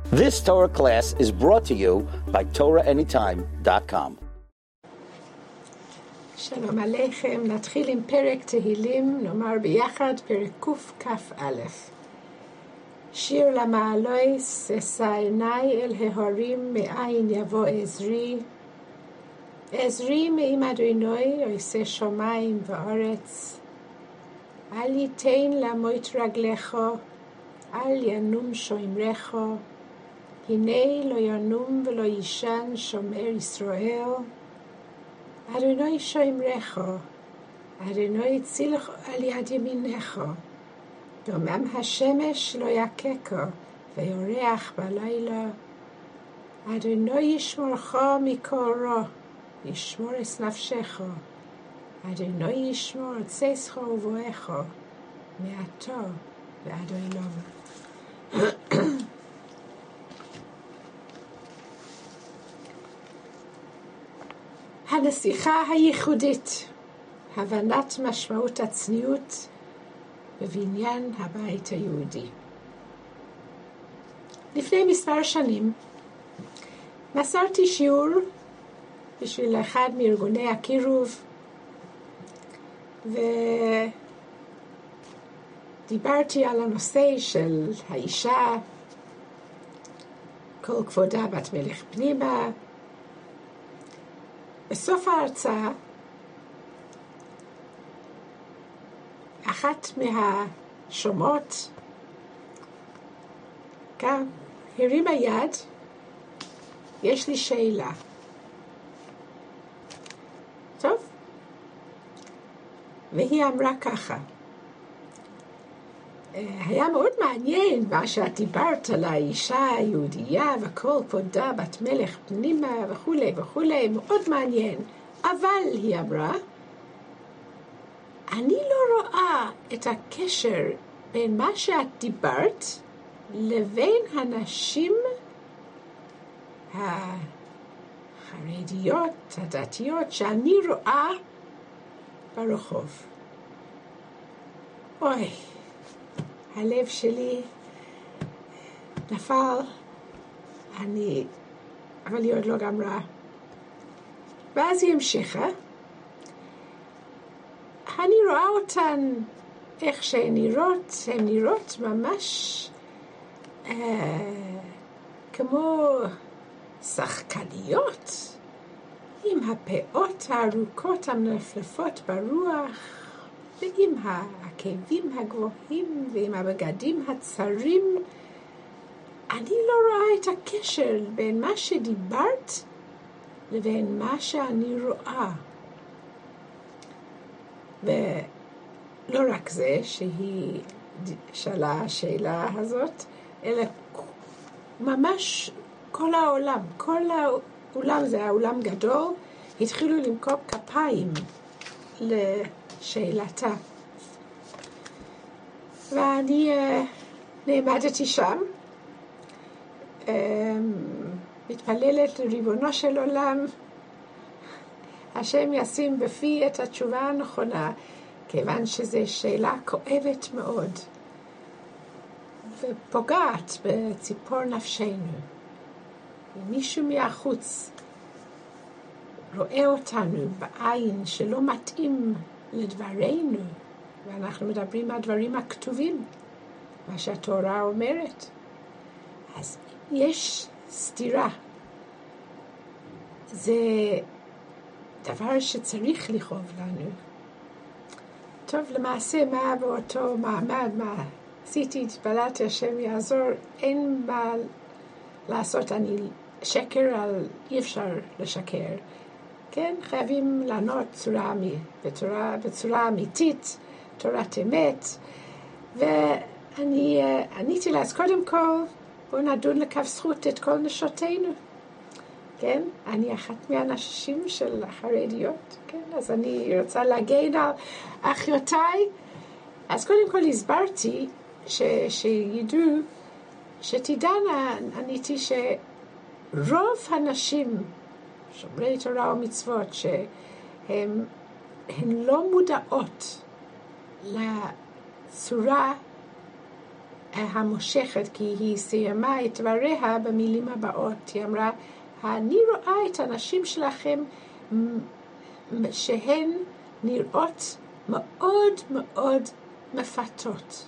This Torah class is brought to you by TorahAnytime.com. שלום עליכם, נתחיל עם פרק תהילים, נאמר ביחד פרק קכ"א. שיר למעלויס, אשא עיני אל ההרים, מאין יבוא עזרי. עזרי מעם אדוני, עושה שמיים וארץ. אל ייתן למות רגליך, אל ינום שומרך. הנה לא ינום ולא יישן שומר ישראל. אדוני שומרך, אדוני צילך על יד ימינך. דומם השמש לא יככה, ויורח בלילה. אדוני ישמורך מכל רע, ישמור את נפשך. אדוני ישמור את צאתך ובואך, מעתה ועד עולם. הנסיכה הייחודית, הבנת משמעות הצניעות בבניין הבית היהודי. לפני מספר שנים מסרתי שיעור בשביל אחד מארגוני הקירוב, ודיברתי על הנושא של האישה, כל כבודה בת מלך פנימה. בסוף ההרצאה, אחת מהשומעות גם הרימה יד, יש לי שאלה. טוב, והיא אמרה ככה, היה מאוד מעניין מה שאת דיברת על האישה היהודייה וכל כבודה בת מלך פנימה וכולי וכולי, מאוד מעניין. אבל היא אמרה, אני לא רואה את הקשר בין מה שאת דיברת לבין הנשים החרדיות, הדתיות, שאני רואה ברחוב. אוי, הלב שלי נפל, אבל היא עוד לא גמרה. ואז היא המשיכה, אני רואה אותן איך שהן נראות ממש כמו שחקניות, עם הפאות הארוכות המנפנפות ברוח, ועם העקבים הגבוהים ועם הבגדים הצרים. אני לא רואה את הקשר בין מה שדיברת לבין מה שאני רואה. ולא רק זה שהיא שאלה השאלה הזאת, אלא ממש כל העולם, זה העולם גדול, התחילו למחוא כפיים לשאלתה. ואני נעמדתי שם, מתפללת לריבונו של עולם, השם ישים בפי את התשובה הנכונה, כיוון שזו שאלה כואבת מאוד, ופוגעת בציפור נפשנו. מישהו מהחוץ רואה אותנו בעין שלא מתאים לדברנו, ואנחנו מדברים על דברים הכתובים, מה שהתורה אומרת. אז יש סתירה. זה דבר שצריך לכאוב לנו. טוב, למעשה מה באותו מעמד, מה עשיתי, התפללתי, השם יעזור, אין מה לעשות, אני שקר אי אפשר לשקר. כן, חייבים לענות בצורה אמיתית, תורת אמת. ואני עניתי לה, אז קודם כל, בואו נדון לכף זכות את כל נשותינו. כן, אני אחת מהנשים של החרדיות, כן, אז אני רוצה להגן על אחיותיי. אז קודם כל הסברתי שידעו, שתדענה, עניתי שרוב הנשים שומרי תורה ומצוות שהן לא מודעות לצורה המושכת, כי היא סיימה את דבריה במילים הבאות. היא אמרה, אני רואה את הנשים שלכם שהן נראות מאוד מאוד מפתות.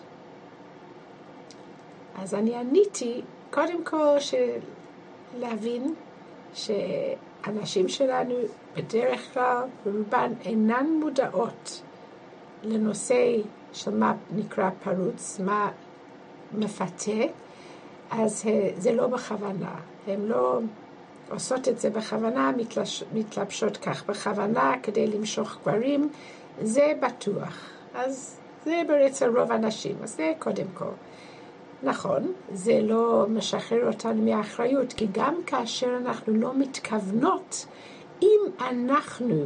אז אני עניתי, קודם כל להבין שהנשים שלנו בדרך כלל רובן אינן מודעות לנושא של מה נקרא פרוץ, מה מפתה, אז זה לא בכוונה. הן לא עושות את זה בכוונה, מתלבשות כך בכוונה כדי למשוך גברים, זה בטוח. אז זה ברצל רוב הנשים, אז זה קודם כל. נכון, זה לא משחרר אותנו מהאחריות, כי גם כאשר אנחנו לא מתכוונות, אם אנחנו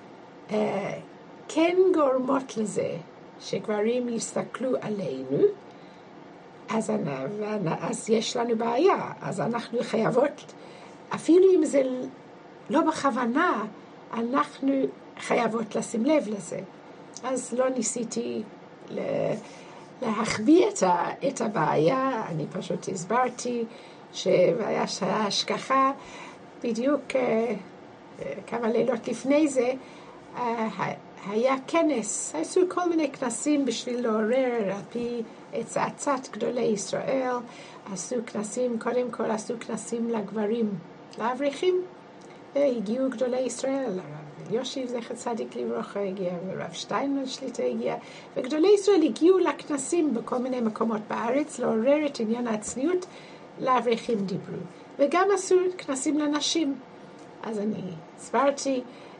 כן גורמות לזה שגברים יסתכלו עלינו, אז יש לנו בעיה. אז אנחנו חייבות, אפילו אם זה לא בכוונה, אנחנו חייבות לשים לב לזה. אז לא ניסיתי להחביא את הבעיה, אני פשוט הסברתי שבעיה של ההשגחה, בדיוק כמה לילות לפני זה, היה כנס, עשו כל מיני כנסים בשביל לעורר, על פי הצעת גדולי ישראל, עשו כנסים, קודם כל עשו כנסים לגברים, לאברכים, והגיעו גדולי ישראל, הרב יושיב זכר צדיק לברכה הגיע, ורב שטיינמן שליטה הגיע, וגדולי ישראל הגיעו לכנסים בכל מיני מקומות בארץ, לעורר את עניין הצניעות, לאברכים דיברו, וגם עשו כנסים לנשים. אז אני הסברתי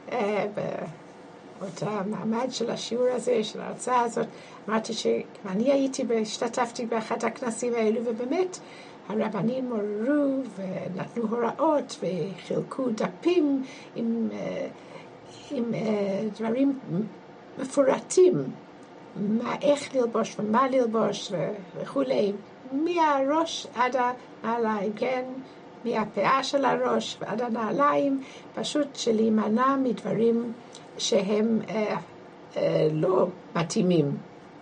באותה מעמד של השיעור הזה, של ההרצאה הזאת, אמרתי שאני השתתפתי באחד הכנסים האלו, ובאמת הרבנים עוררו ונתנו הוראות וחילקו דפים עם דברים מפורטים, איך ללבוש ומה ללבוש וכולי, מהראש עד הנעליים, כן? מהפאה של הראש ועד הנעליים, פשוט שלהימנע מדברים שהם לא מתאימים.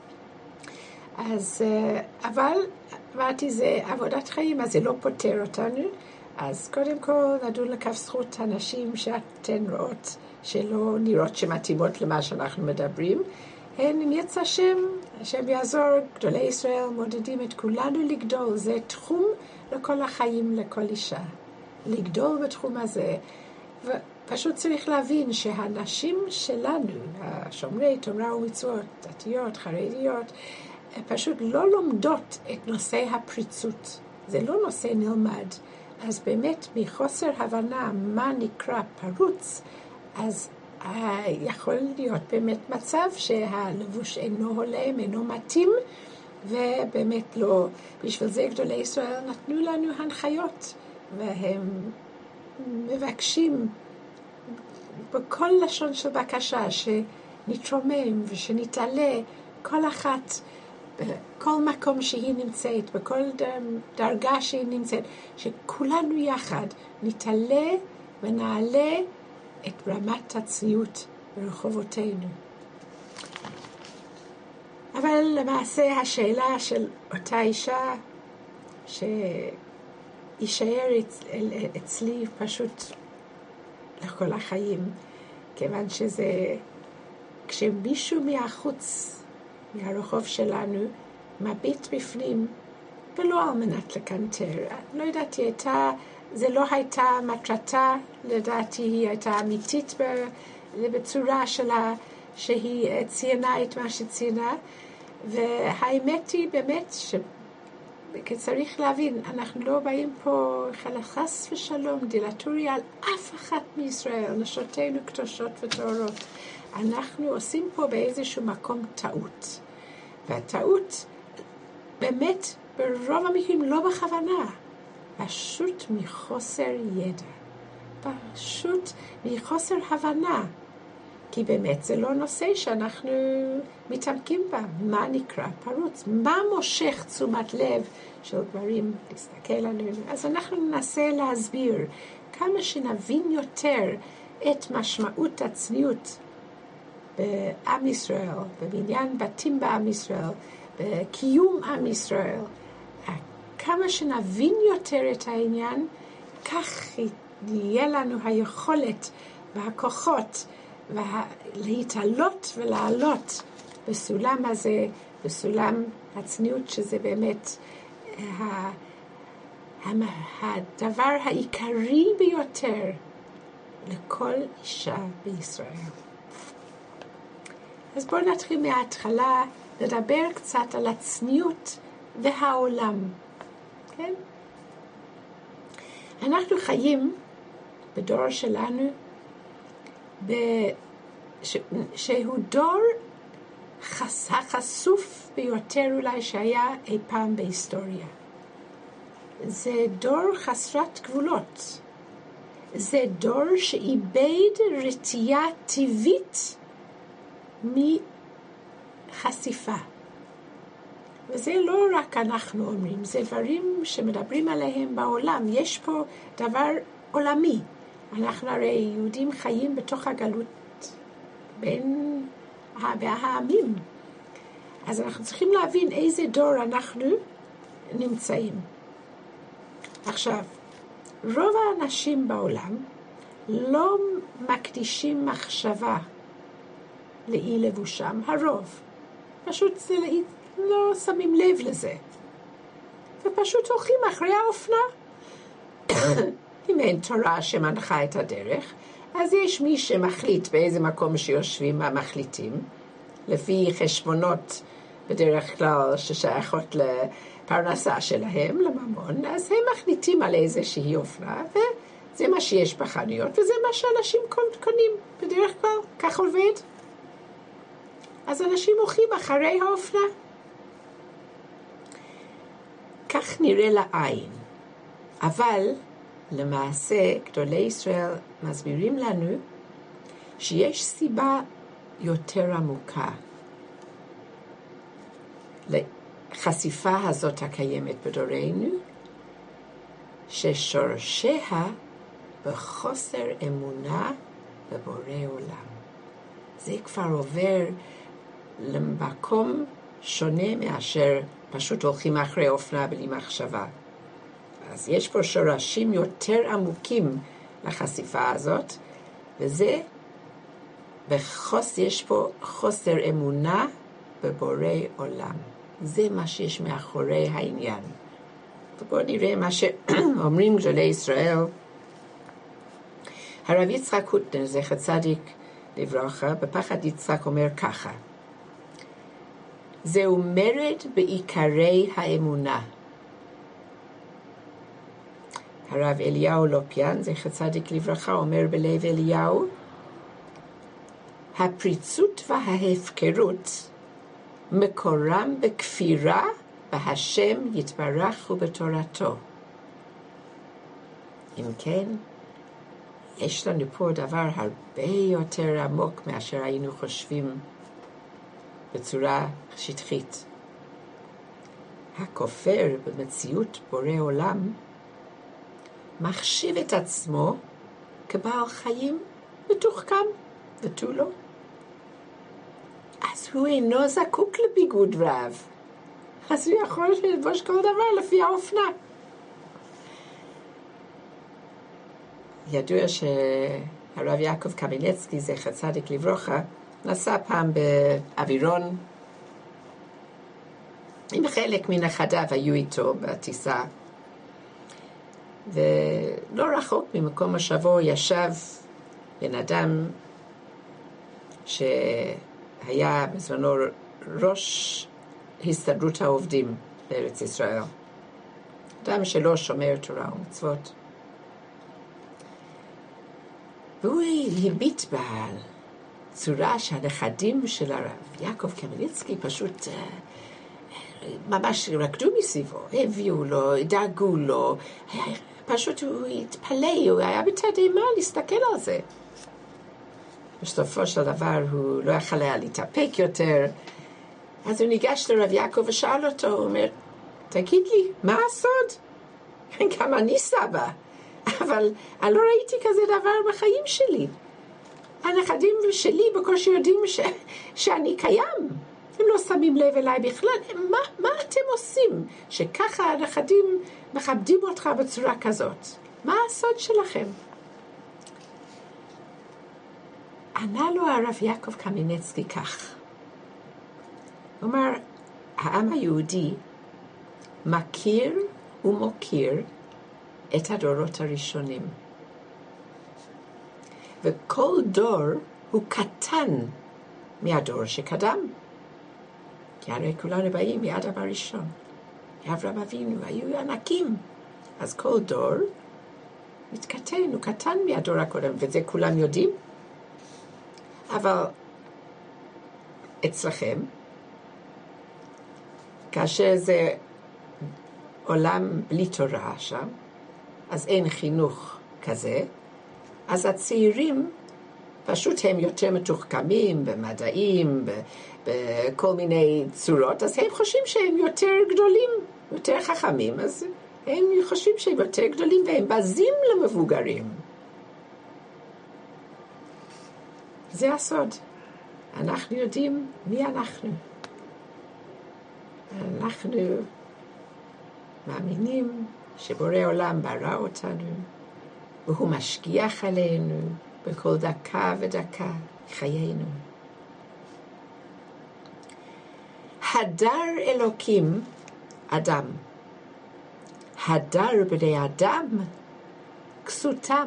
אז, אבל אמרתי, זה עבודת חיים, אז זה לא פותר אותנו. אז קודם כל נדון לכף זכות הנשים שאתן רואות, שלא נראות שמתאימות למה שאנחנו מדברים. הן, אם יצא השם יעזור, גדולי ישראל מודדים את כולנו לגדול. זה תחום לכל החיים, לכל אישה. לגדול בתחום הזה. ופשוט צריך להבין שהנשים שלנו, השומרי תורה ומצוות, דתיות, חרדיות, פשוט לא לומדות את נושא הפריצות. זה לא נושא נלמד. אז באמת מחוסר הבנה מה נקרא פרוץ, אז יכול להיות באמת מצב שהלבוש אינו הולם, אינו מתאים, ובאמת לא. בשביל זה גדולי ישראל נתנו לנו הנחיות, והם מבקשים בכל לשון של בקשה שנתרומם ושנתעלה כל אחת בכל מקום שהיא נמצאת, בכל דרגה שהיא נמצאת, שכולנו יחד נתעלה ונעלה את רמת הצניעות ברחובותינו. אבל למעשה השאלה של אותה אישה שישאר אצלי פשוט לכל החיים, כיוון שזה כשמישהו מהחוץ, מהרחוב שלנו, מביט בפנים, ולא על מנת לקנטר. לא ידעתי, זה לא הייתה מטרתה, לדעתי היא הייתה אמיתית בצורה שלה, שהיא ציינה את מה שציינה, והאמת היא באמת שצריך להבין, אנחנו לא באים פה חס ושלום, דילטורי על אף אחת מישראל, נשותינו קדושות וטהורות. אנחנו עושים פה באיזשהו מקום טעות. והטעות באמת ברוב המקרים לא בכוונה, פשוט מחוסר ידע, פשוט מחוסר הבנה, כי באמת זה לא נושא שאנחנו מתעמקים בה. מה נקרא פרוץ? מה מושך תשומת לב של גברים להסתכל עלינו? אז אנחנו ננסה להסביר כמה שנבין יותר את משמעות הצניעות בעם ישראל, בבניין בתים בעם ישראל, בקיום עם ישראל. כמה שנבין יותר את העניין, כך יהיה לנו היכולת והכוחות להתעלות ולעלות בסולם הזה, בסולם הצניעות, שזה באמת הדבר העיקרי ביותר לכל אישה בישראל. אז בואו נתחיל מההתחלה לדבר קצת על הצניעות והעולם. כן? אנחנו חיים בדור שלנו שהוא דור החשוף ביותר אולי שהיה אי פעם בהיסטוריה. זה דור חסרת גבולות. זה דור שאיבד רתיעה טבעית מחשיפה. וזה לא רק אנחנו אומרים, זה דברים שמדברים עליהם בעולם. יש פה דבר עולמי. אנחנו הרי יהודים חיים בתוך הגלות בין העמים. אז אנחנו צריכים להבין איזה דור אנחנו נמצאים. עכשיו, רוב האנשים בעולם לא מקדישים מחשבה לאי לבושם, הרוב. פשוט לא שמים לב לזה. ופשוט הולכים אחרי האופנה. אם אין תורה שמנחה את הדרך, אז יש מי שמחליט באיזה מקום שיושבים המחליטים, לפי חשבונות בדרך כלל ששייכות לפרנסה שלהם, לממון, אז הם מחליטים על איזושהי אופנה, וזה מה שיש בחנויות, וזה מה שאנשים קונים בדרך כלל, כך עובד. אז אנשים הולכים אחרי האופנה. כך נראה לעין. אבל למעשה גדולי ישראל מסבירים לנו שיש סיבה יותר עמוקה לחשיפה הזאת הקיימת בדורנו, ששורשיה בחוסר אמונה בבורא עולם. זה כבר עובר למקום שונה מאשר פשוט הולכים אחרי אופנה בלי מחשבה. אז יש פה שורשים יותר עמוקים לחשיפה הזאת, וזה יש פה חוסר אמונה בבורא עולם. זה מה שיש מאחורי העניין. ובואו נראה מה שאומרים גדולי ישראל. הרב יצחק הוטנר, זכר צדיק לברכה, בפחד יצחק אומר ככה: זהו מרד בעיקרי האמונה. הרב אליהו לופיאן, זכר צדיק לברכה, אומר בלב אליהו, הפריצות וההפקרות מקורם בכפירה בהשם יתברך ובתורתו. אם כן, יש לנו פה דבר הרבה יותר עמוק מאשר היינו חושבים בצורה שטחית. הכופר במציאות בורא עולם מחשיב את עצמו כבעל חיים מתוחכם ותו לא. אז הוא אינו זקוק לביגוד רב. אז הוא יכול ללבוש כל דבר לפי האופנה. ידוע שהרב יעקב קמינצקי, זכר צדיק לברכה, נסע פעם באווירון, עם חלק מן החדיו היו איתו בטיסה, ולא רחוק ממקום השבוע ישב בן אדם שהיה בזמנו ראש הסתדרות העובדים בארץ ישראל, אדם שלא שומר תורה ומצוות, והוא הביט בצורה שהנכדים של הרב יעקב קמינצקי פשוט ממש רקדו מסביבו, הביאו לו, דאגו לו, פשוט הוא התפלא, הוא היה בתדהמה להסתכל על זה. בסופו של דבר הוא לא יכול היה להתאפק יותר, אז הוא ניגש לרב יעקב ושאל אותו, הוא אומר, תגיד לי, מה הסוד? גם אני סבא, אבל אני לא ראיתי כזה דבר בחיים שלי. הנכדים שלי בקושי יודעים שאני קיים. הם לא שמים לב אליי בכלל. מה אתם עושים שככה הנכדים מכבדים אותך בצורה כזאת? מה הסוד שלכם? ענה לו הרב יעקב קמינצקי כך. הוא אמר, העם היהודי מכיר ומוקיר את הדורות הראשונים. וכל דור הוא קטן מהדור שקדם. כי הרי כולנו באים מאדם הראשון. מאברהם אבינו, היו ענקים. אז כל דור מתקטן, הוא קטן מהדור הקודם, וזה כולם יודעים. אבל אצלכם, כאשר זה עולם בלי תורה שם, אז אין חינוך כזה, אז הצעירים פשוט הם יותר מתוחכמים במדעים, בכל מיני צורות, אז הם חושבים שהם יותר גדולים, יותר חכמים, אז הם חושבים שהם יותר גדולים והם בזים למבוגרים. זה הסוד. אנחנו יודעים מי אנחנו. אנחנו מאמינים שבורא עולם ברא אותנו, והוא משגיח עלינו בכל דקה ודקה חיינו. הדר אלוקים אדם, הדר בני אדם כסותם.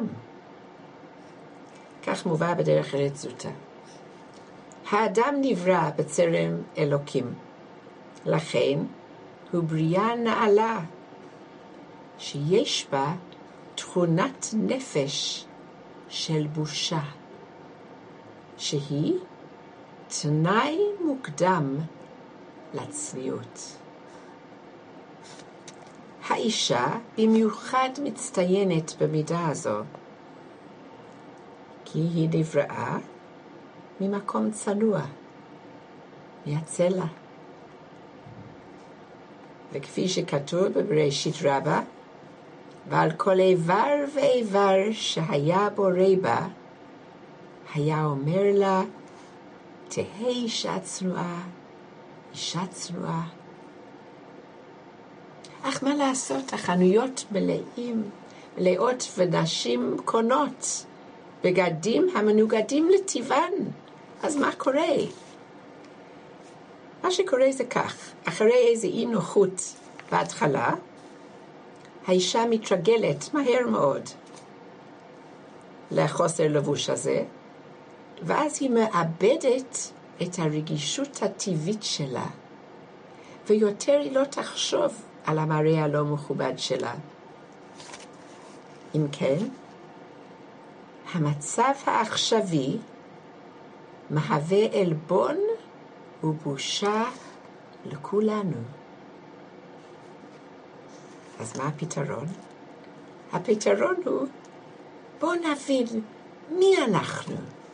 כך מובא בדרך ארץ זוטה. האדם נברא בצלם אלוקים, לכן הוא בריאה נעלה, שיש בה תכונת נפש של בושה, שהיא תנאי מוקדם לצניעות. האישה במיוחד מצטיינת במידה הזו, כי היא נבראה ממקום צנוע, מהצלע. וכפי שכתוב בבראשית רבה, ועל כל איבר ואיבר שהיה בורא בה, היה אומר לה, תהי אישה צנועה, אישה צנועה. אך מה לעשות, החנויות מלאות ונשים קונות בגדים המנוגדים לטבען. אז מה קורה? מה שקורה זה כך, אחרי איזה אי נוחות בהתחלה, האישה מתרגלת מהר מאוד לחוסר לבוש הזה, ואז היא מאבדת את הרגישות הטבעית שלה, ויותר היא לא תחשוב על המראה הלא מכובד שלה. אם כן, המצב העכשווי מהווה עלבון ובושה לכולנו. אז מה הפתרון? הפתרון הוא, בוא נבין מי אנחנו.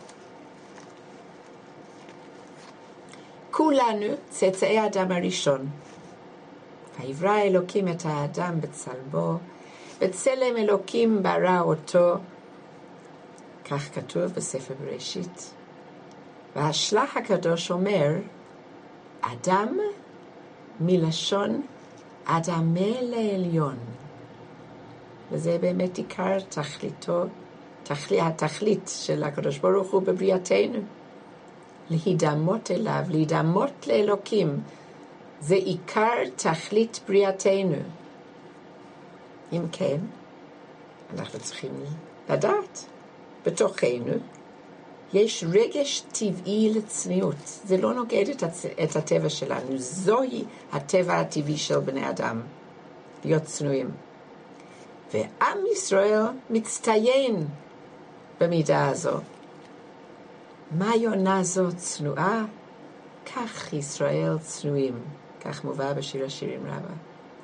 כולנו צאצאי האדם הראשון. ויברא אלוקים את האדם בצלמו, בצלם אלוקים ברא אותו, כך כתוב בספר בראשית. והשלח הקדוש אומר, אדם מלשון אדמה לעליון. וזה באמת עיקר תכליתו, התכלית של הקדוש ברוך הוא בבריאתנו. להידמות אליו, להידמות לאלוקים. זה עיקר תכלית בריאתנו. אם כן, אנחנו צריכים לדעת. בתוכנו יש רגש טבעי לצניעות. זה לא נוגד את הטבע שלנו. זוהי הטבע הטבעי של בני אדם, להיות צנועים. ועם ישראל מצטיין במידה הזו. מה יונה זו צנועה? כך ישראל צנועים. כך מובא בשיר השירים רבה.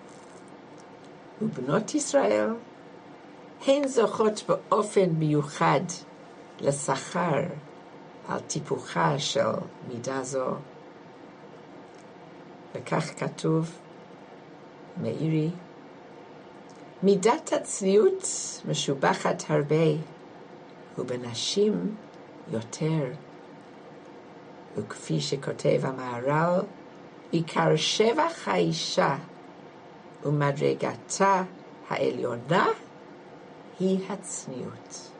ובנות ישראל הן זוכות באופן מיוחד לשכר על טיפוחה של מידה זו. וכך כתוב, מאירי, מידת הצניעות משובחת הרבה, ובנשים יותר. וכפי שכותב המהר"ל, עיקר שבח האישה ומדרגתה העליונה היא הצניעות.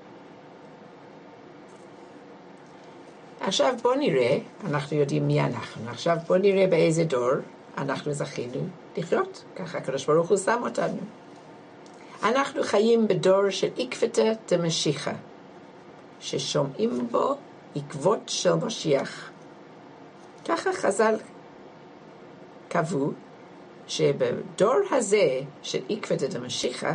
עכשיו בוא נראה, אנחנו יודעים מי אנחנו, עכשיו בוא נראה באיזה דור אנחנו זכינו לחיות, ככה הקדוש ברוך הוא שם אותנו. אנחנו חיים בדור של עקבתא דמשיחא, ששומעים בו עקבות של משיח. ככה חז"ל קבעו שבדור הזה של עקבתא דמשיחא,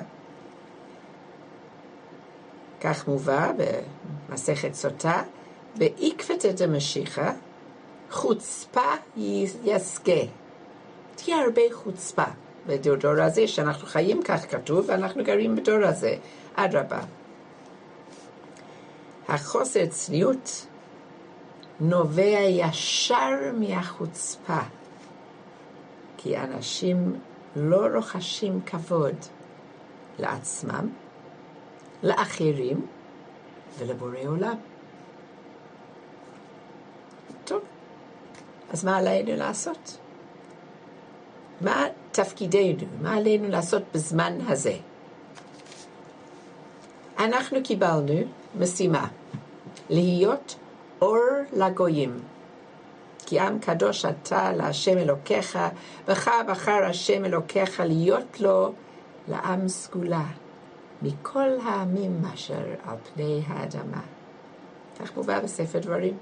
כך מובא במסכת סוטה, בעקבתא דמשיחא חוצפה יסגה. תהיה הרבה חוצפה בדור הזה שאנחנו חיים, כך כתוב, ואנחנו גרים בדור הזה. אדרבה. החוסר צניעות נובע ישר מהחוצפה, כי אנשים לא רוחשים כבוד לעצמם, לאחרים ולבורא עולם. טוב, אז מה עלינו לעשות? מה תפקידנו? מה עלינו לעשות בזמן הזה? אנחנו קיבלנו משימה להיות אור לגויים. כי עם קדוש אתה להשם אלוקיך, בך בחר השם אלוקיך להיות לו לעם סגולה מכל העמים אשר על פני האדמה. כך מובא בספר דברים.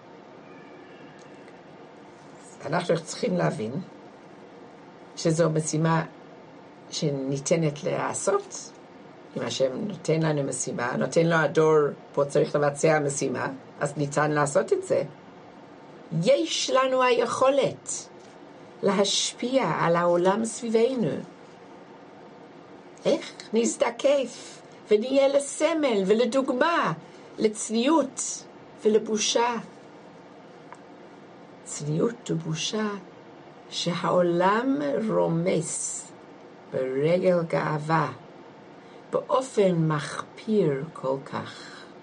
אנחנו צריכים להבין שזו משימה שניתנת לעשות. אם השם נותן לנו משימה, נותן לו הדור, פה צריך לבצע משימה, אז ניתן לעשות את זה. יש לנו היכולת להשפיע על העולם סביבנו. איך? נזדקף ונהיה לסמל ולדוגמה, לצניעות ולבושה. צניעות ובושה שהעולם רומס ברגל גאווה, באופן מחפיר כל כך.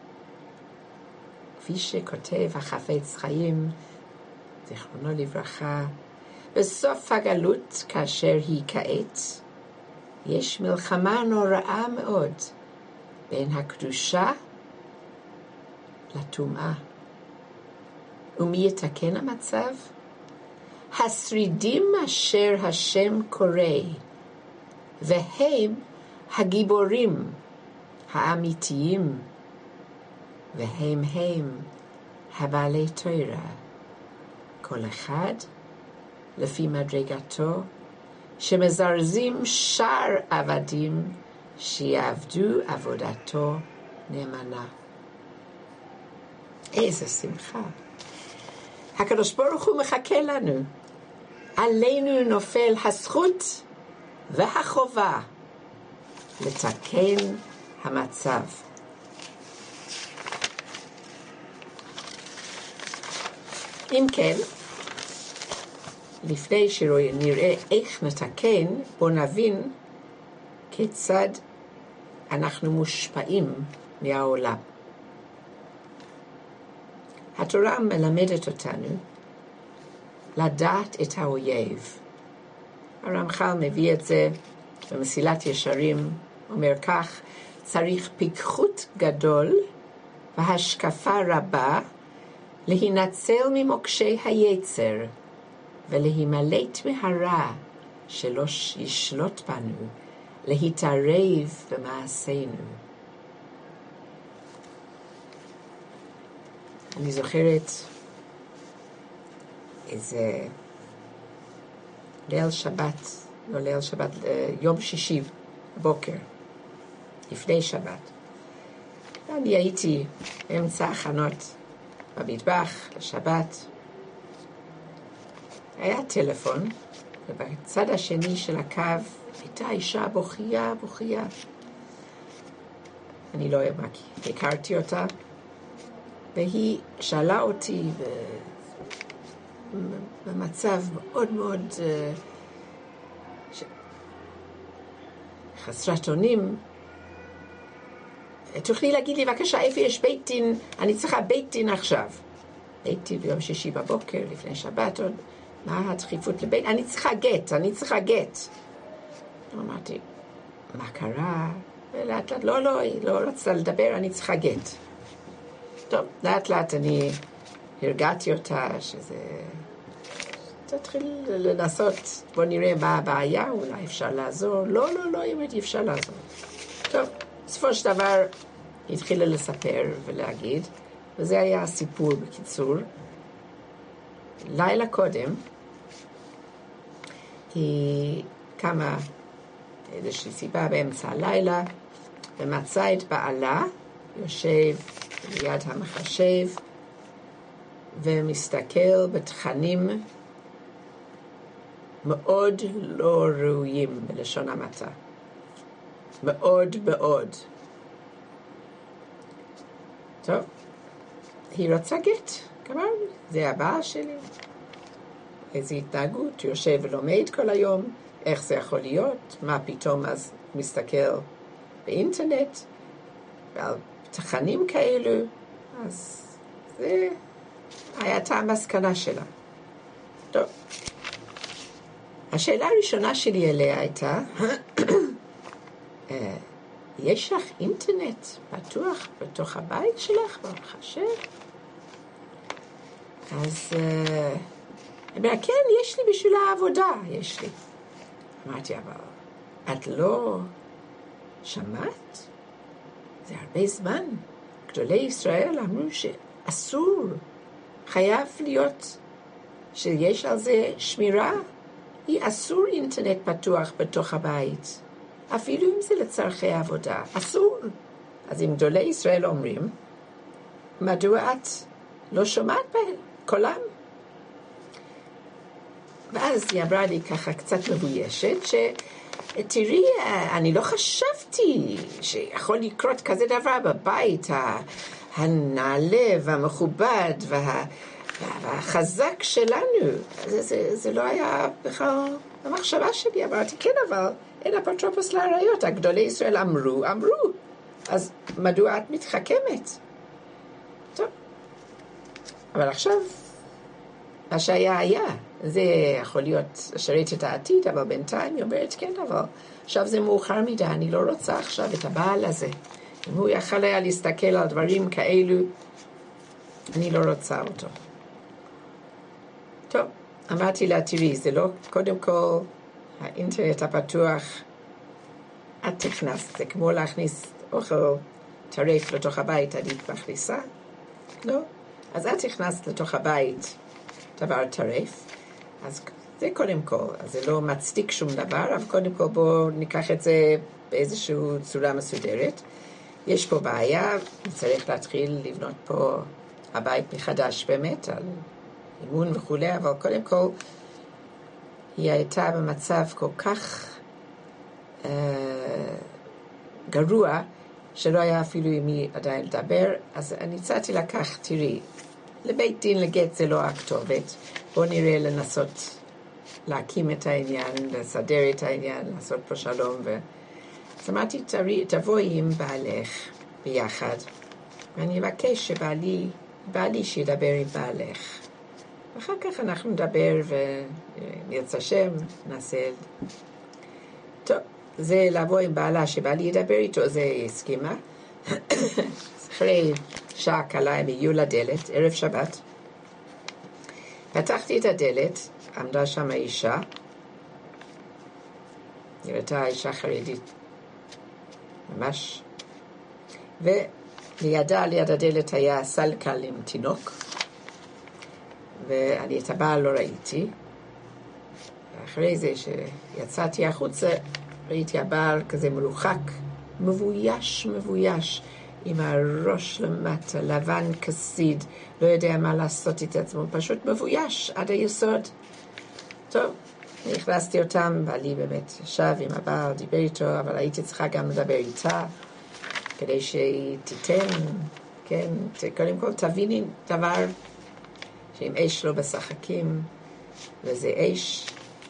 כפי שכותב החפץ חיים, זיכרונו לברכה, בסוף הגלות כאשר היא כעת, יש מלחמה נוראה מאוד בין הקדושה לטומאה. ומי יתקן המצב? השרידים אשר השם קורא, והם הגיבורים האמיתיים, והם הבעלי תורה, כל אחד לפי מדרגתו, שמזרזים שאר עבדים שיעבדו עבודתו נאמנה. איזה שמחה. הקדוש ברוך הוא מחכה לנו. עלינו נופל הזכות והחובה לתקן המצב. אם כן, לפני שנראה איך נתקן, בוא נבין כיצד אנחנו מושפעים מהעולם. התורה מלמדת אותנו לדעת את האויב. הרמח"ל מביא את זה במסילת ישרים, אומר כך, צריך פיקחות גדול והשקפה רבה להינצל ממוקשי היצר ולהימלט מהרע שלא ישלוט בנו, להתערב במעשינו. אני זוכרת איזה ליל שבת, לא ליל שבת, יום שישי בבוקר, לפני שבת. אני הייתי באמצע הכנות במטבח לשבת. היה טלפון, ובצד השני של הקו הייתה אישה בוכייה. אני לא הכרתי אותה, והיא שאלה אותי במצב מאוד מאוד חסרת אונים, תוכלי להגיד לי בבקשה איפה יש בית דין? אני צריכה בית דין עכשיו. הייתי ביום שישי בבוקר, לפני שבת, עוד, מה הדחיפות לבית? אני צריכה גט. אמרתי, מה קרה? ולאט לאט, היא לא רצתה לדבר, אני צריכה גט. טוב, לאט לאט אני הרגעתי אותה, שזה... תתחיל לנסות, בוא נראה מה הבעיה, אולי אפשר לעזור. לא, אי אפשר לעזור. טוב, בסופו של דבר, היא התחילה לספר ולהגיד, וזה היה הסיפור בקיצור. לילה קודם, היא קמה איזושהי סיבה באמצע הלילה, ומצאה את בעלה, יושב ליד המחשב, ומסתכל בתכנים מאוד לא ראויים בלשון המעטה. מאוד מאוד. טוב, היא רוצה גט, כמובן, זה הבעל שלי. איזו התנהגות, יושב ולומד כל היום, איך זה יכול להיות, מה פתאום אז מסתכל באינטרנט, ועל תכנים כאלו, אז זה הייתה המסקנה שלה. טוב. השאלה הראשונה שלי אליה הייתה, יש לך אינטרנט פתוח בתוך הבית שלך, במחשב? אז, כן, יש לי בשביל העבודה, יש לי. אמרתי, אבל את לא שמעת? זה הרבה זמן. גדולי ישראל אמרו שאסור, חייב להיות, שיש על זה שמירה. היא אסור אינטרנט פתוח בתוך הבית. אפילו אם זה לצרכי עבודה. אסור. אז אם גדולי ישראל אומרים, מדוע את לא שומעת בהם? קולם? ואז היא אמרה לי ככה קצת מבוישת, שתראי, אני לא חשבתי שיכול לקרות כזה דבר בבית הנעלה והמכובד והחזק שלנו. זה לא היה בכלל המחשבה שלי. אמרתי, כן, אבל אין אפוטרופוס לעריות. הגדולי ישראל אמרו. אז מדוע את מתחכמת? טוב. אבל עכשיו, מה שהיה היה. זה יכול להיות לשרת את העתיד, אבל בינתיים היא אומרת, כן, אבל עכשיו זה מאוחר מדי, אני לא רוצה עכשיו את הבעל הזה. אם הוא יכול היה להסתכל על דברים כאלו, אני לא רוצה אותו. טוב, אמרתי לה, תראי, זה לא, קודם כל, האינטרנט הפתוח, את תכנסת, זה כמו להכניס אוכל טרף לתוך הבית, את מכניסה? לא? אז את תכנסת לתוך הבית דבר טרף, אז זה קודם כל, אז זה לא מצדיק שום דבר, אבל קודם כל בואו ניקח את זה באיזושהי צורה מסודרת. יש פה בעיה, צריך להתחיל לבנות פה הבית מחדש באמת, על אימון וכו', אבל קודם כל, היא הייתה במצב כל כך גרוע, שלא היה אפילו עם מי עדיין לדבר, אז אני הצעתי לקח, תראי, לבית דין לגט זה לא הכתובת, בואו נראה לנסות להקים את העניין, לסדר את העניין, לעשות פה שלום. אז אמרתי, תבואי עם בעלך ביחד, ואני אבקש שבעלי שידבר עם בעלך. ואחר כך אנחנו נדבר ונרצה השם, נעשה. טוב, זה לבוא עם בעלה שבעלי ידבר איתו, זה הסכימה. אחרי שעה קלה הם הגיעו לדלת, ערב שבת. פתחתי את הדלת, עמדה שם האישה, נראתה אישה חרדית, ממש. ולידה, ליד הדלת היה סלקל עם תינוק, ואני את הבעל לא ראיתי. ואחרי זה שיצאתי החוצה, ראיתי הבעל כזה מרוחק, מבויש, עם הראש למטה, לבן כסיד, לא יודע מה לעשות את עצמו, פשוט מבויש עד היסוד. טוב, נכנסתי אותם, בעלי באמת ישב עם הבעל, דיבר איתו, אבל הייתי צריכה גם לדבר איתה, כדי שהיא תיתן, כן, קודם כל תביני דבר, שאם אש לא בשחקים, וזה אש,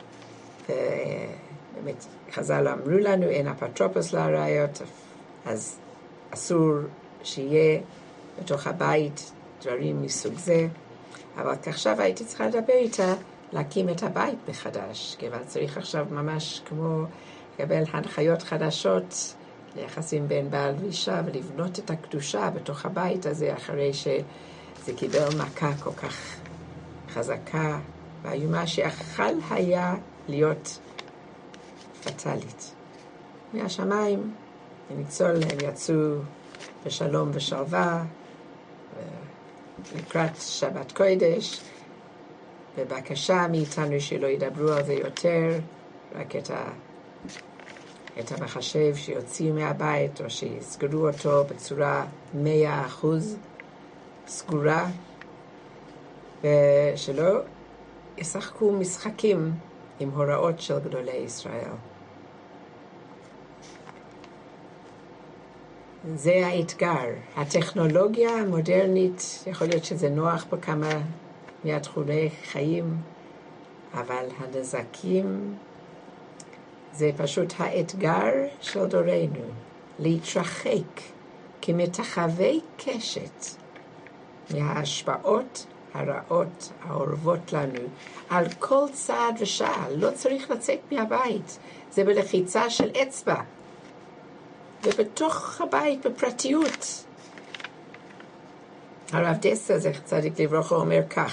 ובאמת חז"ל אמרו לנו, אין אפוטרופוס לעריות, אז אסור שיהיה בתוך הבית דברים מסוג זה. אבל עכשיו הייתי צריכה לדבר איתה להקים את הבית מחדש, כיוון צריך עכשיו ממש כמו לקבל הנחיות חדשות ליחסים בין בעל ואישה, ולבנות את הקדושה בתוך הבית הזה אחרי שזה קיבל מכה כל כך חזקה והאיומה שיכול היה להיות פטלית. מהשמיים וניצול הם יצאו בשלום ושלווה לקראת שבת קודש, בבקשה מאיתנו שלא ידברו על זה יותר, רק את המחשב שיוציאו מהבית או שיסגרו אותו בצורה 100% סגורה, ושלא ישחקו משחקים עם הוראות של גדולי ישראל. זה האתגר. הטכנולוגיה המודרנית, יכול להיות שזה נוח בכמה מהתחומי חיים, אבל הנזקים זה פשוט האתגר של דורנו, להתרחק כמתחווי קשת מההשפעות הרעות האורבות לנו על כל צעד ושעל. לא צריך לצאת מהבית, זה בלחיצה של אצבע, ובתוך הבית בפרטיות. הרב דסה זכר צדיק לברכה אומר כך: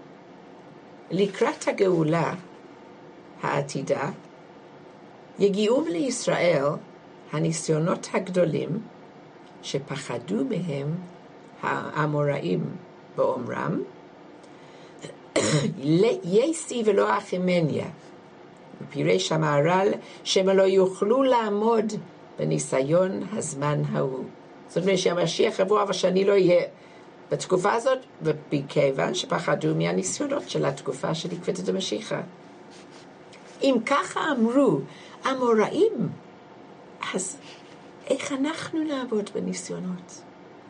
לקראת הגאולה העתידה יגיעו לישראל הניסיונות הגדולים שפחדו מהם האמוראים באומרם יסי ולא אחימניה, ופירש המהר"ל שהם לא יוכלו לעמוד בניסיון הזמן ההוא. זאת אומרת שהמשיח יבוא אבל שאני לא אהיה בתקופה הזאת, ובכיוון שפחדו מהניסיונות של התקופה של עקבתא דמשיחא. אם ככה אמרו אמוראים, אז איך אנחנו נעבוד בניסיונות?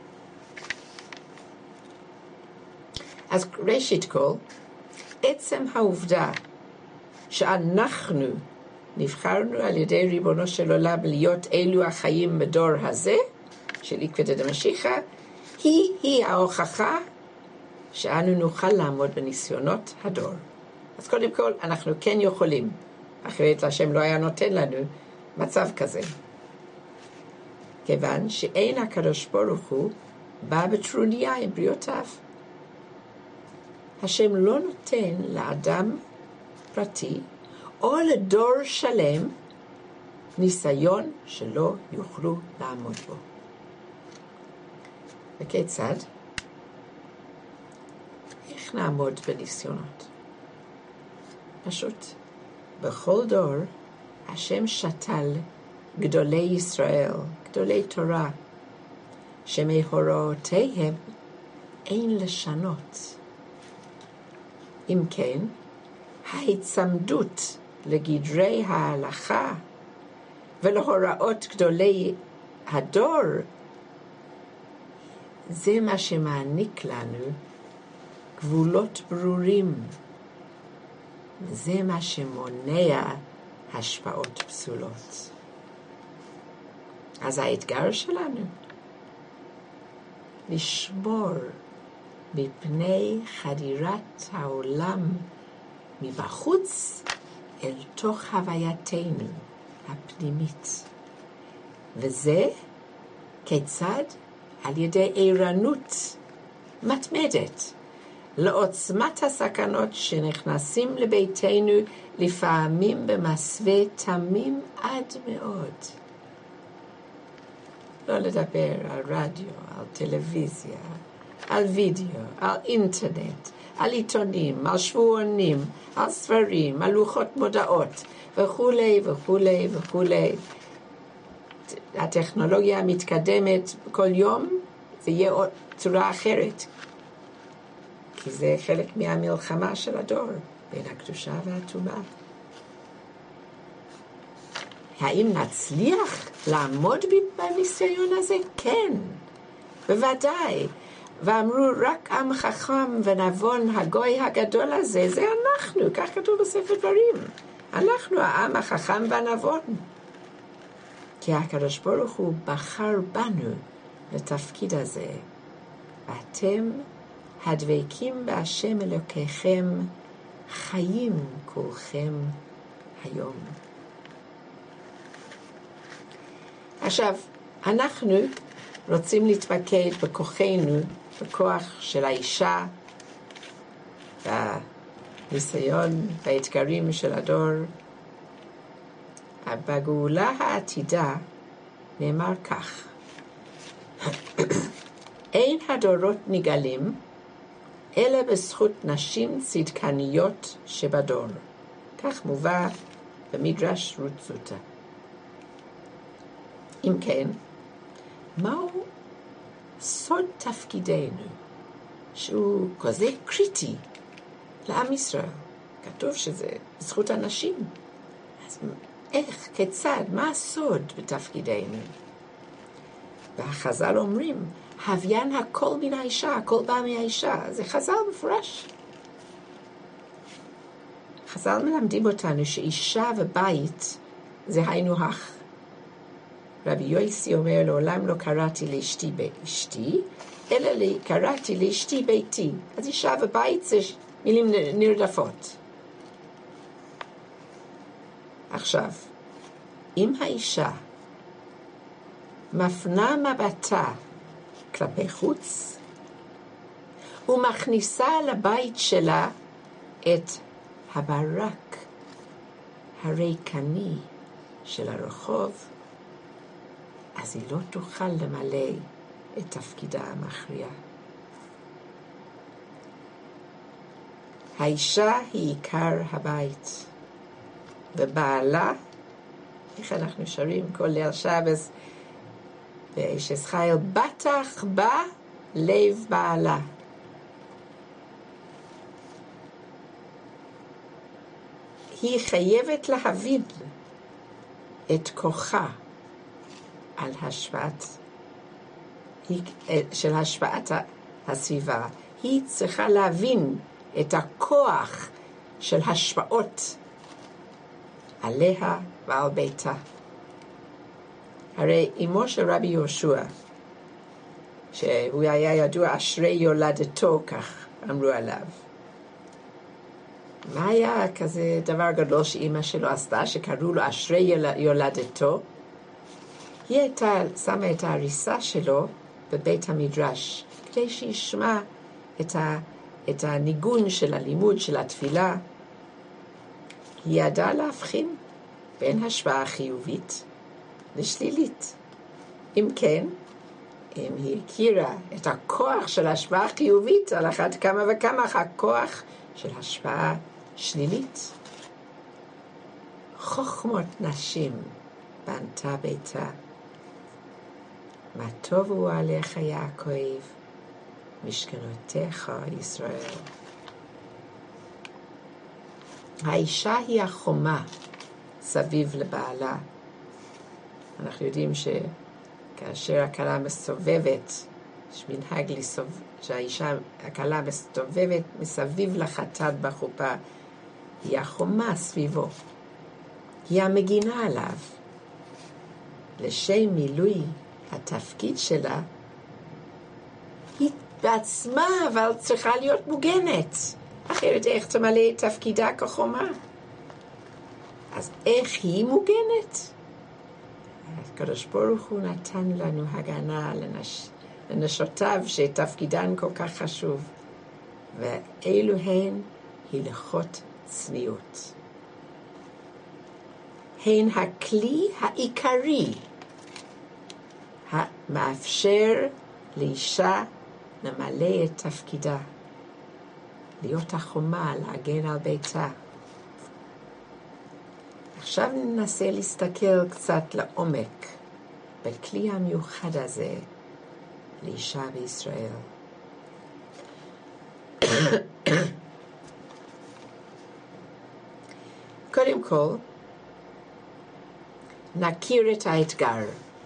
אז ראשית כל, עצם העובדה שאנחנו נבחרנו על ידי ריבונו של עולם להיות אלו החיים בדור הזה של עקבתא דמשיחא, היא ההוכחה שאנו נוכל לעמוד בניסיונות הדור. אז קודם כל אנחנו כן יכולים, אחרת השם לא היה נותן לנו מצב כזה, כיוון שאין הקדוש ברוך הוא בא בטרוניה עם בריאותיו. השם לא נותן לאדם פרטי או לדור שלם ניסיון שלא יוכלו לעמוד בו. וכיצד? איך נעמוד בניסיונות? פשוט, בכל דור השם שתל גדולי ישראל, גדולי תורה, שמהוראותיהם אין לשנות. אם כן, ההצמדות לגדרי ההלכה ולהוראות גדולי הדור, זה מה שמעניק לנו גבולות ברורים. זה מה שמונע השפעות פסולות. אז האתגר שלנו, לשמור מפני חדירת העולם מבחוץ אל תוך הווייתנו הפנימית. וזה כיצד? על ידי ערנות מתמדת לעוצמת הסכנות שנכנסים לביתנו לפעמים במסווה תמים עד מאוד. לא לדבר על רדיו, על טלוויזיה, על וידאו, על אינטרנט, על עיתונים, על שבועונים, על ספרים, על לוחות מודעות וכולי וכולי וכולי. הטכנולוגיה מתקדמת כל יום, זה יהיה עוד צורה אחרת, כי זה חלק מהמלחמה של הדור בין הקדושה והטומאה. האם נצליח לעמוד בניסיון הזה? כן, בוודאי. ואמרו רק עם חכם ונבון הגוי הגדול הזה, זה אנחנו, כך כתוב בספר דברים. אנחנו העם החכם והנבון. כי הקדוש ברוך הוא בחר בנו לתפקיד הזה, ואתם הדבקים בהשם אלוקיכם חיים כולכם היום. עכשיו, אנחנו רוצים להתמקד בכוחנו, בכוח של האישה, בניסיון והאתגרים של הדור. בגאולה העתידה נאמר כך: אין הדורות נגלים אלא בזכות נשים צדקניות שבדור. כך מובא במדרש רות זוטא. אם כן, מהו סוד תפקידנו שהוא כזה קריטי לעם ישראל? כתוב שזה בזכות הנשים. אז איך, כיצד, מה הסוד בתפקידנו? והחז"ל אומרים, הביין הכל מן האישה, הכל בא מהאישה. זה חז"ל מפורש. חז"ל מלמדים אותנו שאישה ובית זה היינו הך. רבי יוסי אומר, לעולם לא קראתי לאשתי באשתי, אלא קראתי לאשתי ביתי. אז אישה ובית זה מילים נרדפות. עכשיו, אם האישה מפנה מבטה כלפי חוץ ומכניסה לבית שלה את הברק הריקני של הרחוב, אז היא לא תוכל למלא את תפקידה המכריע. האישה היא עיקר הבית, ובעלה, איך אנחנו שרים כל ליל שבס באשת חיל, בטח בה לב בעלה. היא חייבת להבין את כוחה על השפעת הסביבה. היא צריכה להבין את הכוח של השפעות עליה ועל ביתה. הרי אמו של רבי יהושע, שהוא היה ידוע אשרי יולדתו, כך אמרו עליו. מה היה כזה דבר גדול שאמא שלו עשתה, שקראו לו אשרי יולדתו? היא הייתה שמה את ההריסה שלו בבית המדרש, כדי שישמע את הניגון של הלימוד של התפילה. היא ידעה להבחין בין השפעה חיובית לשלילית. אם כן, אם היא הכירה את הכוח של השפעה חיובית, על אחת כמה וכמה הכוח של השפעה שלילית. חוכמות נשים בנתה ביתה. מה טובו עליך יעקב, משכנותיך ישראל. האישה היא החומה סביב לבעלה. אנחנו יודעים שכאשר הכלה מסתובבת, יש מנהג שהאישה, הכלה מסתובבת מסביב לחתן בחופה, היא החומה סביבו. היא המגינה עליו. לשם מילוי התפקיד שלה, היא בעצמה אבל צריכה להיות מוגנת. אחרת איך תמלא את תפקידה כחומה? אז איך היא מוגנת? הקדוש ברוך הוא נתן לנו הגנה לנשותיו שתפקידן כל כך חשוב, ואלו הן הלכות צניעות. הן הכלי העיקרי המאפשר לאישה למלא את תפקידה, להיות החומה, להגן על ביתה. עכשיו ננסה להסתכל קצת לעומק בכלי המיוחד הזה לאישה בישראל. קודם כל, נכיר את האתגר.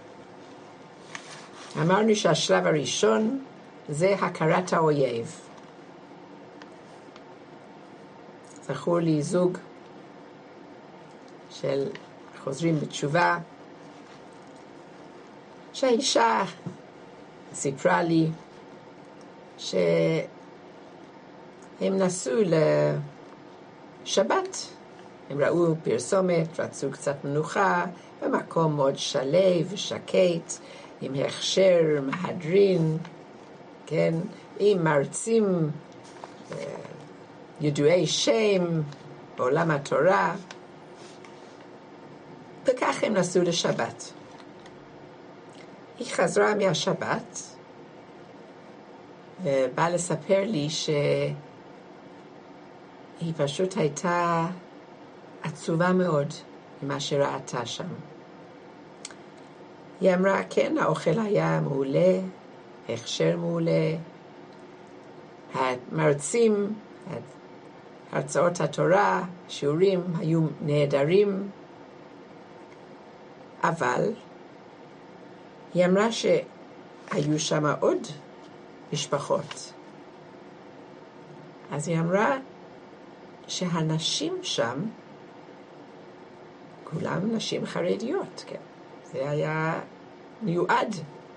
אמרנו שהשלב הראשון זה הכרת האויב. זכור לי זוג של חוזרים בתשובה, שהאישה סיפרה לי הם נסעו לשבת, הם ראו פרסומת, רצו קצת מנוחה, במקום מאוד שלב ושקט, עם הכשר מהדרין, כן, עם מרצים ידועי שם בעולם התורה, וכך הם נסעו לשבת. היא חזרה מהשבת, ובאה לספר לי שהיא פשוט הייתה עצובה מאוד ממה שראתה שם. היא אמרה, כן, האוכל היה מעולה, הכשר מעולה, המרצים, הרצאות התורה, שיעורים היו נהדרים, אבל היא אמרה שהיו שם עוד משפחות. אז היא אמרה שהנשים שם, כולם נשים חרדיות, כן. זה היה מיועד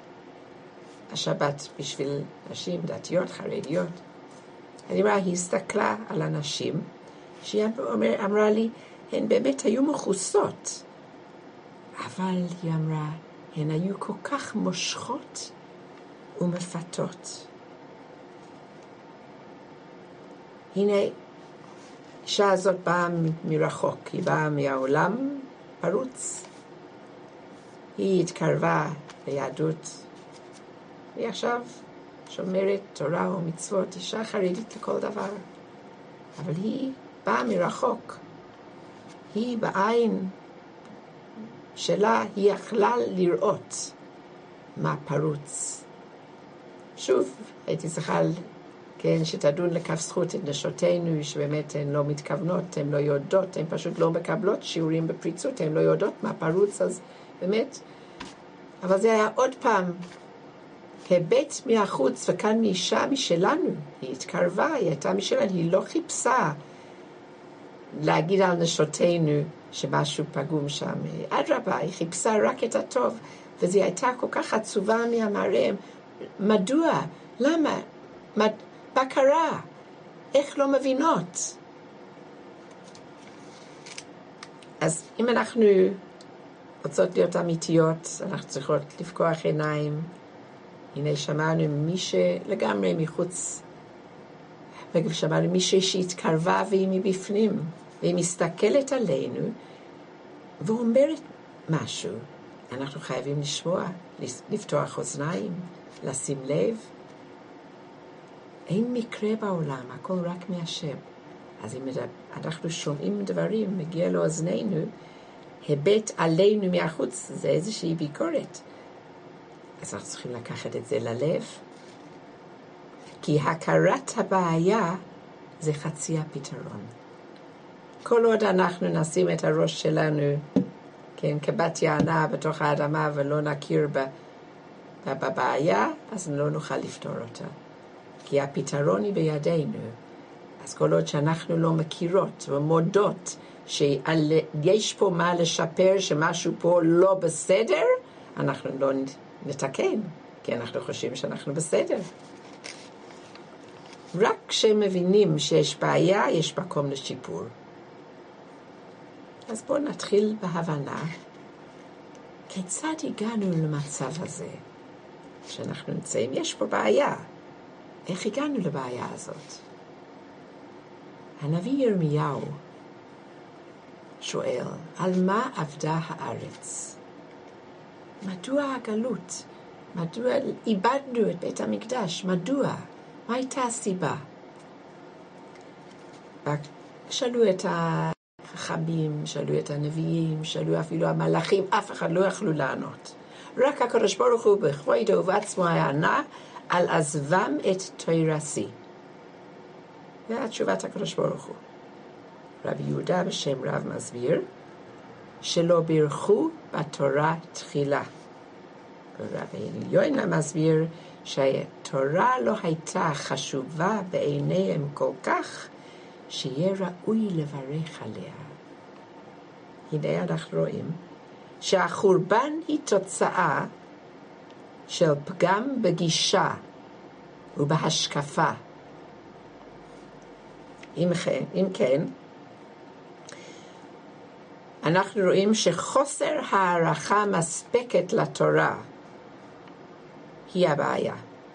השבת בשביל נשים דתיות, חרדיות. אני אמרה, היא הסתכלה על הנשים, שהיא אמרה לי, הן באמת היו מכוסות, אבל היא אמרה, הן היו כל כך מושכות ומפתות. הנה, האישה הזאת באה מרחוק, היא באה מהעולם פרוץ. היא התקרבה ליהדות, היא עכשיו שומרת תורה ומצוות, אישה חרדית לכל דבר. אבל היא באה מרחוק. היא בעין שלה, היא יכלה לראות מה פרוץ. שוב, הייתי צריכה, כן, שתדון לכף זכות את נשותינו, שבאמת הן לא מתכוונות, הן לא יודעות, הן פשוט לא מקבלות שיעורים בפריצות, הן לא יודעות מה פרוץ, אז באמת. אבל זה היה עוד פעם, היבט מהחוץ, וכאן מאישה משלנו, היא התקרבה, היא הייתה משלנו, היא לא חיפשה להגיד על נשותינו שמשהו פגום שם. אדרבה, היא חיפשה רק את הטוב, וזו הייתה כל כך עצובה מהמראה. מדוע? למה? מה קרה? איך לא מבינות? אז אם אנחנו רוצות להיות אמיתיות, אנחנו צריכות לפקוח עיניים. הנה שמענו מי שלגמרי מחוץ, ושמענו מישהי שהתקרבה והיא מבפנים, והיא מסתכלת עלינו ואומרת משהו. אנחנו חייבים לשמוע, לפתוח אוזניים, לשים לב. אין מקרה בעולם, הכל רק מהשם. אז אם אנחנו שומעים דברים, מגיע לאוזנינו, היבט עלינו מהחוץ, זה איזושהי ביקורת. אז אנחנו צריכים לקחת את זה ללב, כי הכרת הבעיה זה חצי הפתרון. כל עוד אנחנו נשים את הראש שלנו, כן, כבת יענה בתוך האדמה ולא נכיר בבעיה, אז לא נוכל לפתור אותה. כי הפתרון היא בידינו. אז כל עוד שאנחנו לא מכירות ומודות שיש פה מה לשפר, שמשהו פה לא בסדר, אנחנו לא נתקן, כי אנחנו חושבים שאנחנו בסדר. רק כשמבינים שיש בעיה, יש מקום לשיפור. אז בואו נתחיל בהבנה כיצד הגענו למצב הזה שאנחנו נמצאים. יש פה בעיה. איך הגענו לבעיה הזאת? הנביא ירמיהו שואל, על מה עבדה הארץ? מדוע הגלות? מדוע איבדנו את בית המקדש? מדוע? מה הייתה הסיבה? שאלו את החכמים, שאלו את הנביאים, שאלו אפילו המלאכים, אף אחד לא יכלו לענות. רק הקדוש ברוך הוא בכבודו ובעצמו ענה, על עזבם את תורתי. זה התשובת הקדוש ברוך הוא. רבי יהודה בשם רב מסביר, שלא בירכו בתורה תחילה. רבי יונה מסביר שהתורה לא הייתה חשובה בעיניהם כל כך, שיהיה ראוי לברך עליה. הנה אנחנו רואים שהחורבן היא תוצאה של פגם בגישה ובהשקפה. אם כן, אנחנו רואים שחוסר הערכה מספקת לתורה היא הבעיה.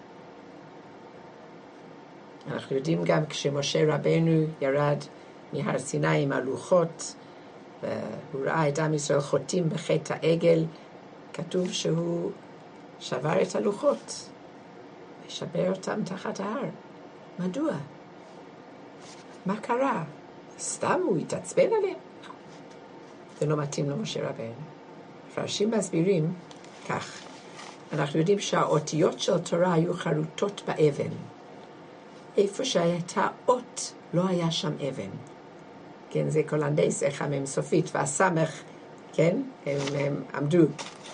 אנחנו יודעים גם כשמשה רבנו ירד מהר סיני עם הלוחות, והוא ראה את עם ישראל חוטאים בחטא העגל, כתוב שהוא שבר את הלוחות, ושבר אותם תחת ההר. מדוע? מה קרה? סתם הוא התעצבן עליהם? זה לא מתאים למשה רבנו. מפרשים מסבירים כך, אנחנו יודעים שהאותיות של תורה היו חרוטות באבן. איפה שהייתה אות לא היה שם אבן. כן, זה כל הנדס, איך המם סופית והסמך, כן, הם עמדו.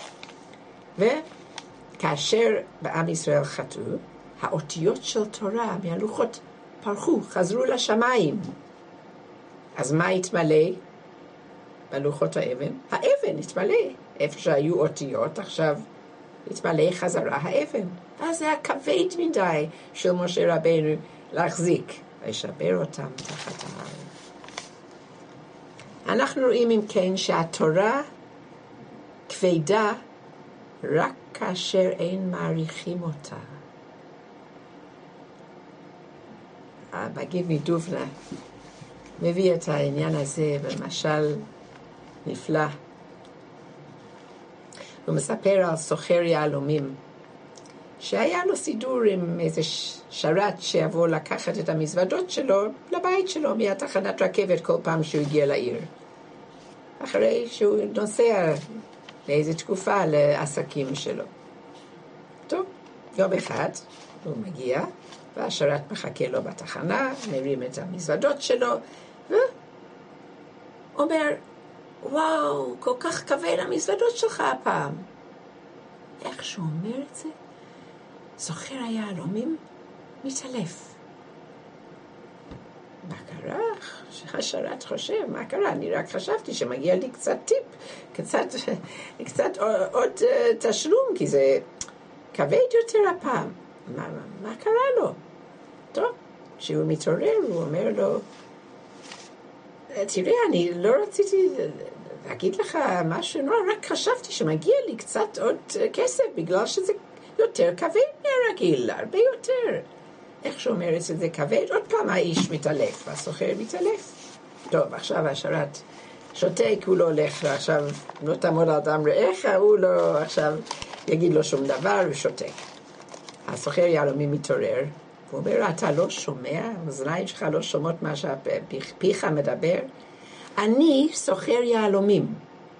וכאשר בעם ישראל חטאו, האותיות של תורה מהלוחות פרחו, חזרו לשמיים. אז מה התמלא בלוחות האבן? האבן התמלא. איפה שהיו אותיות, עכשיו התמלא חזרה האבן. אז זה היה כבד מדי של משה רבנו להחזיק, וישבר אותם תחת ההר. אנחנו רואים אם כן שהתורה כבדה רק כאשר אין מעריכים אותה. המגיד מדובנה מביא את העניין הזה במשל נפלא. הוא מספר על סוחר יהלומים שהיה לו סידור עם איזה שרת שיבוא לקחת את המזוודות שלו לבית שלו מהתחנת רכבת כל פעם שהוא הגיע לעיר, אחרי שהוא נוסע לאיזו תקופה לעסקים שלו. טוב, יום אחד הוא מגיע והשרת מחכה לו בתחנה, מרים את המזוודות שלו ואומר, וואו, כל כך כבד המזוודות שלך הפעם. איך שהוא אומר את זה, סוחר היהלומים מתעלף. מה קרה? השרת חושב, מה קרה? אני רק חשבתי שמגיע לי קצת טיפ, קצת עוד תשלום, כי זה כבד יותר הפעם. מה קרה לו? טוב, כשהוא מתעורר, הוא אומר לו, תראה, אני לא רציתי להגיד לך משהו נורא, רק חשבתי שמגיע לי קצת עוד כסף, בגלל שזה יותר כבד מהרגיל, הרבה יותר. איך שאומר את זה כבד, עוד פעם האיש מתעלף, והסוחר מתעלף. טוב, עכשיו השרת שותק, הוא לא הולך, ועכשיו לא תעמוד על דם רעך, הוא לא עכשיו יגיד לו שום דבר, ושותק. הסוחר יהלומים מתעורר, הוא אומר, אתה לא שומע? האוזניים שלך לא שומעות מה שפיך מדבר? אני סוחר יהלומים,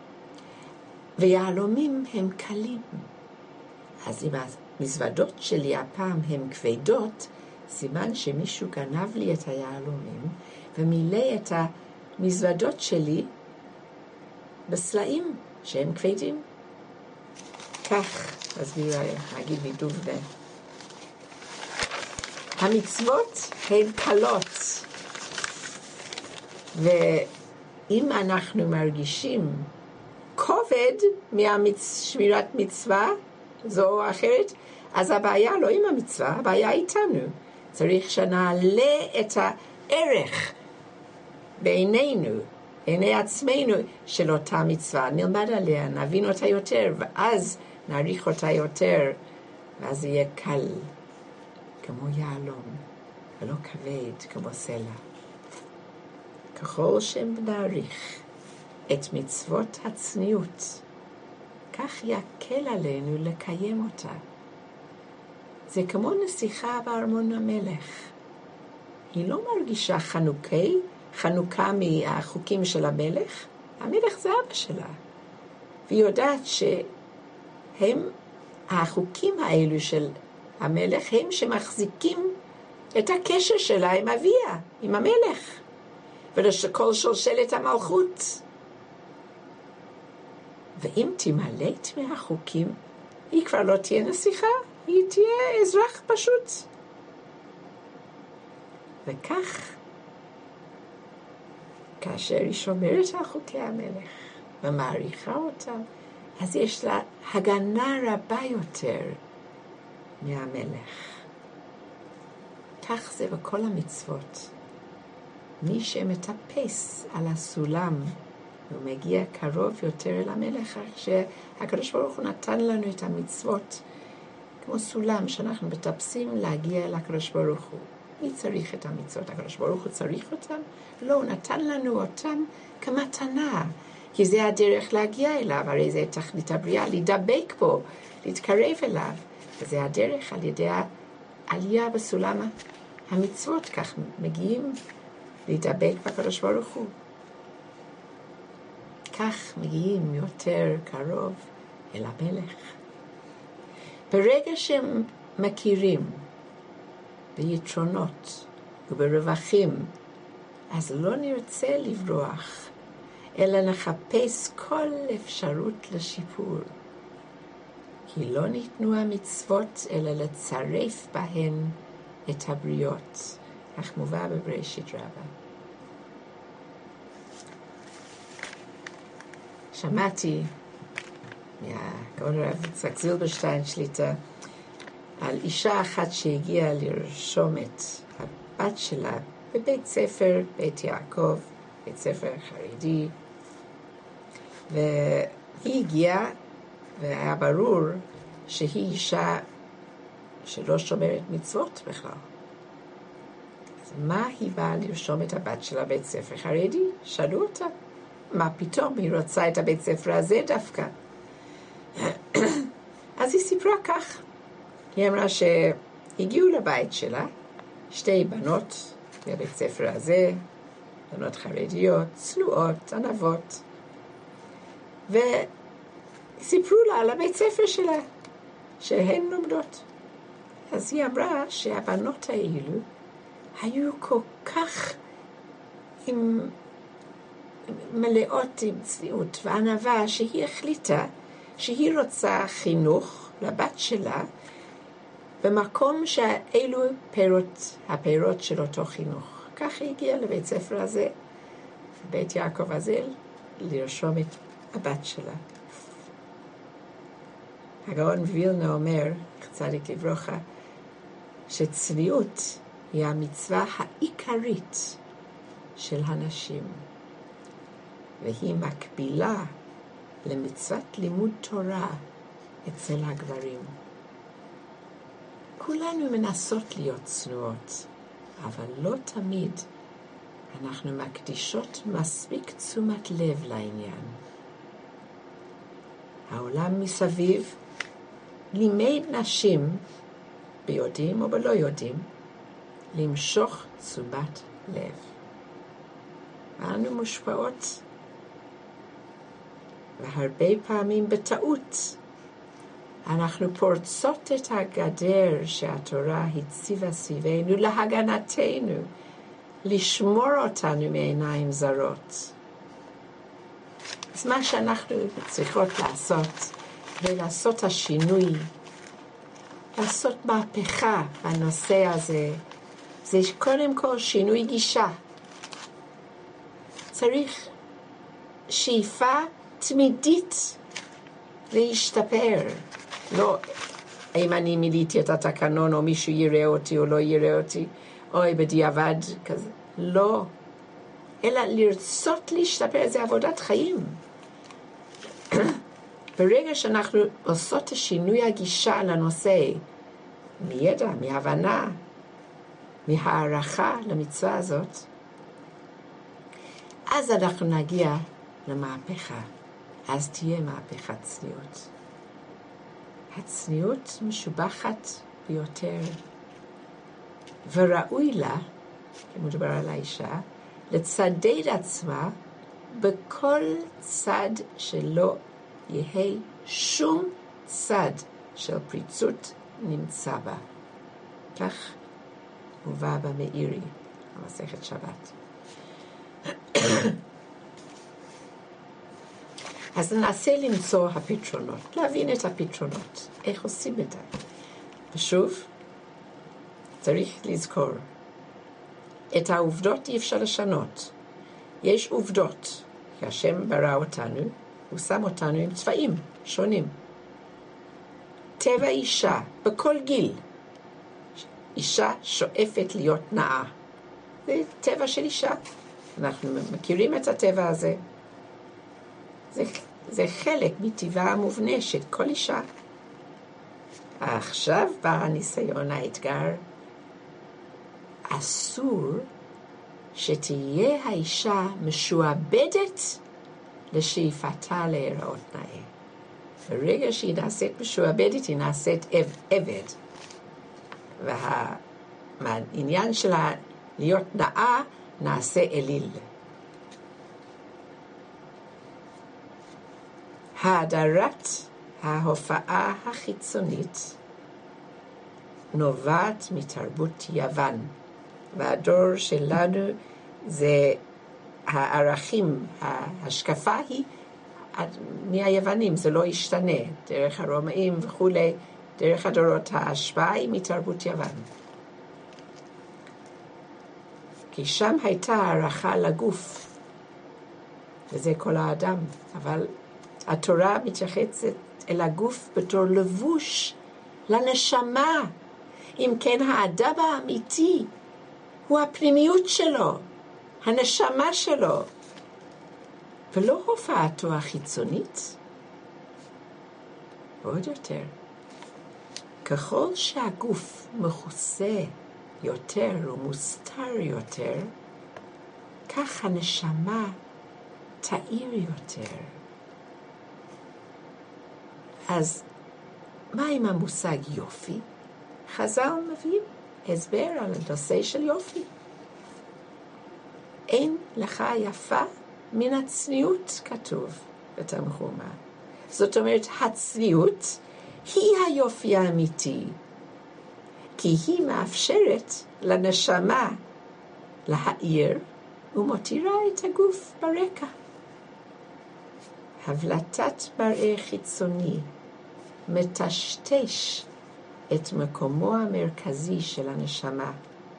ויהלומים הם קלים. אז אם המזוודות שלי הפעם הן כבדות, סימן שמישהו גנב לי את היהלומים, ומילא את המזוודות שלי בסלעים שהם כבדים. כך, מסביר הגיד מדובנה. המצוות הן קלות, ואם אנחנו מרגישים כובד משמירת מצווה זו או אחרת, אז הבעיה לא עם המצווה, הבעיה איתנו. צריך שנעלה את הערך בעינינו, בעיני עצמנו של אותה מצווה. נלמד עליה, נבין אותה יותר, ואז נעריך אותה יותר, ואז יהיה קל, כמו יהלום, ולא כבד כמו סלע. ככל שנעריך את מצוות הצניעות, כך יקל עלינו לקיים אותה. זה כמו נסיכה בארמון המלך. היא לא מרגישה חנוכה מהחוקים של המלך. המלך זה אבא שלה. והיא יודעת שהם, החוקים האלו של המלך, הם שמחזיקים את הקשר שלה עם אביה, עם המלך. ולכל שלשלת המלכות. ואם תמלאת מהחוקים, היא כבר לא תהיה נסיכה, היא תהיה אזרח פשוט. וכך, כאשר היא שומרת על חוקי המלך ומעריכה אותם, אז יש לה הגנה רבה יותר מהמלך. כך זה בכל המצוות. מי שמטפס על הסולם, הוא מגיע קרוב יותר אל המלך, שהקדוש ברוך הוא נתן לנו את המצוות, כמו סולם שאנחנו מטפסים להגיע אל הקדוש ברוך הוא. מי צריך את המצוות? הקדוש ברוך הוא צריך אותם? לא, הוא נתן לנו אותם כמתנה, כי זה הדרך להגיע אליו, הרי זה תכלית הבריאה, להידבק בו, להתקרב אליו, וזה הדרך על ידי העלייה בסולם המצוות, כך מגיעים להידבק בקדוש ברוך הוא. כך מגיעים יותר קרוב אל המלך. ברגע שהם מכירים ביתרונות וברווחים, אז לא נרצה לברוח, אלא נחפש כל אפשרות לשיפור. כי לא ניתנו המצוות אלא לצרף בהן את הבריות. כך מובא בבראשית רבה. שמעתי מהגאון הרב יצחק זילברשטיין שליט"א על אישה אחת שהגיעה לרשום את הבת שלה בבית ספר בית יעקב, בית ספר חרדי, והיא הגיעה והיה ברור שהיא אישה שלא שומרת מצוות בכלל. אז מה היא באה לרשום את הבת שלה בית ספר חרדי? שאלו אותה, מה פתאום היא רוצה את הבית ספר הזה דווקא? אז היא סיפרה כך. היא אמרה שהגיעו לבית שלה שתי בנות בבית ספר הזה, בנות חרדיות, צנועות, ענבות, וסיפרו לה על הבית ספר שלה, שהן לומדות. אז היא אמרה שהבנות האלו היו כל כך מלאות עם צניעות וענווה, שהיא החליטה שהיא רוצה חינוך לבת שלה במקום שאלו הפירות של אותו חינוך. כך היא הגיעה לבית ספר הזה, בית יעקב הזה, לרשום את הבת שלה. הגאון וילנה אומר, צדיק לברכה, שצניעות היא המצווה העיקרית של הנשים, והיא מקבילה למצוות לימוד תורה אצל הגברים. כולנו מנסות להיות צנועות, אבל לא תמיד אנחנו מקדישות מספיק תשומת לב לעניין. העולם מסביב לימד נשים, ביודעים או בלא יודעים, למשוך תשומת לב. אנו מושפעות, והרבה פעמים בטעות אנחנו פורצות את הגדר שהתורה הציבה סביבנו להגנתנו, לשמור אותנו מעיניים זרות. אז מה שאנחנו צריכות לעשות, כדי לעשות השינוי, לעשות מהפכה בנושא הזה, זה קודם כל שינוי גישה. צריך שאיפה תמידית להשתפר. לא, אם אני מילאתי את התקנון, או מישהו יראה אותי או לא יראה אותי, אוי בדיעבד כזה. לא. אלא לרצות להשתפר, זה עבודת חיים. ברגע שאנחנו עושות השינוי הגישה לנושא, מידע, מהבנה, מהערכה למצווה הזאת, אז אנחנו נגיע למהפכה. אז תהיה מהפכת צניעות. הצניעות משובחת ביותר, וראוי לה, כמו מדבר על האישה, לצדד עצמה בכל צד שלא יהיה שום צד של פריצות נמצא בה. כך מובא במאירי, המסכת שבת. אז ננסה למצוא הפתרונות, להבין את הפתרונות, איך עושים את זה. ושוב, צריך לזכור, את העובדות אי אפשר לשנות. יש עובדות, כי השם ברא אותנו, הוא שם אותנו עם צבעים שונים. טבע אישה, בכל גיל, אישה שואפת להיות נאה. זה טבע של אישה. אנחנו מכירים את הטבע הזה. זה חלק מטבעה המובנה של כל אישה. עכשיו בא הניסיון, האתגר. אסור שתהיה האישה משועבדת לשאיפתה להיראות נאה. ברגע שהיא נעשית משועבדת, היא נעשית עבד. והעניין שלה להיות נאה נעשה אליל. האדרת ההופעה החיצונית נובעת מתרבות יוון, והדור שלנו זה הערכים, ההשקפה היא מהיוונים, זה לא ישתנה, דרך הרומאים וכו', דרך הדורות ההשפעה היא מתרבות יוון. כי שם הייתה הערכה לגוף, וזה כל האדם, אבל התורה מתייחסת אל הגוף בתור לבוש לנשמה. אם כן, האדם האמיתי הוא הפנימיות שלו, הנשמה שלו, ולא הופעתו החיצונית. עוד יותר, ככל שהגוף מכוסה יותר ומוסתר יותר, כך הנשמה תאיר יותר. אז מה עם המושג יופי? חז"ל מביאים הסבר על הנושא של יופי. אין לך יפה מן הצניעות, כתוב בתנחומא. זאת אומרת, הצניעות היא היופי האמיתי, כי היא מאפשרת לנשמה להאיר ומותירה את הגוף ברקע. הבלטת מראה חיצוני מטשטש את מקומו המרכזי של הנשמה.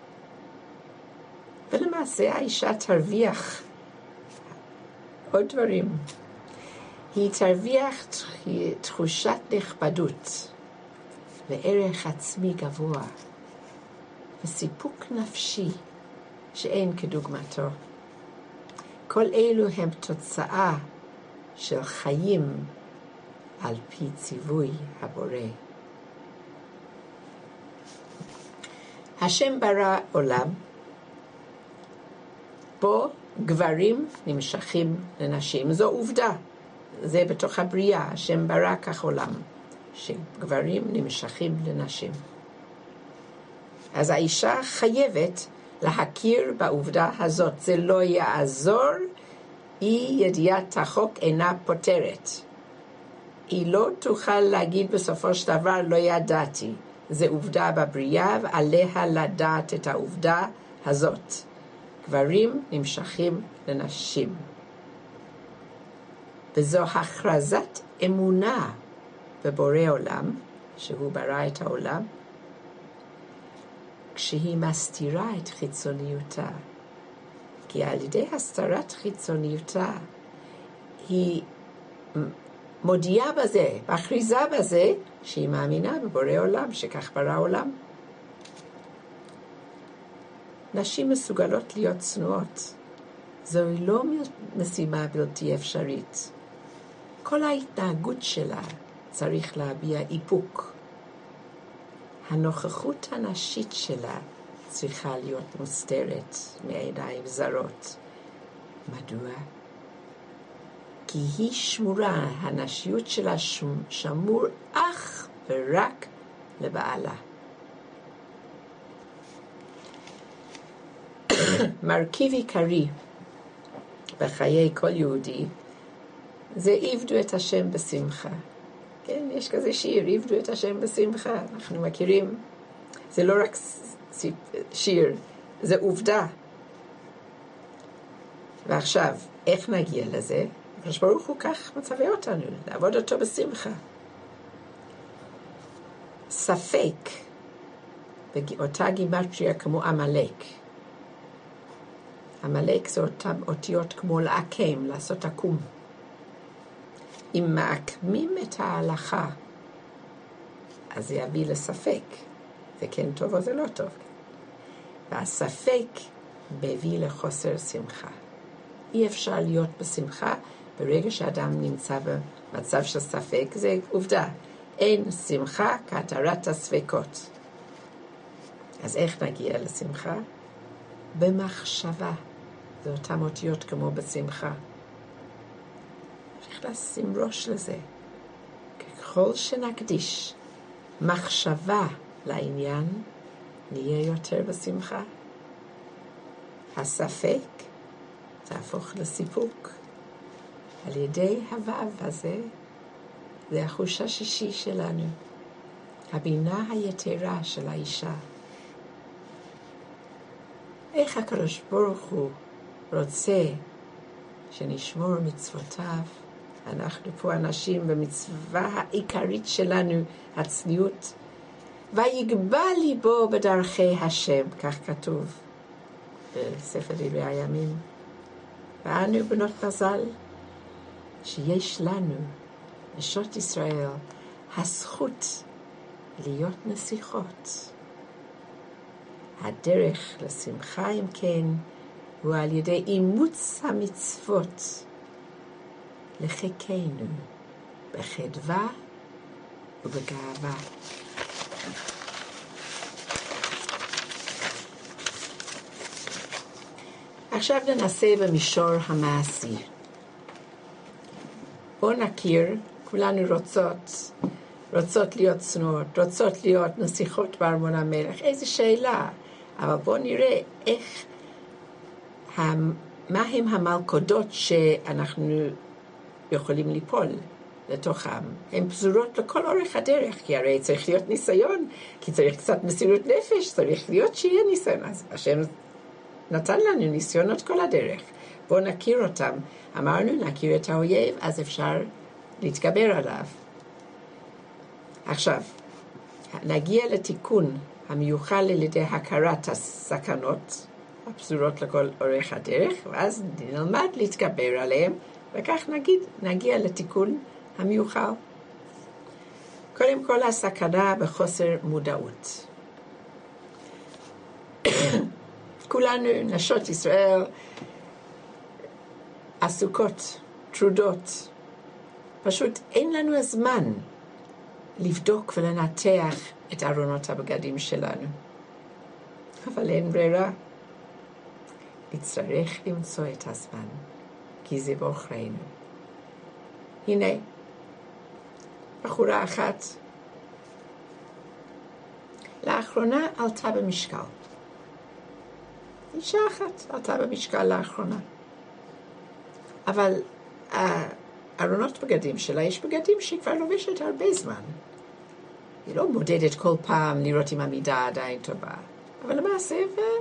ולמעשה האישה תרוויח עוד דברים. היא תרוויח תחושת נכבדות וערך עצמי גבוה וסיפוק נפשי שאין כדוגמתו. כל אלו הם תוצאה של חיים על פי ציווי הבורא. השם ברא עולם, בו גברים נמשכים לנשים. זו עובדה, זה בתוך הבריאה. השם ברא כך עולם, שגברים נמשכים לנשים. אז האישה חייבת להכיר בעובדה הזאת. זה לא יעזור, אי ידיעת החוק אינה פותרת. היא לא תוכל להגיד בסופו של דבר לא ידעתי. זה עובדה בבריאה ועליה לדעת את העובדה הזאת. גברים נמשכים לנשים. וזו הכרזת אמונה בבורא עולם, שהוא ברא את העולם, כשהיא מסתירה את חיצוניותה. כי על ידי הסתרת חיצוניותה, היא מודיעה בזה, מכריזה בזה, שהיא מאמינה בבורא עולם, שכך ברא עולם. נשים מסוגלות להיות צנועות. זוהי לא משימה בלתי אפשרית. כל ההתנהגות שלה צריך להביע איפוק. הנוכחות הנשית שלה צריכה להיות מוסתרת מעיניים זרות. מדוע? כי היא שמורה, הנשיות שלה שמור אך ורק לבעלה. מרכיב עיקרי בחיי כל יהודי זה עבדו את השם בשמחה. כן, יש כזה שיר, עבדו את השם בשמחה. אנחנו מכירים, זה לא רק שיר, זה עובדה. ועכשיו, איך נגיע לזה? הקדוש ברוך הוא כך מצווה אותנו, לעבוד אותו בשמחה. ספק, באותה גימטריה כמו עמלק. עמלק זה אותם אותיות כמו לעקם, לעשות עקום. אם מעקמים את ההלכה, אז זה יביא לספק. זה כן טוב או זה לא טוב. והספק מביא לחוסר שמחה. אי אפשר להיות בשמחה ברגע שאדם נמצא במצב של ספק. זה עובדה. אין שמחה כהתרת הספקות. אז איך נגיע לשמחה? במחשבה. זה אותם אותיות כמו בשמחה. צריך לשים ראש לזה. ככל שנקדיש מחשבה לעניין, נהיה יותר בשמחה. הספק תהפוך לסיפוק. על ידי הוו הזה, זה החוש השישי שלנו. הבינה היתרה של האישה. איך הקדוש ברוך הוא רוצה שנשמור מצוותיו? אנחנו פה אנשים במצווה העיקרית שלנו, הצניעות. ויגבה ליבו בדרכי השם, כך כתוב בספר דברי הימים. ואנו בנות מזל שיש לנו, נשות ישראל, הזכות להיות נסיכות. הדרך לשמחה, אם כן, הוא על ידי אימוץ המצוות לחיקנו בחדווה ובגאווה. עכשיו ננסה במישור המעשי. בואו נכיר, כולנו רוצות להיות צנועות, רוצות להיות נסיכות בארמון המלך. איזו שאלה. אבל בואו נראה מה הם המלכודות שאנחנו יכולים ליפול לתוכם. הן פזורות לכל אורך הדרך, כי הרי צריך להיות ניסיון, כי צריך קצת מסירות נפש, צריך להיות שיהיה ניסיון. אז השם נתן לנו ניסיונות כל הדרך. בואו נכיר אותם. אמרנו, נכיר את האויב, אז אפשר להתגבר עליו. עכשיו, נגיע לתיקון המיוחל על ידי הכרת הסכנות הפזורות לכל אורך הדרך, ואז נלמד להתגבר עליהם, וכך נגיע לתיקון המיוחל. קודם כל, הסכנה בחוסר מודעות. כולנו, נשות ישראל, עסוקות, טרודות. פשוט אין לנו הזמן לבדוק ולנתח את ארונות הבגדים שלנו. אבל אין ברירה. נצטרך למצוא את הזמן, כי זה בעוכרינו. הנה, בחורה אחת, לאחרונה עלתה במשקל. אישה אחת עלתה במשקל לאחרונה. אבל הארונות בגדים שלה, יש בגדים שהיא כבר לובשת הרבה זמן. היא לא מודדת כל פעם לראות אם המידה עדיין טובה. אבל למעשה,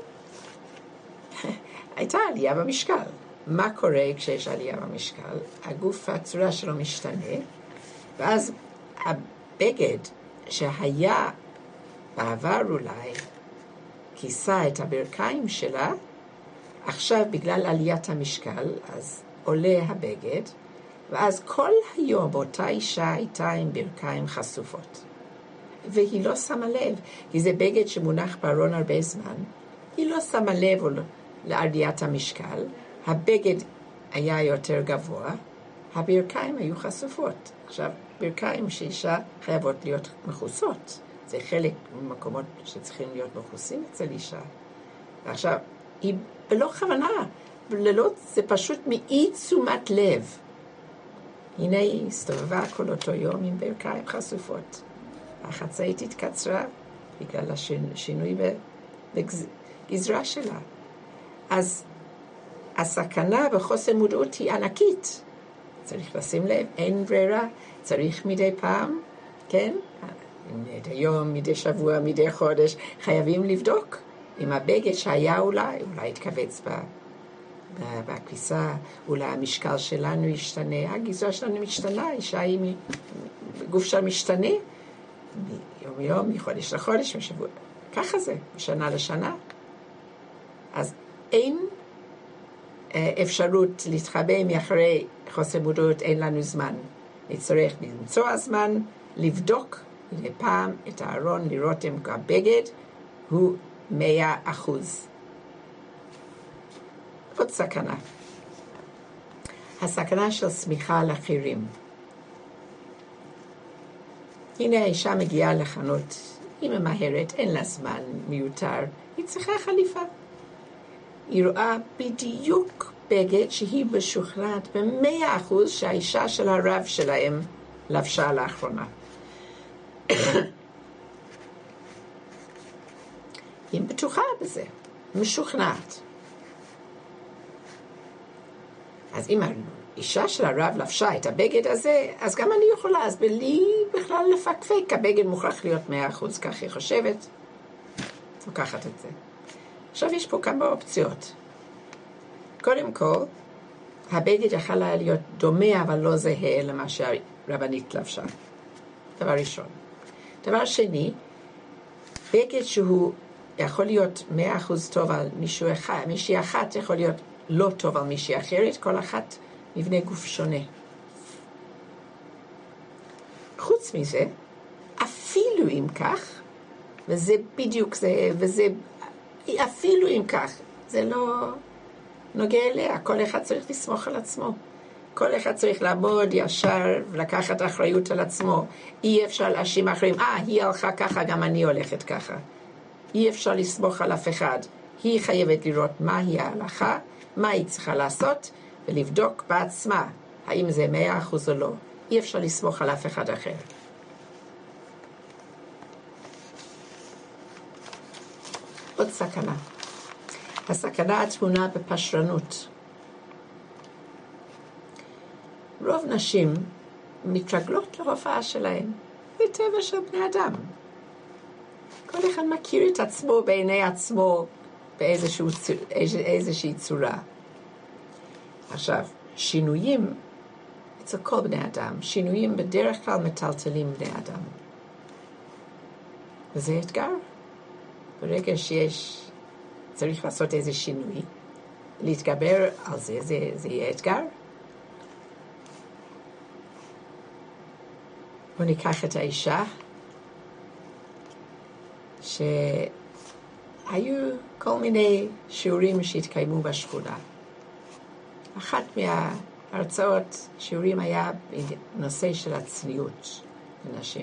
הייתה עלייה במשקל. מה קורה כשיש עלייה במשקל? הגוף, הצורה שלו משתנה, ואז הבגד שהיה בעבר אולי, כיסה את הברכיים שלה, עכשיו בגלל עליית המשקל, אז עולה הבגד, ואז כל היום באותה אישה הייתה עם ברכיים חשופות. והיא לא שמה לב, כי זה בגד שמונח בארון הרבה זמן, היא לא שמה לב לעליית המשקל, הבגד היה יותר גבוה, הברכיים היו חשופות. עכשיו, ברכיים שאישה חייבות להיות מכוסות. זה חלק ממקומות שצריכים להיות מכוסים אצל אישה. עכשיו, היא בלא כוונה, זה פשוט מאי תשומת לב. הנה היא הסתובבה כל אותו יום עם ברכיים חשופות. החצאית התקצרה בגלל השינוי בגזרה שלה. אז הסכנה בחוסר מודעות היא ענקית. צריך לשים לב, אין ברירה, צריך מדי פעם, כן? מדי יום, מדי שבוע, מדי חודש, חייבים לבדוק אם הבגד שהיה אולי התכווץ בכביסה, אולי המשקל שלנו ישתנה, הגזרה שלנו משתנה, אישה היא גוף שלה משתנה, מיום ליום, מחודש לחודש, משבוע, ככה זה, משנה לשנה. אז אין אפשרות להתחבא מאחורי חוסר מודעות, אין לנו זמן. נצטרך למצוא הזמן, לבדוק מדי פעם את הארון, לראות אם הבגד הוא 100%. עוד סכנה. הסכנה של סמיכה על אחרים. הנה האישה מגיעה לחנות, היא ממהרת, אין לה זמן מיותר, היא צריכה חליפה. היא רואה בדיוק בגד שהיא משוכנעת ב100% שהאישה של הרב שלהם לבשה לאחרונה. היא בטוחה בזה, משוכנעת. אז אם האישה של הרב לבשה את הבגד הזה, אז גם אני יכולה, אז בלי בכלל לפקפק, הבגד מוכרח להיות 100%, כך היא חושבת. לוקחת את זה. עכשיו יש פה כמה אופציות. קודם כל, הבגד יכול להיות דומה, אבל לא זהה למה שהרבנית לבשה. דבר ראשון. דבר שני, בגד שהוא יכול להיות 100% טוב על מישהו אחד, מישהי אחת יכול להיות לא טוב על מישהי אחרת, כל אחת מבנה גוף שונה. חוץ מזה, אפילו אם כך, וזה בדיוק זה, וזה אפילו אם כך, זה לא נוגע אליה, כל אחד צריך לסמוך על עצמו. כל אחד צריך לעמוד ישר ולקחת אחריות על עצמו. אי אפשר להאשים אחרים, היא הלכה ככה, גם אני הולכת ככה. אי אפשר לסמוך על אף אחד. היא חייבת לראות מהי ההלכה, מה היא צריכה לעשות, ולבדוק בעצמה, האם זה 100% או לא. אי אפשר לסמוך על אף אחד אחר. עוד סכנה. הסכנה התמונה בפשרנות. רוב נשים מתרגלות להופעה שלהן. זה טבע של בני אדם. כל אחד מכיר את עצמו בעיני עצמו באיזושהי צורה. עכשיו, שינויים אצל כל בני אדם, שינויים בדרך כלל מטלטלים בני אדם. וזה אתגר. ברגע צריך לעשות איזה שינוי, להתגבר על זה, זה יהיה אתגר. בוא ניקח את האישה, שהיו כל מיני שיעורים שהתקיימו בשכונה. אחת מההרצאות, שיעורים היה בנושא של הצניעות לנשים.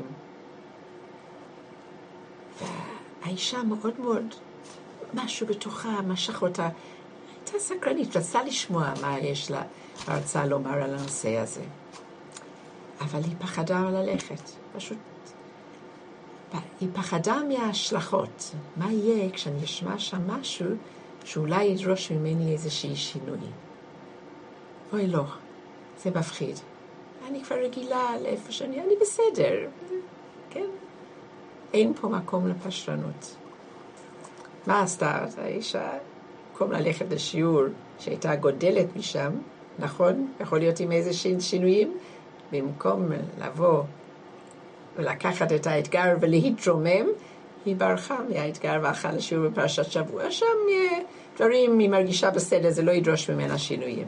והאישה מאוד מאוד, משהו בתוכה, משך אותה, הייתה סקרנית, רצה לשמוע מה יש לה הרצאה לומר על הנושא הזה. אבל היא פחדה ללכת, פשוט. היא פחדה מההשלכות. מה יהיה כשאני אשמע שם משהו שאולי ידרוש ממני איזושהי שינוי? אוי לא, זה מפחיד. אני כבר רגילה לאיפה אני בסדר, כן? אין פה מקום לפשרנות. מה עשתה? האישה, במקום ללכת לשיעור שהייתה גודלת משם, נכון? יכול להיות עם איזה שינויים, במקום לבוא ולקחת את האתגר ולהתרומם, היא ברחה מהאתגר והלכה לשיעור בפרשת שבוע. שם דברים, היא מרגישה בסדר, זה לא ידרוש ממנה שינויים.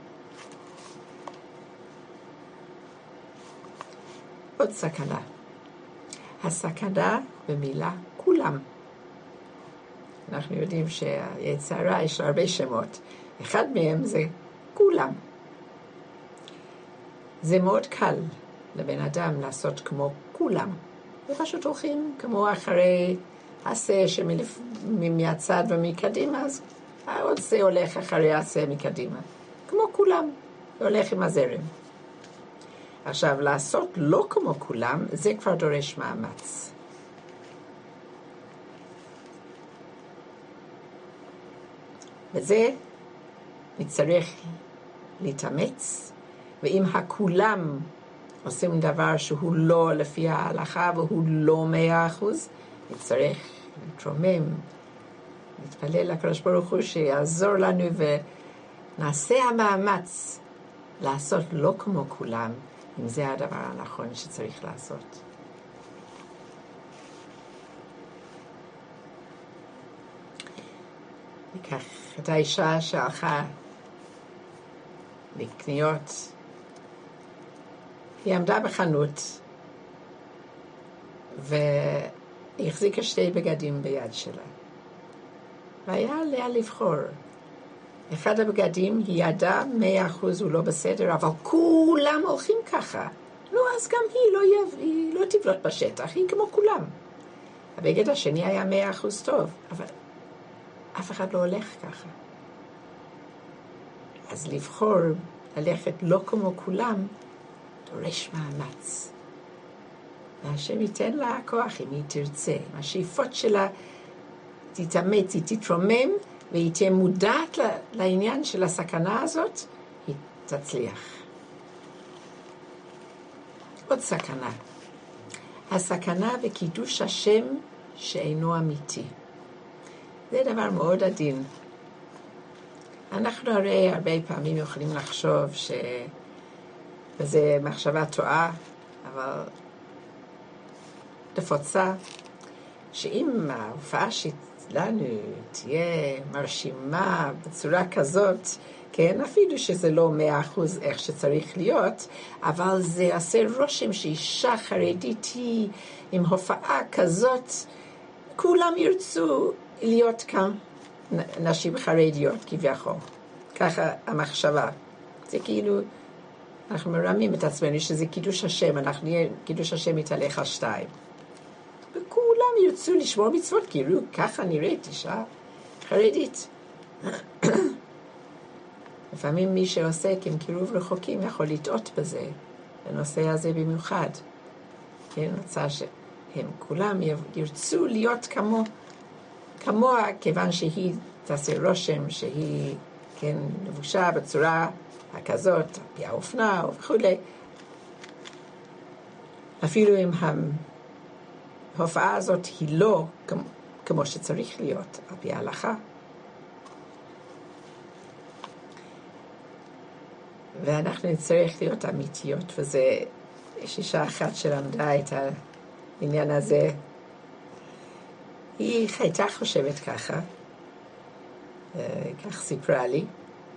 עוד סכנה. הסכנה במילה כולם. אנחנו יודעים שהיצרה יש לה הרבה שמות. אחד מהם זה כולם. זה מאוד קל לבן אדם לעשות כמו כולם. ופשוט הולכים כמו אחרי עשה שמהצד ומקדימה, אז עוד זה הולך אחרי עשה מקדימה. כמו כולם, הולך עם הזרם. עכשיו, לעשות לא כמו כולם, זה כבר דורש מאמץ. וזה נצטרך להתאמץ, ואם הכולם עושים דבר שהוא לא לפי ההלכה והוא לא 100%, נצטרך להתרומם, להתפלל לקדוש ברוך הוא שיעזור לנו ונעשה המאמץ לעשות לא כמו כולם, אם זה הדבר הנכון שצריך לעשות. ניקח את האישה שהלכה לקניות. היא עמדה בחנות והיא החזיקה שתי בגדים ביד שלה. והיה עליה לבחור. אחד הבגדים היא ידעה 100% הוא לא בסדר, אבל כולם הולכים ככה. לא, אז גם היא לא תבלוט בשטח, היא כמו כולם. הבגד השני היה 100% טוב, אבל אף אחד לא הולך ככה. אז לבחור ללכת לא כמו כולם, דורש מאמץ. והשם ייתן לה כוח אם היא תרצה. אם השאיפות שלה תתאמץ, היא תתרומם, והיא תהיה מודעת לעניין של הסכנה הזאת, היא תצליח. עוד סכנה. הסכנה בקידוש השם שאינו אמיתי. זה דבר מאוד עדין. אנחנו הרי הרבה פעמים יכולים לחשוב וזה מחשבה טועה, אבל נפוצה, שאם ההופעה שלנו תהיה מרשימה בצורה כזאת, כן, אפילו שזה לא 100% איך שצריך להיות, אבל זה יעשה רושם שאישה חרדית היא עם הופעה כזאת, כולם ירצו להיות כאן נשים חרדיות כביכול. ככה המחשבה. זה כאילו, אנחנו מרמים את עצמנו שזה קידוש השם, אנחנו נהיה, קידוש השם יתהלך על 2. וכולם ירצו לשמור מצוות, כאילו ככה נראית אישה חרדית. לפעמים מי שעוסק עם קירוב רחוקים יכול לטעות בזה, בנושא הזה במיוחד. כן, רוצה שהם כולם ירצו להיות כמוה, כיוון שהיא תעשה רושם שהיא, כן, לבושה בצורה הכזאת, פי האופנה וכו'. אפילו אם ההופעה הזאת היא לא כמו שצריך להיות, על פי ההלכה. ואנחנו נצטרך להיות אמיתיות, וזה, יש אישה אחת שלמדה את העניין הזה. היא הייתה חושבת ככה, כך סיפרה לי,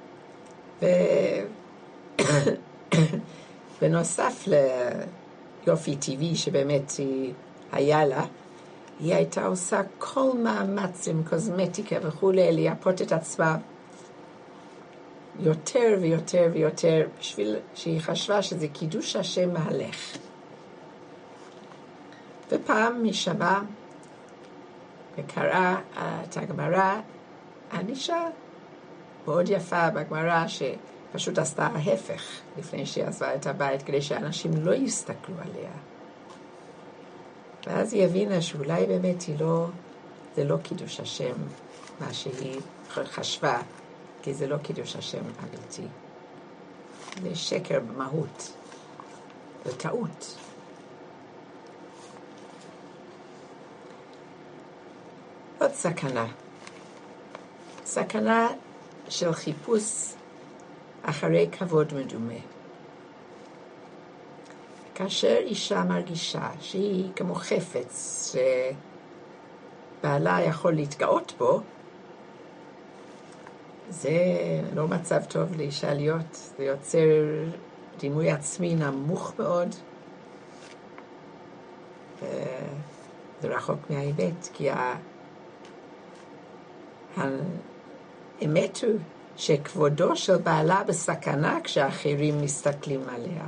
ובנוסף ליופי טבעי שבאמת היה לה, היא הייתה עושה כל מאמץ עם קוסמטיקה וכו' לייפות את עצמה יותר ויותר ויותר, בשביל שהיא חשבה שזה קידוש השם מהלך. ופעם היא שמעה וקראה את הגמרא, אנישה מאוד יפה בגמרא שפשוט עשתה ההפך לפני שהיא עזבה את הבית, כדי שאנשים לא יסתכלו עליה. ואז היא הבינה שאולי באמת זה לא קידוש השם מה שהיא חשבה, כי זה לא קידוש השם אמיתי. זה שקר במהות, זה טעות. עוד סכנה של חיפוש אחרי כבוד מדומה. כאשר אישה מרגישה שהיא כמו חפץ שבעלה יכול להתגאות בו, זה לא מצב טוב לאישה להיות. זה יוצר דימוי עצמי נמוך מאוד. זה רחוק מהאמת, כי האמת הוא שכבודו של בעלה בסכנה כשאחרים מסתכלים עליה.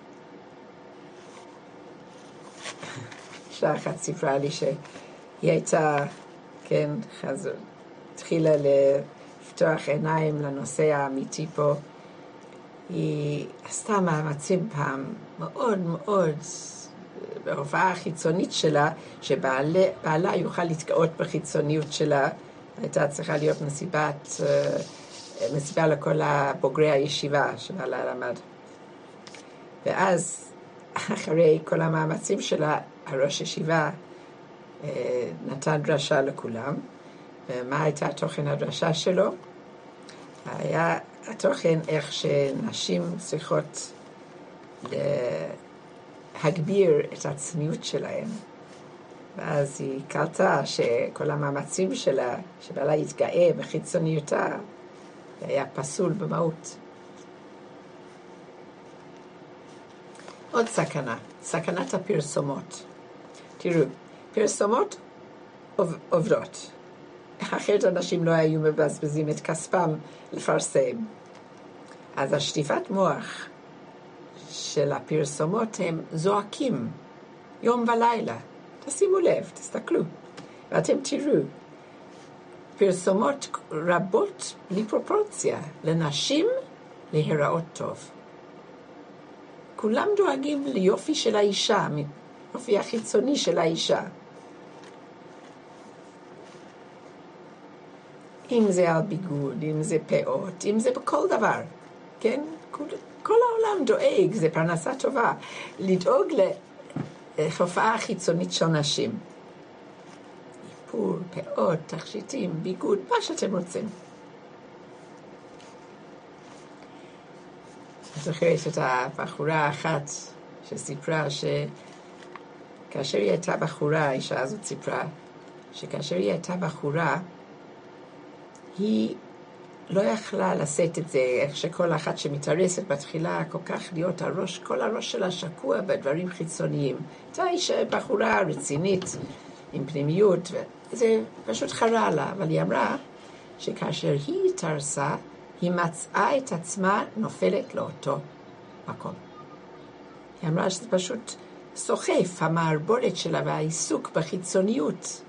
אישה אחת סיפרה לי שהיא הייתה, כן, התחילה לפתוח עיניים לנושא האמיתי פה. היא עשתה מאמצים פעם מאוד מאוד בהופעה החיצונית שלה, שבעלה יוכל להתגאות בחיצוניות שלה. הייתה צריכה להיות מסיבה לכל בוגרי הישיבה שבעלה למד. ואז אחרי כל המאמצים שלה, הראש ישיבה נתן דרשה לכולם. ומה הייתה תוכן הדרשה שלו? היה התוכן איך שנשים צריכות להגביר את העצמיות שלהן. ואז היא קלטה שכל המאמצים שלה, שבעלה יתגאה בחיצוניותה, היה פסול במהות. עוד סכנת הפרסומות. תראו, פרסומות עובדות. אחרת אנשים לא היו מבזבזים את כספם לפרסם. אז השטיפת מוח של הפרסומות הם זועקים יום ולילה. תשימו לב, תסתכלו, ואתם תראו. פרסומות רבות בלי פרופורציה לנשים להיראות טוב. כולם דואגים ליופי של האישה, יופי החיצוני של האישה. אם זה על ביגוד, אם זה פאות, אם זה בכל דבר, כן? כל העולם דואג, זה פרנסה טובה, לדאוג להופעה החיצונית של נשים. איפור, פאות, תכשיטים, ביגוד, מה שאתם רוצים. אני זוכרת את הבחורה האחת שסיפרה שכאשר היא הייתה בחורה, האישה הזאת סיפרה, שכאשר היא הייתה בחורה, היא לא יכלה לשאת את זה, איך שכל אחת שמתארסת בתחילה כל כך להיות הראש, כל הראש שלה שקוע בדברים חיצוניים. הייתה אישה בחורה רצינית, עם פנימיות, וזה פשוט חרה לה, אבל היא אמרה שכאשר היא התארסה, היא מצאה את עצמה נופלת לאותו מקום. היא אמרה שזה פשוט סוחף, המערבולת שלה והעיסוק בחיצוניות.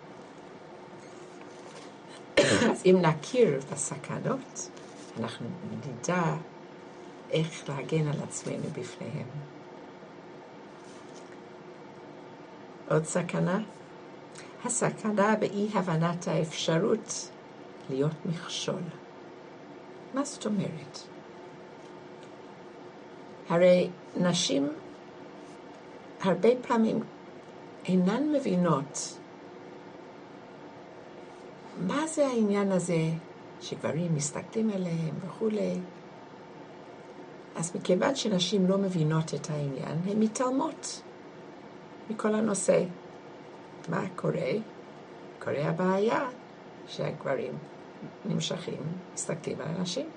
אז אם נכיר בסכנות, אנחנו נדע איך להגן על עצמנו בפניהם. עוד סכנה? הסכנה באי הבנת האפשרות להיות מכשול. מה זאת אומרת? הרי נשים הרבה פעמים אינן מבינות מה זה העניין הזה שגברים מסתכלים עליהם וכו'. אז מכיוון שנשים לא מבינות את העניין, הן מתעלמות מכל הנושא. מה קורה? קורה הבעיה שהגברים נמשכים, מסתכלים על אנשים.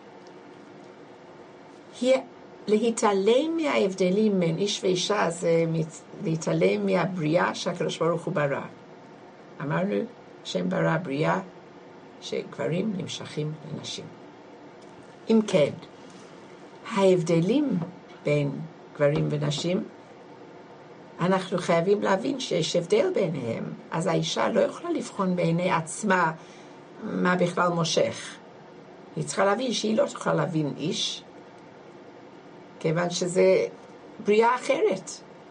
להתעלם מההבדלים בין איש ואישה זה להתעלם מהבריאה שהקדוש ברוך הוא ברא. אמרנו שם ברא בריאה שגברים נמשכים לנשים. אם כן, ההבדלים בין גברים ונשים, אנחנו חייבים להבין שיש הבדל ביניהם. אז האישה לא יכולה לבחון בעיני עצמה מה בכלל מושך. היא צריכה להבין שהיא לא תוכל להבין איש, כיוון שזה בריאה אחרת.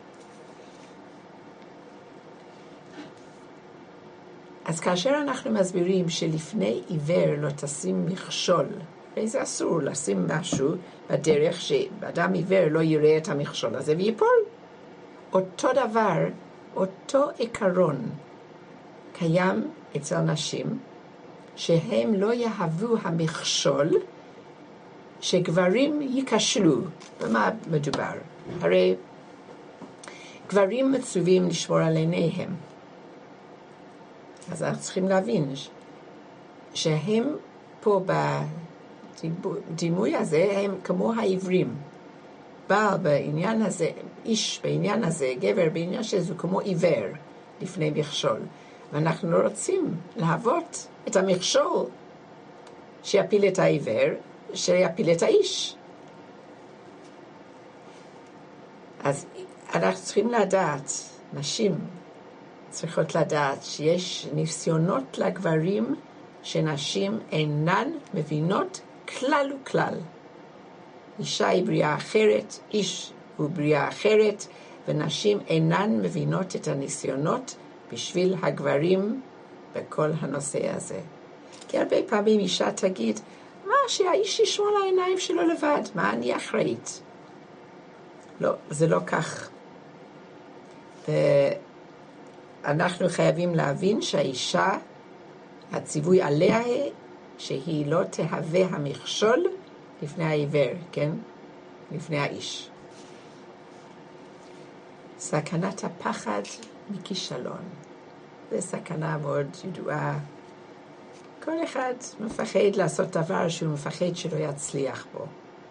אז כאשר אנחנו מסבירים שלפני עיוור לא תשים מכשול, הרי זה אסור לשים משהו בדרך שאדם עיוור לא יראה את המכשול הזה ויפול. אותו דבר, אותו עיקרון קיים אצל נשים, שהם לא יהוו המכשול שגברים ייכשלו. במה מדובר? הרי גברים מצווים לשמור על עיניהם. אז אנחנו צריכים להבין שהם פה בדימוי הזה הם כמו העברים. בעל בעניין הזה, איש בעניין הזה, גבר בעניין שזה כמו עיוור לפני מכשול. ואנחנו לא רוצים להוות את המכשול שיפיל את העיוור, שיפיל את האיש. אז אנחנו צריכים לדעת, נשים צריכות לדעת שיש ניסיונות לגברים שנשים אינן מבינות כלל וכלל. אישה היא בריאה אחרת, איש הוא בריאה אחרת, ונשים אינן מבינות את הניסיונות בשביל הגברים בכל הנושא הזה. כי הרבה פעמים אישה תגיד, מה שהאיש ישמור על העיניים שלו לבד, מה אני אחראית? לא, זה לא כך. אנחנו חייבים להבין שהאישה, הציווי עליה שהיא לא תהווה המכשול לפני העיוור, כן? לפני האיש. סכנת הפחד מכישלון. זו סכנה מאוד ידועה. כל אחד מפחד לעשות דבר שהוא מפחד שלא יצליח בו.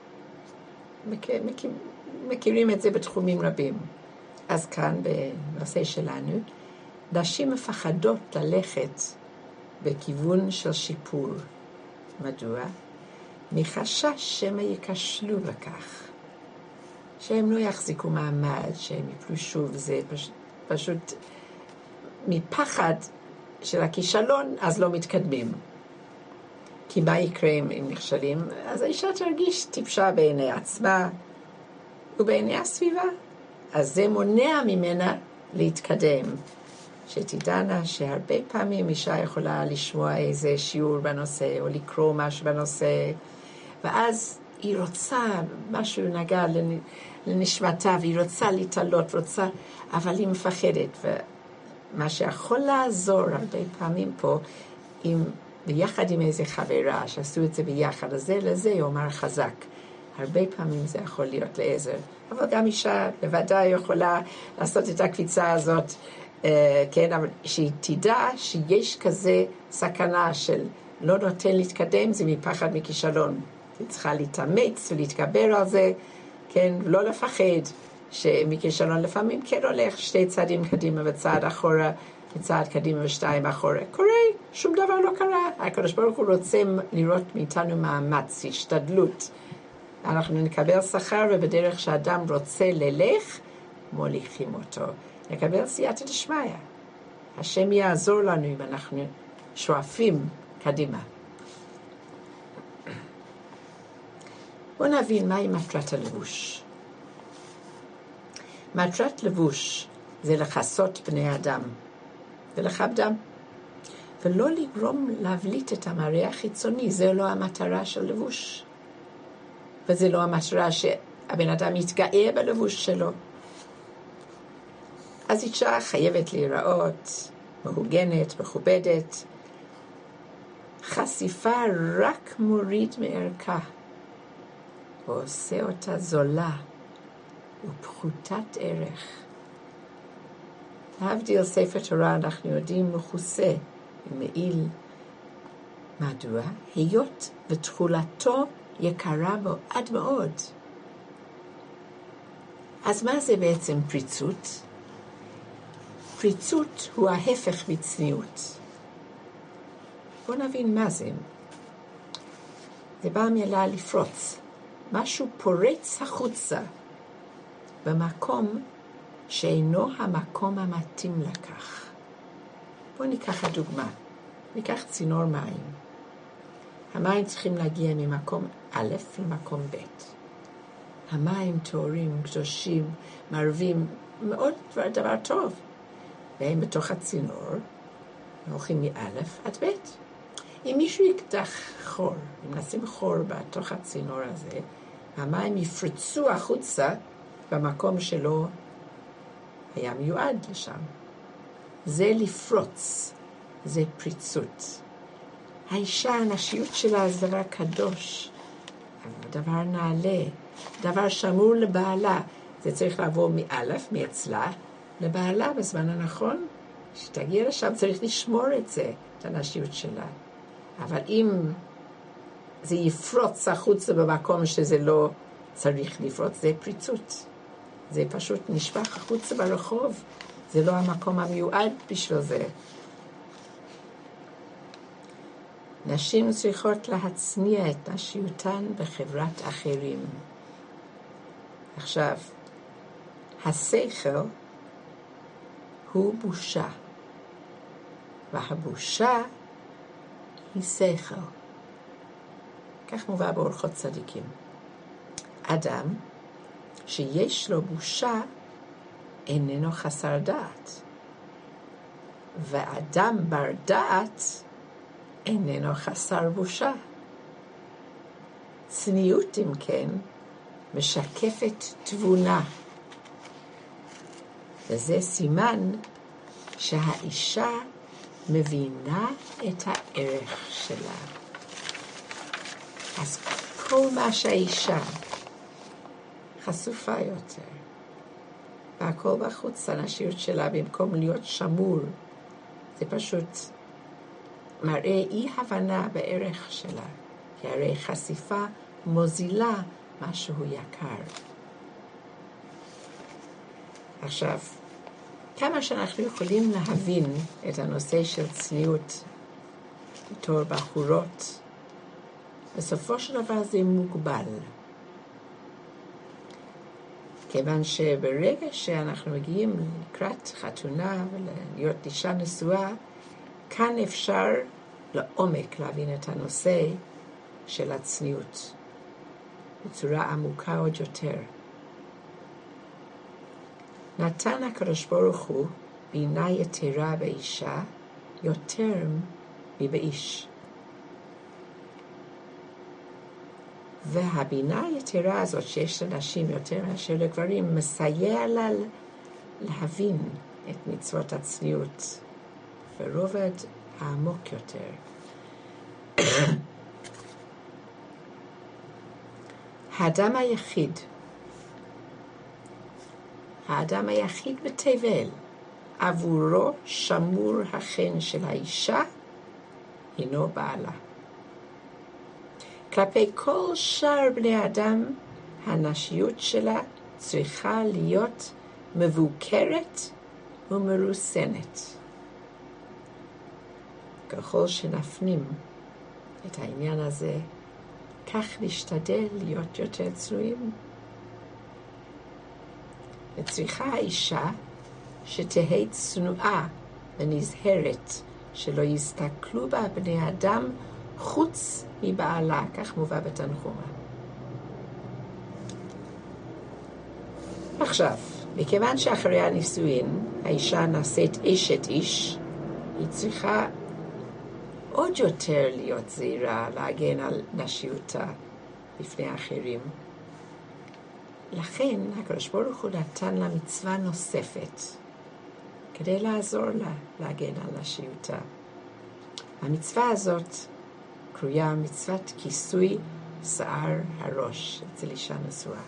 מכירים את זה בתחומים רבים. אז כאן בנושא שלנו, נשים מפחדות ללכת בכיוון של שיפור. מדוע? מחשש שמא ייכשלו בכך, שהם לא יחזיקו מעמד, שהם יפלו שוב. זה פשוט מפחד של הכישלון, אז לא מתקדמים. כי מה יקרה אם נכשלים? אז האישה תרגיש טיפשה בעיני עצמה ובעיני הסביבה. אז זה מונע ממנה להתקדם. שתדענה שהרבה פעמים אישה יכולה לשמוע איזה שיעור בנושא או לקרוא משהו בנושא, ואז היא רוצה, משהו נגע לנשמתה והיא רוצה להתעלות, אבל היא מפחדת. ומה שיכול לעזור הרבה פעמים פה, ביחד עם איזה חברה שעשו את זה ביחד, אז זה לזה יאמר חזק. הרבה פעמים זה יכול להיות לעזר. אבל גם אישה לבדה יכולה לעשות את הקפיצה הזאת, כן, אבל שהיא תדע שיש כזה סכנה של לא נותן להתקדם, זה מפחד מכישלון. היא צריכה להתאמץ ולהתגבר על זה, כן, לא לפחד שמכישלון לפעמים כן הולך 2 צעדים קדימה וצעד אחורה, וצעד קדימה ו2 אחורה. קורה, שום דבר לא קרה. הקדוש ברוך הוא רוצה לראות מאיתנו מאמץ, השתדלות. אנחנו נקבל שכר, ובדרך שאדם רוצה ללך, מוליכים אותו. נקבל סייעתא דשמיא. השם יעזור לנו אם אנחנו שואפים קדימה. בואו נבין מהי מטרת הלבוש. מטרת לבוש זה לכסות בני אדם ולכבדם, ולא לגרום להבליט את המראה החיצוני. זה לא המטרה של לבוש, וזה לא המטרה שהבן אדם יתגאה בלבוש שלו. אז אישה חייבת להיראות מהוגנת, מכובדת. חשיפה רק מוריד מערכה, ועושה אותה זולה ופחותת ערך. להבדיל ספר תורה, אנחנו יודעים מכוסה ומעיל. מדוע? היות ותכולתו יקרה בו עד מאוד. אז מה זה בעצם פריצות? פריצות הוא ההפך מצניעות. בואו נבין מה זה. זה בא מילה לפרוץ. משהו פורץ החוצה במקום שאינו המקום המתאים לכך. בואו ניקח הדוגמה. ניקח צינור מים. המים צריכים להגיע ממקום א' למקום ב'. המים טהורים, קדושים, מערבים, מאוד דבר טוב. והם בתוך הצינור, הולכים מאלף עד ב'. אם מישהו יקדח חור, אם נשים חור בתוך הצינור הזה, המים יפרצו החוצה במקום שלא היה מיועד לשם. זה לפרוץ, זה פריצות. האישה, הנשיות שלה זה דבר קדוש, דבר נעלה, דבר שמור לבעלה. זה צריך לעבור מאלף, מאצלה, לבעלה בזמן הנכון. שתגיע לשם צריך לשמור את זה, את הנשיות שלה. אבל אם זה יפרוץ החוצה במקום שזה לא צריך לפרוץ, זה פריצות. זה פשוט נשפך החוצה ברחוב. זה לא המקום המיועד בשביל זה. נשים צריכות להצניע את נשיותן בחברת אחרים. עכשיו, השכל הוא בושה, והבושה היא שכל. כך מובא באורחות צדיקים. אדם שיש לו בושה איננו חסר דעת, ואדם בר דעת איננו חסר בושה. צניעות, אם כן, משקפת תבונה, וזה סימן שהאישה מבינה את הערך שלה. אז כל מה שהאישה חשופה יותר, והכל בחוץ, הנשיות שלה, במקום להיות שמור, זה פשוט מראה אי הבנה בערך שלה, כי הרי חשיפה מוזילה משהו יקר. עכשיו, כמה שאנחנו יכולים להבין את הנושא של צניעות בתור בחורות, בסופו של דבר זה מוגבל. כיוון שברגע שאנחנו מגיעים לקראת חתונה ולהיות אישה נשואה, כאן אפשר לעומק להבין את הנושא של הצניעות בצורה עמוקה עוד יותר. נתן הקדוש ברוך הוא בינה יתרה באישה יותר מבאיש. והבינה היתרה הזאת שיש לנשים יותר מאשר לגברים מסייע לה להבין את מצוות הצניעות ברובד העמוק יותר. האדם היחיד בתבל, עבורו שמור החן של האישה, הינו בעלה. כלפי כל שאר בני אדם, הנשיות שלה צריכה להיות מבוקרת ומרוסנת. ככל שנפנים את העניין הזה, כך נשתדל להיות יותר צנועים. וצריכה האישה שתהא צנועה ונזהרת, שלא יסתכלו בה בני אדם חוץ מבעלה, כך מובא בתנחומה. עכשיו, מכיוון שאחרי הנישואין האישה נעשית אשת איש, היא צריכה עוד יותר להיות זהירה, להגן על נשיותה לפני אחרים. לכן הקדוש ברוך הוא נתן לה מצווה נוספת כדי לעזור לה להגן על נשיותה. המצווה הזאת קרויה מצוות כיסוי שיער הראש אצל אישה נשואה.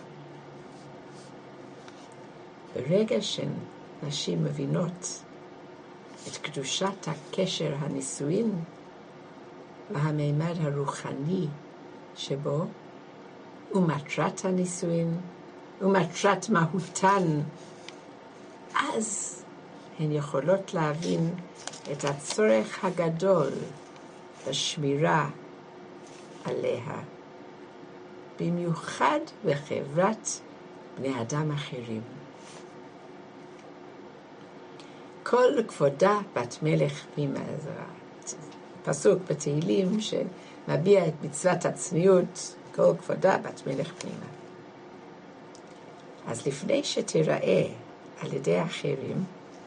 ברגע שנשים מבינות את קדושת הקשר הנישואין והמימד הרוחני שבו, ומטרת הנישואין, ומטרת מהותן, אז הן יכולות להבין את הצורך הגדול בשמירה עליה, במיוחד בחברת בני אדם אחרים. כל כבודה בת מלך פנימה, זה פסוק בתהילים שמביע את מצוות הצניעות, כל כבודה בת מלך פנימה. אז לפני שתיראה על ידי אחרים,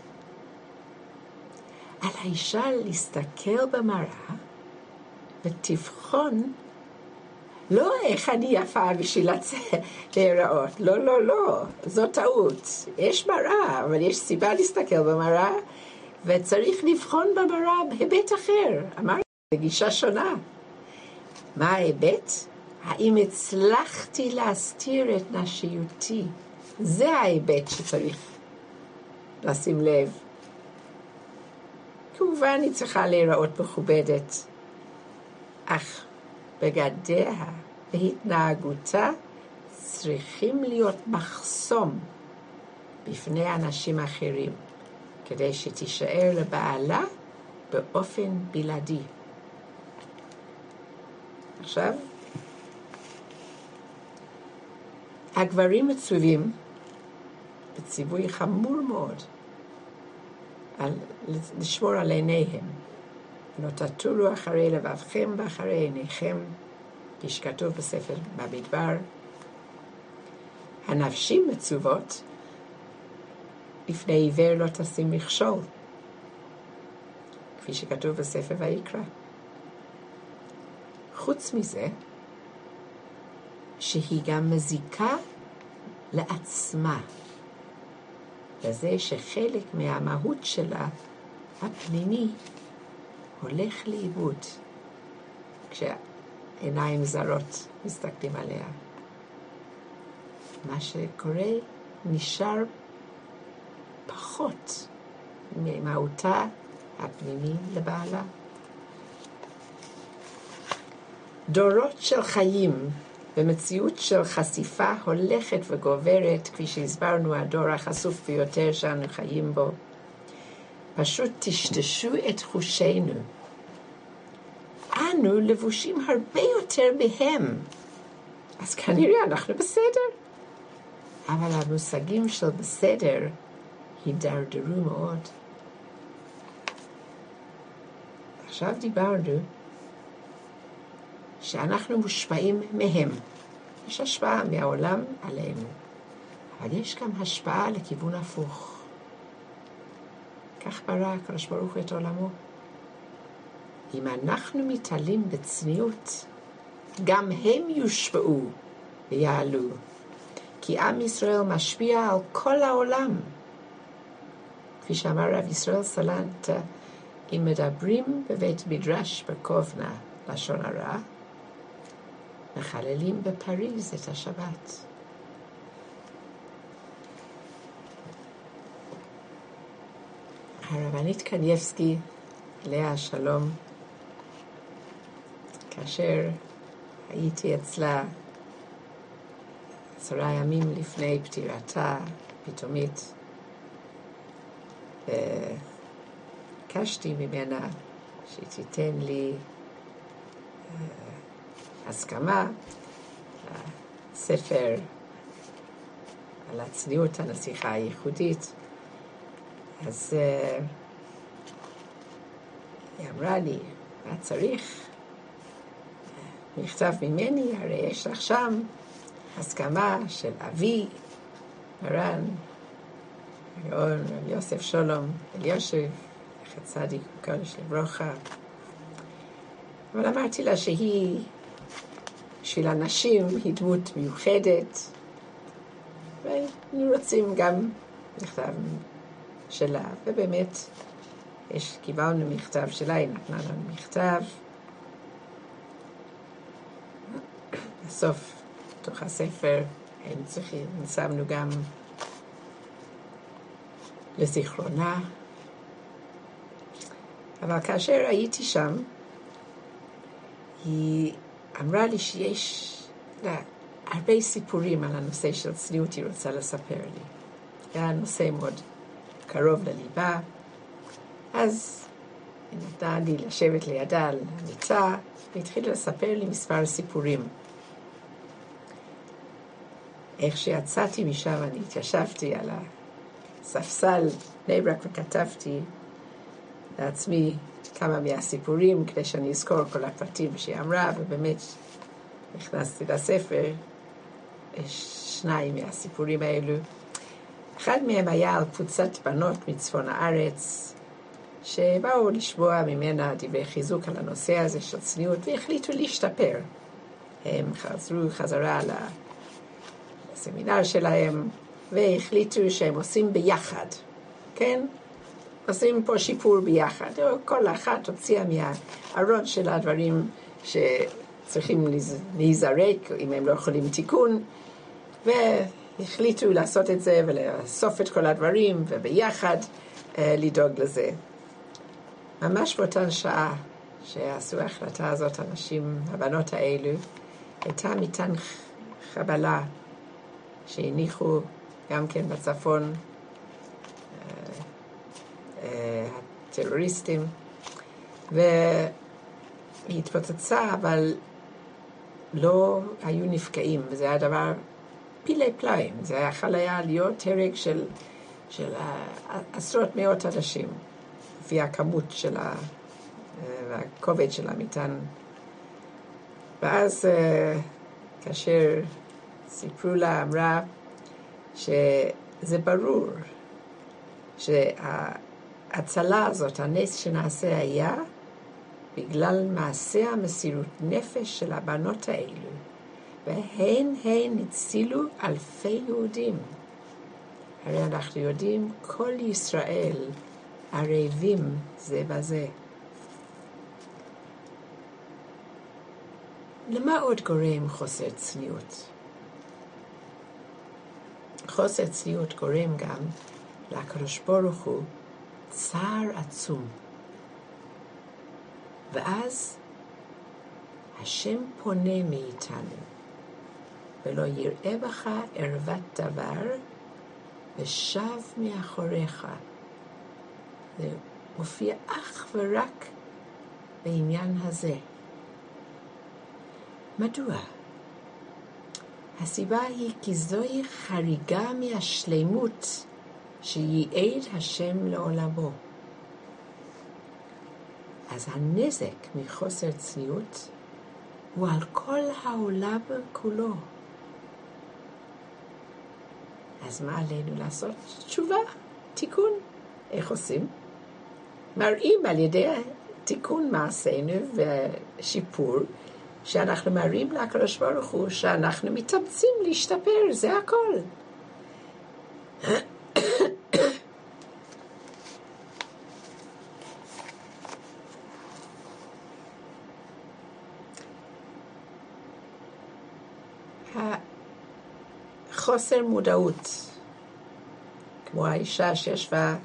על האישה להסתכל במראה ותבחון, לא איך אני יפה בשביל להיראות, לא, זו טעות. יש מראה, אבל יש סיבה להסתכל במראה, וצריך לבחון במראה בהיבט אחר. אמרתי, זו גישה שונה. מה ההיבט? האם הצלחתי להסתיר את נשיותי? זה ההיבט שצריך לשים לב. כמובן היא צריכה להיראות מכובדת, אך בגדיה והתנהגותה צריכים להיות מחסום בפני אנשים אחרים, כדי שתישאר לבעלה באופן בלעדי. עכשיו, הגברים מצווים בציווי חמור מאוד לשמור על עיניהם. לא תטולו אחרי לבבכם ואחרי עיניכם, כפי שכתוב בספר במדבר. הנשים מצוות, לפני עיוור לא תשים מכשול, כפי שכתוב בספר ויקרא. חוץ מזה, שהיא גם מזיקה לעצמה, לזה שחלק מהמהות שלה, הפנימי, הולך לאיבוד כשעיניים זרות מסתכלים עליה. מה שקורה נשאר פחות ממהותה הפנימי לבעלה. דורות של חיים במציאות של חשיפה הולכת וגוברת, כפי שהסברנו, הדור החשוף ביותר שאנו חיים בו, פשוט תשתשו את חושינו אנו לבושים הרבה יותר מהם. אז כנראה אנחנו בסדר. אבל המושגים של בסדר הידרדרו מאוד. עכשיו דיברנו שאנחנו מושפעים מהם. יש השפעה מהעולם עלינו, אבל יש גם השפעה לכיוון הפוך. כך ברא הקדוש ברוך הוא את עולמו. אם אנחנו מתעלים בצניעות, גם הם יושפעו ויעלו. כי עם ישראל משפיע על כל העולם. כפי שאמר רב ישראל סלנטה, אם מדברים בבית מדרש בקובנה לשון הרע, מחללים בפריז את השבת. הרבנית קניבסקי, עליה שלום, כאשר הייתי אצלה 10 ימים לפני פטירתה פתאומית, ביקשתי ממנה שתיתן לי הסכמה לספר על הצניעות, הנסיכה הייחודית. אז היא אמרה לי, מה צריך? מכתב ממני, הרי יש לך שם הסכמה של אבי, מרן, הגאון רב יוסף שלום אלישיב, זכר צדיק וקדוש לברכה. אבל אמרתי לה שהיא, בשביל הנשים, היא דמות מיוחדת, והיינו רוצים גם מכתב שלה, ובאמת קיבלנו מכתב שלה, היא נתנה לנו מכתב. בסוף, בתוך הספר, שמנו גם לזיכרונה. אבל כאשר הייתי שם, היא אמרה לי שיש לה הרבה סיפורים על הנושא של צניעות, היא רוצה לספר לי. היה נושא מאוד קרוב לליבה. אז היא נתנה לי לשבת לידה על המיטה, והתחילה לספר לי מספר סיפורים. איך שיצאתי משם, אני התיישבתי על הספסל בני ברק וכתבתי לעצמי כמה מהסיפורים, כדי שאני אזכור כל הפרטים שהיא אמרה, ובאמת נכנסתי לספר, 2 מהסיפורים האלו. אחד מהם היה על קבוצת בנות מצפון הארץ, שבאו לשמוע ממנה דברי חיזוק על הנושא הזה של צניעות, והחליטו להשתפר. הם חזרו חזרה לסמינר שלהם, והחליטו שהם עושים ביחד, כן? עושים פה שיפור ביחד. כל אחת הוציאה מהארון של הדברים שצריכים להיזרק, אם הם לא יכולים תיקון, והחליטו לעשות את זה ולאסוף את כל הדברים, וביחד לדאוג לזה. ממש באותן שעה שעשו ההחלטה הזאת, הבנות האלו, הייתה מטען חבלה שהניחו גם כן בצפון הטרוריסטים, והיא התפוצצה, אבל לא היו נפגעים, וזה היה דבר פילי פלאים. זה יכול היה להיות הרג של עשרות מאות אנשים, לפי הכמות שלה והכובד של המטען. ואז כאשר סיפרו לה, אמרה שזה ברור שההצלה הזאת, הנס שנעשה היה בגלל מעשה המסירות נפש של הבנות האלו, והן הצילו אלפי יהודים. הרי אנחנו יודעים, כל ישראל ערבים זה בזה. למה עוד גורם חוסר צניעות? חוסר צניעות גורם גם לקדוש ברוך הוא צער עצום. ואז השם פונה מאיתנו, ולא יראה בך ערוות דבר, ושב מאחוריך. זה מופיע אך ורק בעניין הזה. מדוע? הסיבה היא כי זוהי חריגה מהשלמות שייעד השם לעולמו. אז הנזק מחוסר צניעות הוא על כל העולם כולו. אז מה עלינו לעשות? תשובה, תיקון. איך עושים? מראים על ידי תיקון מעשינו ושיפור, שאנחנו מראים לקדוש ברוך הוא שאנחנו מתאמצים להשתפר, זה הכל. חוסר מודעות, כמו האישה שישבה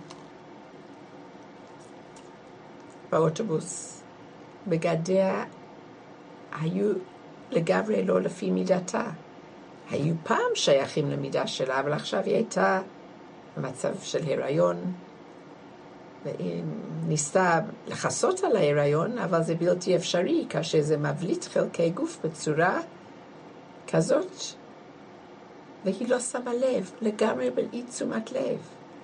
באוטובוס, בגדיה היו לגמרי לא לפי מידתה. היו פעם שייכים למידה שלה, אבל עכשיו היא הייתה במצב של הריון, והיא ניסתה לחסות על ההיריון, אבל זה בלתי אפשרי, כאשר זה מבליט חלקי גוף בצורה כזאת, והיא לא שמה לב, לגמרי בלי תשומת לב.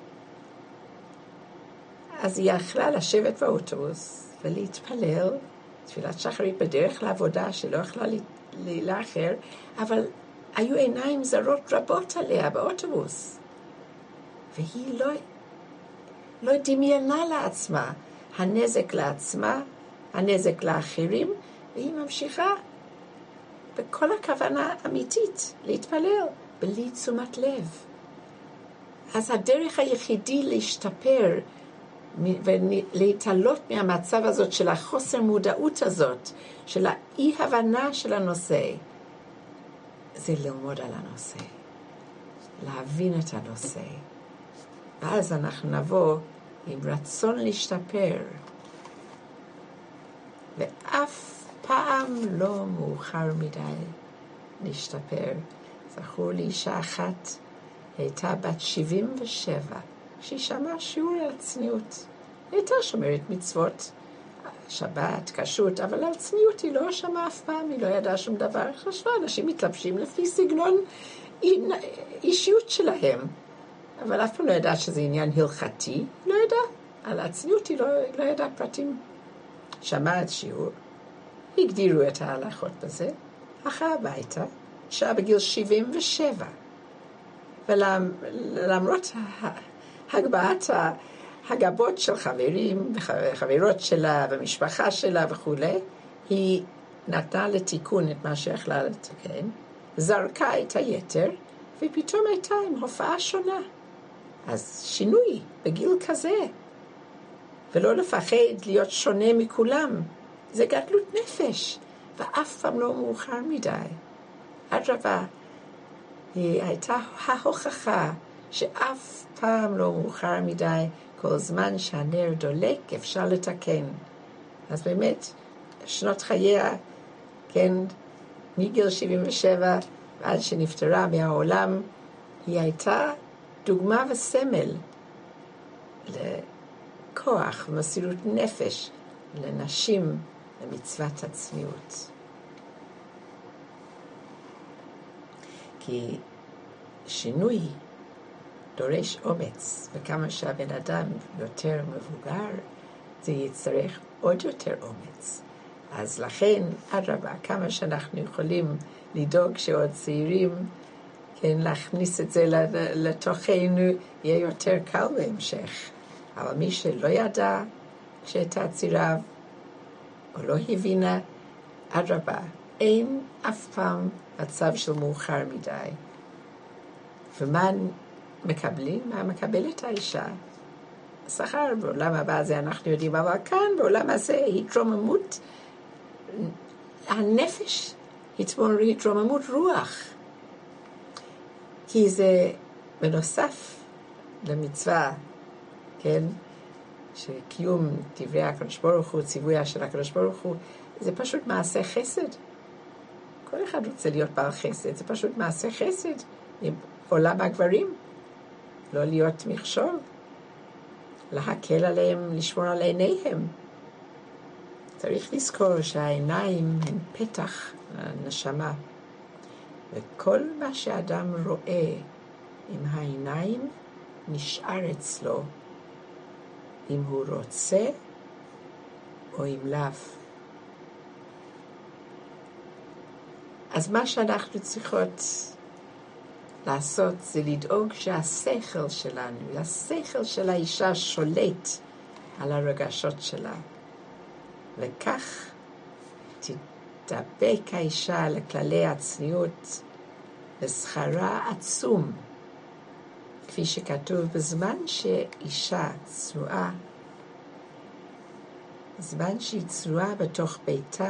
אז היא יכלה לשבת באוטובוס ולהתפלל, תפילת שחרית בדרך לעבודה שלא יכלה לאחר, אבל היו עיניים זרות רבות עליה באוטובוס. והיא לא דמיינה לעצמה הנזק לעצמה, הנזק לאחרים, והיא ממשיכה בכל הכוונה אמיתית להתפלל, בלי תשומת לב. אז הדרך היחידי להשתפר ולהתעלות מהמצב הזאת של החוסר מודעות הזאת, של האי הבנה של הנושא, זה ללמוד על הנושא, להבין את הנושא. ואז אנחנו נבוא עם רצון להשתפר. ואף פעם לא מאוחר מדי להשתפר. זכור לי אישה אחת, הייתה בת 77, שהיא שמעה שיעור על צניעות. היא הייתה שומרת מצוות, שבת, כשרות, אבל על צניעות היא לא שמעה אף פעם, היא לא ידעה שום דבר. חשבה, אנשים מתלבשים לפי סגנון אישיות שלהם. אבל אף פעם לא ידעה שזה עניין הלכתי, לא ידעה. על הצניעות היא לא ידעה פרטים. שמעה את שיעור, הגדירו את ההלכות בזה, אחר הביתה, שעה בגיל 77. ולמרות הגבהת הגבות של חברים וחברות שלה ומשפחה שלה וכו', היא נתנה לתיקון את מה שיכלה לתקן, זרקה את היתר, ופתאום הייתה עם הופעה שונה. אז שינוי בגיל כזה, ולא לפחד להיות שונה מכולם, זה גדלות נפש, ואף פעם לא מאוחר מדי. אדרבה, היא הייתה ההוכחה שאף פעם לא מאוחר מדי, כל זמן שהנר דולק אפשר לתקן. אז באמת, שנות חייה, כן, מגיל 77 ועד שנפטרה מהעולם, היא הייתה דוגמה וסמל לכוח ומסירות נפש לנשים למצוות הצניעות. כי שינוי דורש אומץ, וכמה שהבן אדם יותר מבוגר, זה יצטרך עוד יותר אומץ. אז לכן, אדרבה, כמה שאנחנו יכולים לדאוג שעוד צעירים, כן, להכניס את זה לתוכנו, יהיה יותר קל בהמשך. אבל מי שלא ידע כשהייתה צעירה, או לא הבינה, אדרבה, אין אף פעם מצב של מאוחר מדי. ומה מקבלים? מה מקבלת האישה? שכר בעולם הבא הזה אנחנו יודעים, אבל כאן בעולם הזה התרוממות הנפש, התרוממות רוח. כי זה בנוסף למצווה, כן, שקיום דברי הקדוש ברוך הוא, ציוויה של הקדוש ברוך הוא, זה פשוט מעשה חסד. כל אחד רוצה להיות בעל חסד, זה פשוט מעשה חסד. עם עולם הגברים, לא להיות מכשול, להקל עליהם, לשמור על עיניהם. צריך לזכור שהעיניים הן פתח הנשמה, וכל מה שאדם רואה עם העיניים נשאר אצלו, אם הוא רוצה או אם לאו. אז מה שאנחנו צריכות לעשות זה לדאוג שהשכל שלנו, השכל של האישה שולט על הרגשות שלה, וכך תדבק האישה לכללי הצניעות ושכרה עצום, כפי שכתוב, בזמן שאישה צנועה, בזמן שהיא צנועה בתוך ביתה,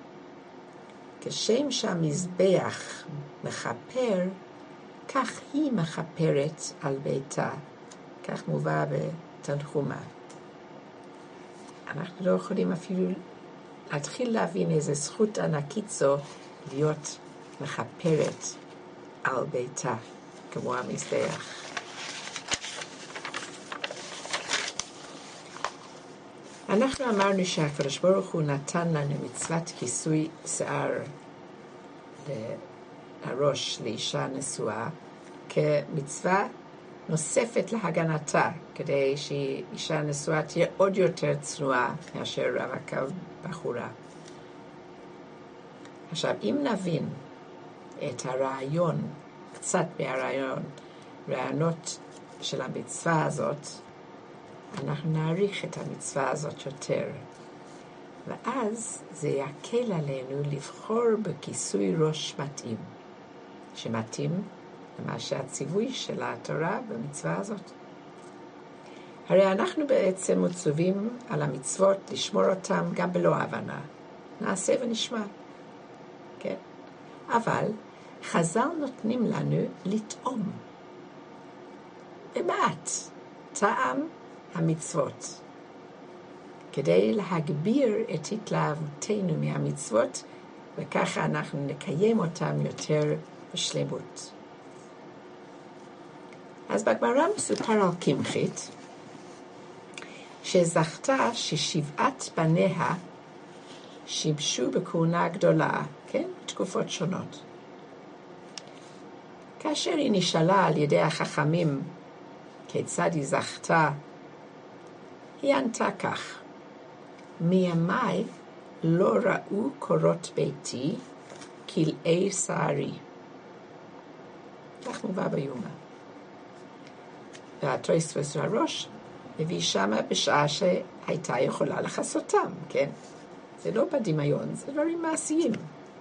כשם שהמזבח מכפר, כך היא מכפרת על ביתה. כך מובא בתנחומה. אנחנו לא יכולים אפילו להתחיל להבין איזו זכות ענקית זו להיות מכפרת על ביתה, כמו המזבח. אנחנו אמרנו שהקדוש ברוך הוא נתן לנו מצוות כיסוי שיער לראש לאישה נשואה כמצווה נוספת להגנתה, כדי שאישה נשואה תהיה עוד יותר צנועה מאשר רווקה בחורה. עכשיו, אם נבין את הרעיון, קצת רעיונות של המצווה הזאת, אנחנו נעריך את המצווה הזאת יותר, ואז זה יקל עלינו לבחור בכיסוי ראש מתאים, שמתאים למה שהציווי של התורה במצווה הזאת. הרי אנחנו בעצם מצווים על המצוות לשמור אותם גם בלא הבנה, נעשה ונשמע, כן? אבל חז"ל נותנים לנו לטעום במעט טעם המצוות, כדי להגביר את התלהבותנו מהמצוות, וככה אנחנו נקיים אותם יותר בשלמות. אז בגמרא מסופר על קמחית, שזכתה ששבעת בניה שימשו בכהונה גדולה, כן? בתקופות שונות. כאשר היא נשאלה על ידי החכמים כיצד היא זכתה, היא ענתה כך: מימיי לא ראו קורות ביתי כלאי שערי. כך מובא ביומא. והתוספות הראש מביא שמה בשעה שהייתה יכולה לחסותם, כן? זה לא בדמיון, זה דברים מעשיים.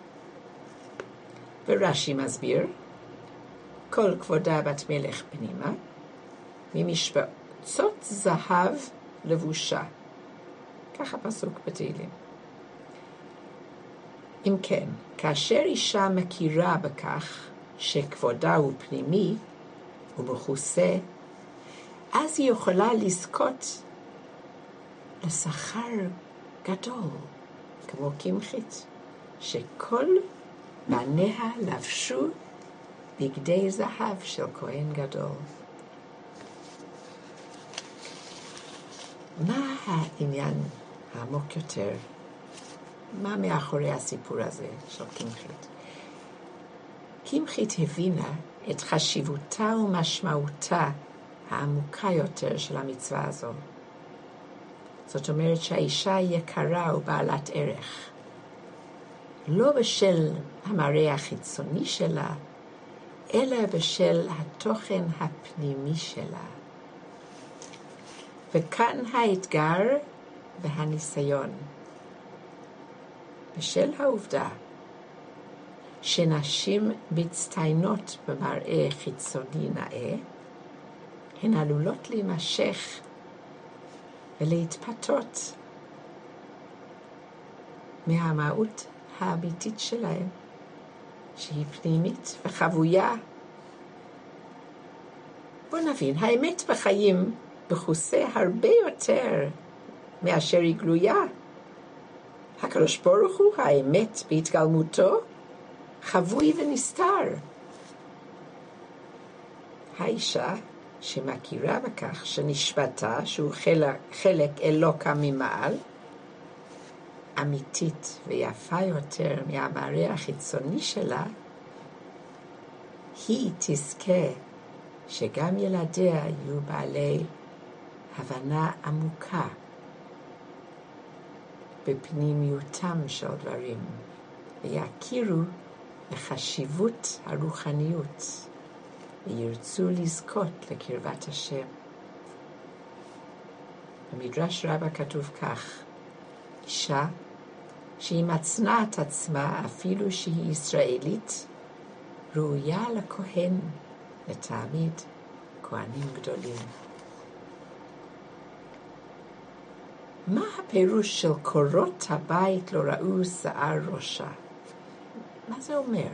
ורש"י מסביר, כל כבודה בת מלך פנימה, ממשבצות זהב לבושה. ככה פסוק בתהילים. אם כן, כאשר אישה מכירה בכך שכבודה הוא פנימי ומכוסה, אז היא יכולה לזכות לשכר גדול, כמו קמחית, שכל בניה לבשו בגדי זהב של כהן גדול. מה העניין העמוק יותר? מה מאחורי הסיפור הזה של קמחית? קמחית הבינה את חשיבותה ומשמעותה העמוקה יותר של המצווה הזו. זאת אומרת שהאישה יקרה ובעלת ערך, לא בשל המראה החיצוני שלה, אלא בשל התוכן הפנימי שלה. וכאן האתגר והניסיון. בשל העובדה שנשים מצטיינות במראה חיצוני נאה, הן עלולות להימשך ולהתפתות מהמהות האמיתית שלהן, שהיא פנימית וחבויה. בוא נבין, האמת בחיים מכוסה הרבה יותר מאשר היא גלויה. הקדוש ברוך הוא, האמת בהתגלמותו, חבוי ונסתר. האישה שמכירה בכך שנשבתה שהוא חלק אלוקה ממעל, אמיתית ויפה יותר מהמראה החיצוני שלה, היא תזכה שגם ילדיה יהיו בעלי הבנה עמוקה בפנימיותם של דברים, ויכירו בחשיבות הרוחניות, וירצו לזכות לקרבת השם. במדרש רבה כתוב כך: אישה שהיא מצנה את עצמה אפילו שהיא ישראלית, ראויה לכהן לתעמיד כהנים גדולים. מה הפירוש של קורות הבית לא ראו שיער ראשה? מה זה אומר?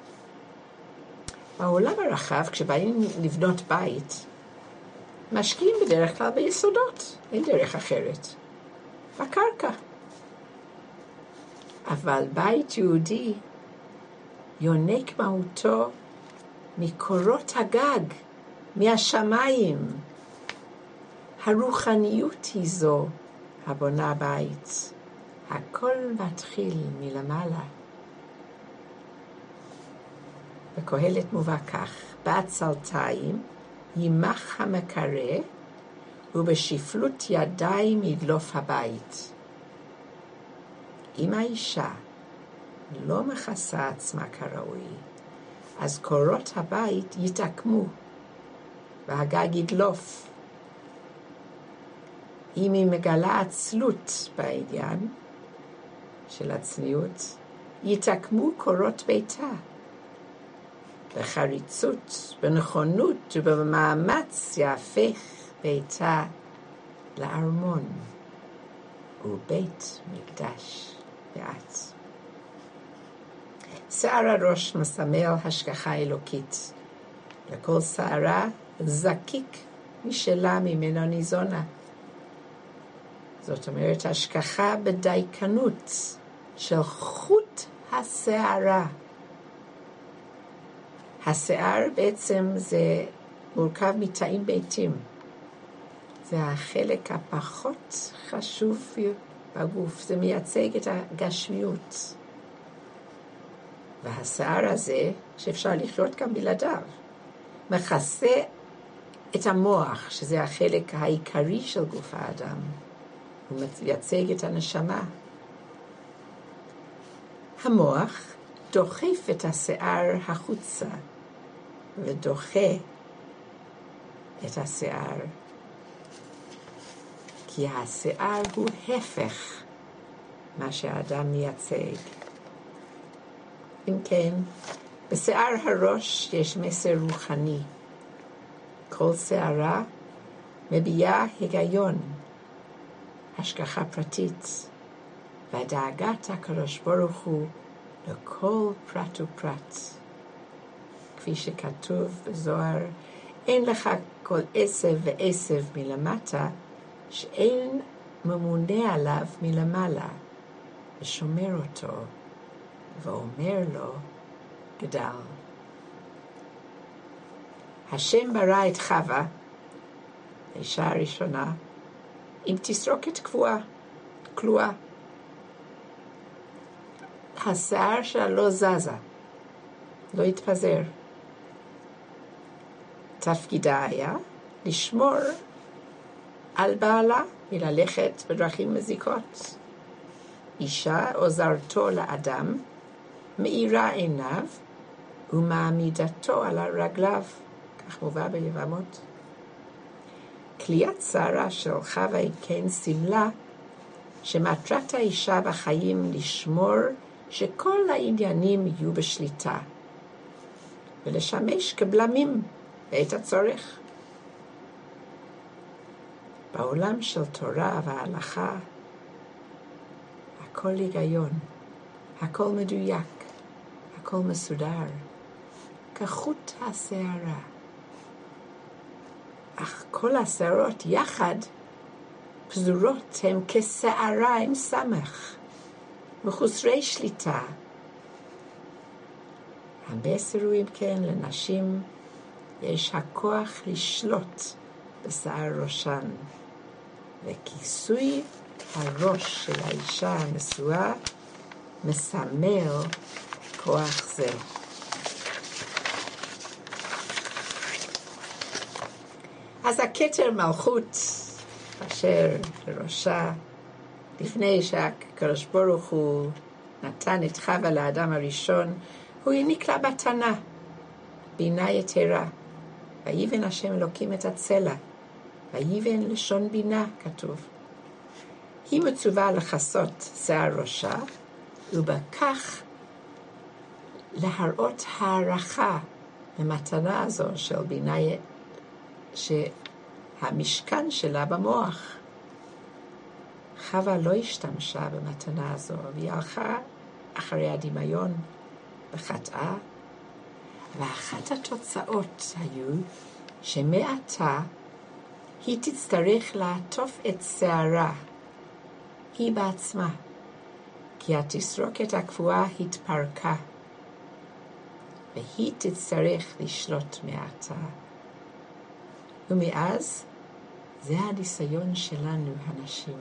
בעולם הרחב, כשבאים לבנות בית, משקיעים בדרך כלל ביסודות, אין דרך אחרת, בקרקע. אבל בית יהודי יונק מהותו מקורות הגג, מהשמיים. הרוחניות היא זו הבונה בית. הכל מתחיל מלמעלה. בקהלת מובא כך: בעצלתיים יימח המקרא, ובשפלות ידיים ידלוף הבית. אם האישה לא מכסה עצמה כראוי, אז קורות הבית יתעקמו והגג ידלוף. אם היא מגלה עצלות בעניין של הצניעות, יתעקמו קורות ביתה. בחריצות, בנכונות ובמאמץ יהפך ביתה לארמון ובית מקדש ואת. שיער הראש מסמל השגחה אלוקית. לכל שערה זקיק משלה ממנו ניזונה. זאת אומרת, השגחה בדייקנות של חוט השערה. השיער בעצם זה מורכב מתאים ביתים. זה החלק הפחות חשוב בגוף. זה מייצג את הגשמיות. והשיער הזה, שאפשר לחיות גם בלעדיו, מכסה את המוח, שזה החלק העיקרי של גוף האדם. הוא מייצג את הנשמה. המוח דוחף את השיער החוצה, ודוחה את השיער, כי השיער הוא הפך מה שהאדם מייצג. אם כן, בשיער הראש יש מסר רוחני. כל שערה מביעה היגיון, השגחה פרטית, ודאגת הקדוש ברוך הוא לכל פרט ופרט. כפי שכתוב בזוהר, אין לך כל עשב ועשב מלמטה, שאין ממונה עליו מלמעלה, ושומר אותו, ואומר לו, גדל. השם ברא את חווה, האישה הראשונה, עם תסרוקת כלואה. השיער שלה לא זזה, לא התפזר. תפקידה היה לשמור על בעלה מללכת בדרכים מזיקות. אישה עוזרתו לאדם, מאירה עיניו ומעמידתו על רגליו, כך מובא ביבמות. כליית שרה של חווה היא כן סמלה שמטרת האישה בחיים לשמור שכל העניינים יהיו בשליטה, ולשמש כבלמים בעת הצורך. בעולם של תורה וההלכה, הכל היגיון, הכל מדויק, הכל מסודר, כחוט השערה. אך כל השערות יחד פזורות הם כשערה עם סמך, מחוסרי שליטה. המסר הוא אם כן, לנשים יש הכוח לשלוט בשיער ראשן, וכיסוי הראש של האישה הנשואה מסמל כוח זה. אז הכתר מלכות אשר לראשה, לפני שהקדוש ברוך הוא נתן את חווה לאדם הראשון, הוא העניק לה מתנה, בינה יתרה. ויבן השם אלוקים את הצלע, ויבן לשון בינה, כתוב. היא מצווה לכסות שיער ראשה, ובכך להראות הערכה למתנה הזו של בינה, שהמשכן שלה במוח. חווה לא השתמשה במתנה הזו, והיא הלכה אחרי הדמיון וחטאה, ואחת התוצאות היו שמעתה היא תצטרך לעטוף את שערה, היא בעצמה, כי התסרוקת הקבועה התפרקה, והיא תצטרך לשלוט מעתה. ומאז זה הניסיון שלנו הנשים,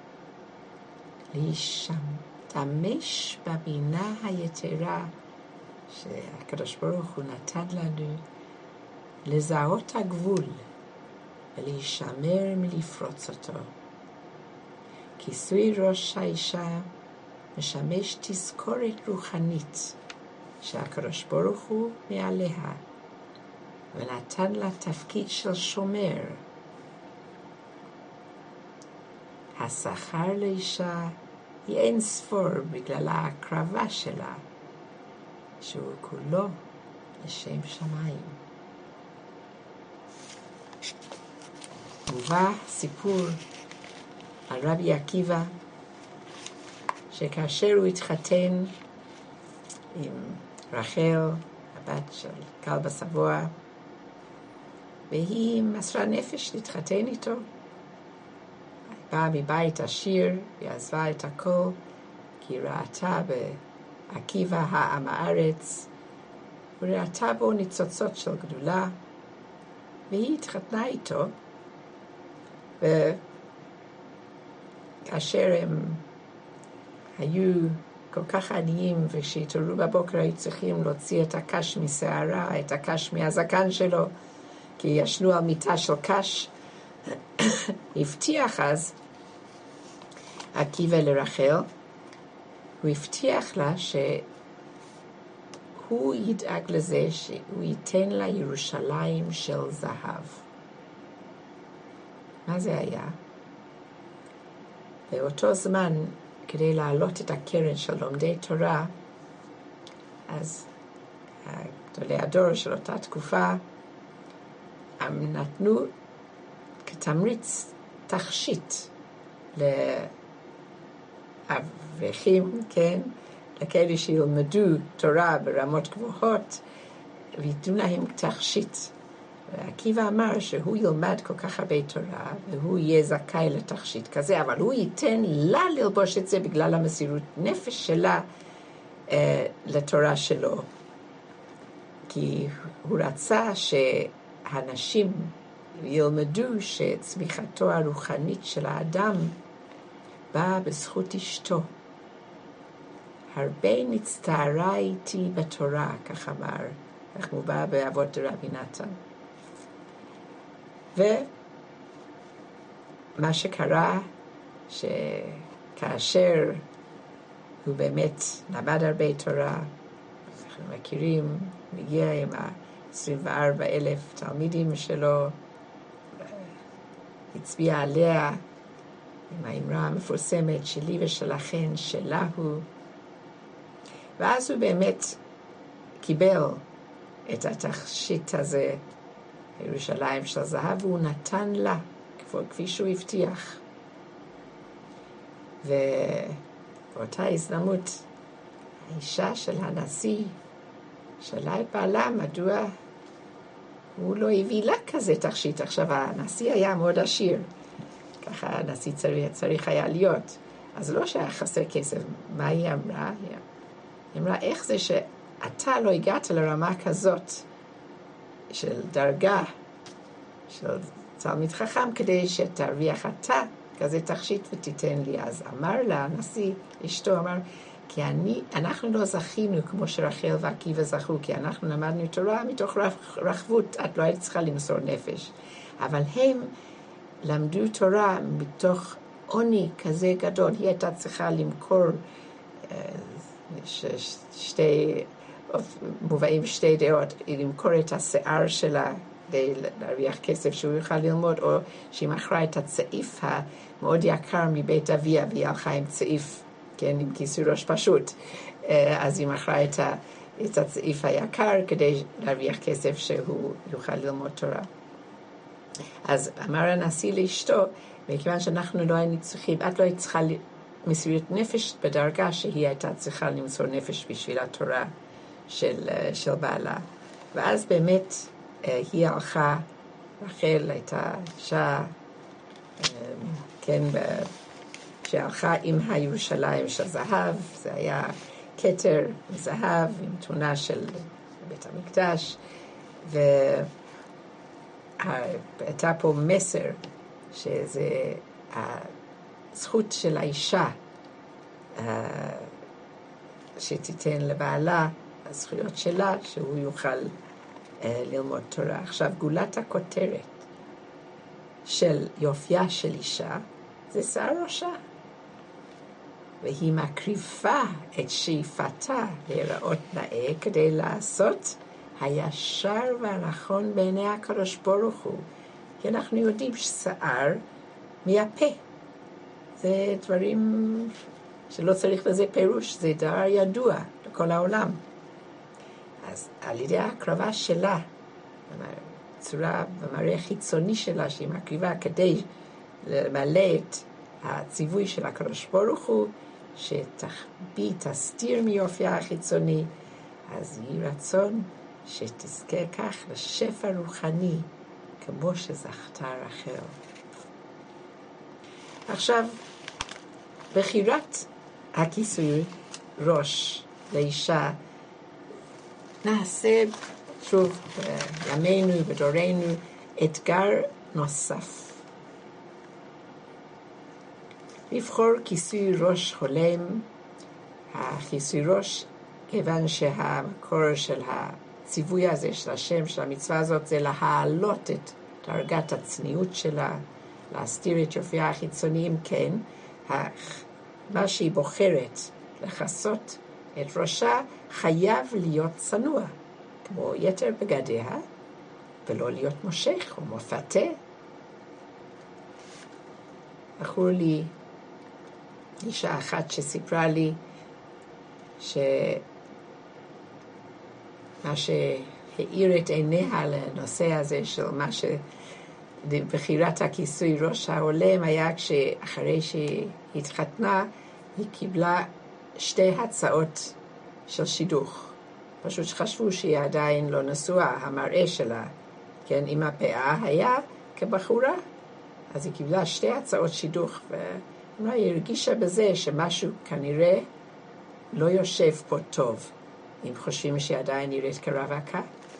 להשתמש בבינה היתרה שהקדוש ברוך הוא נתן לנו, לזהות הגבול ולהישמר מלפרוץ אותו. כיסוי ראש האישה משמש תזכורת רוחנית שהקדוש ברוך הוא מעליה, ונתן לה תפקיד של שומר. השכר לאישה היא אין ספור בגלל ההקרבה שלה, שהוא כולו לשם שמיים. מובא סיפור על רבי עקיבא, שכאשר הוא התחתן עם רחל, הבת של כלבא סבוע, והיא מסרה נפש להתחתן איתו. היא באה מבית עשיר, היא עזבה את הכל, כי היא ראתה בעקיבא העם הארץ, וראתה בו ניצוצות של גדולה, והיא התחתנה איתו, וכאשר הם היו כל כך עניים, וכשהתעוררו בבוקר היו צריכים להוציא את הקש משערה, את הקש מהזקן שלו, כי ישנו על מיטה של קש. הבטיח אז עקיבא לרחל, הוא הבטיח לה שהוא ידאג לזה שהוא ייתן לה ירושלים של זהב. מה זה היה? באותו זמן, כדי להעלות את הקרן של לומדי תורה, אז גדולי הדור של אותה תקופה נתנו כתמריץ תכשיט לאברכים, כן, לכאלה שילמדו תורה ברמות גבוהות, ויתנו להם תכשיט. ועקיבא אמר שהוא ילמד כל כך הרבה תורה, והוא יהיה זכאי לתכשיט כזה, אבל הוא ייתן לה ללבוש את זה בגלל המסירות נפש שלה לתורה שלו. כי הוא רצה שהנשים ילמדו שצמיחתו הרוחנית של האדם באה בזכות אשתו. הרבה נצטערה איתי בתורה, כך אמר, כך מובא באבות רבי נתן. ומה שקרה, שכאשר הוא באמת למד הרבה תורה, אנחנו מכירים, מגיע עם 24,000 תלמידים שלו, הצביע עליה עם האמרה המפורסמת שלי ושלכן שלה הוא, ואז הוא באמת קיבל את התכשיט הזה, ירושלים של זהב, והוא נתן לה, כפי שהוא הבטיח. ובאותה הזדמנות, האישה של הנשיא, שאלה את בעלה, מדוע הוא לא הביא לה כזה תכשיט. עכשיו, הנשיא היה מאוד עשיר, ככה הנשיא צריך היה להיות. אז לא שהיה חסר כסף. מה היא אמרה? היא אמרה, איך זה שאתה לא הגעת לרמה כזאת של דרגה, של תלמיד חכם, כדי שתרוויח אתה כזה תכשיט ותיתן לי. אז אמר לה, הנשיא, אשתו אמר, כי אנחנו לא זכינו כמו שרחל ועקיבא זכו, כי אנחנו למדנו תורה מתוך רחבות, את לא היית צריכה למסור נפש. אבל הם למדו תורה מתוך עוני כזה גדול, היא הייתה צריכה למכור מובאים שתי דעות, למכור את השיער שלה כדי להרוויח כסף שהוא יוכל ללמוד, או שהיא מכרה את הצעיף המאוד יקר מבית אביה, והיא הלכה עם צעיף, כן, עם כיסוי ראש פשוט, אז היא מכרה את הצעיף היקר כדי להרוויח כסף שהוא יוכל ללמוד תורה. אז אמר הנשיא לאשתו, מכיוון שאנחנו לא היינו צריכים, את לא היית צריכה מסירות נפש בדרגה שהיא הייתה צריכה למסור נפש בשביל התורה של בעלה. ואז באמת היא הלכה, רחל הייתה אישה, כן, שהלכה עם הירושלים של זהב, זה היה כתר זהב עם תמונה של בית המקדש, והייתה פה מסר שזה הזכות של האישה שתיתן לבעלה הזכויות שלה, שהוא יוכל ללמוד תורה. עכשיו, גולת הכותרת של יופייה של אישה זה שיער ראשה, והיא מקריבה את שאיפתה להיראות נאה כדי לעשות הישר והנכון בעיני הקדוש ברוך הוא. כי אנחנו יודעים ששיער מהפה, זה דברים שלא צריך לזה פירוש, זה דבר ידוע לכל העולם. אז על ידי ההקרבה שלה, צורה במראה חיצוני שלה שהיא מקריבה כדי למלא את הציווי של הקדוש ברוך הוא, תסתיר מיופייה החיצוני, אז יהי רצון שתזכה כך לשפע רוחני כמו שזכתה רחל. עכשיו, בחירת הכיסוי ראש לאישה נעשה שוב בימינו ובדורנו אתגר נוסף. לבחור כיסוי ראש הולם. הכיסוי ראש, כיוון שהמקור של הציווי הזה של השם, של המצווה הזאת, זה להעלות את דרגת הצניעות שלה, להסתיר את יופייה החיצוניים, כן, מה שהיא בוחרת לחסות את ראשה חייב להיות צנוע, כמו יתר בגדיה, ולא להיות מושך או מפתה. זכור לי אישה אחת שסיפרה לי שמה שהאיר את עיניה לנושא הזה של מה שבחירת הכיסוי ראש ההולם היה כשאחרי שהיא התחתנה, היא קיבלה 2 הצעות של שידוך. פשוט חשבו שהיא עדיין לא נשואה, המראה שלה, כן, עם הפאה היה כבחורה, אז היא קיבלה 2 הצעות שידוך, והיא הרגישה בזה שמשהו כנראה לא יושב פה טוב, אם חושבים שהיא עדיין נראית כרווקה.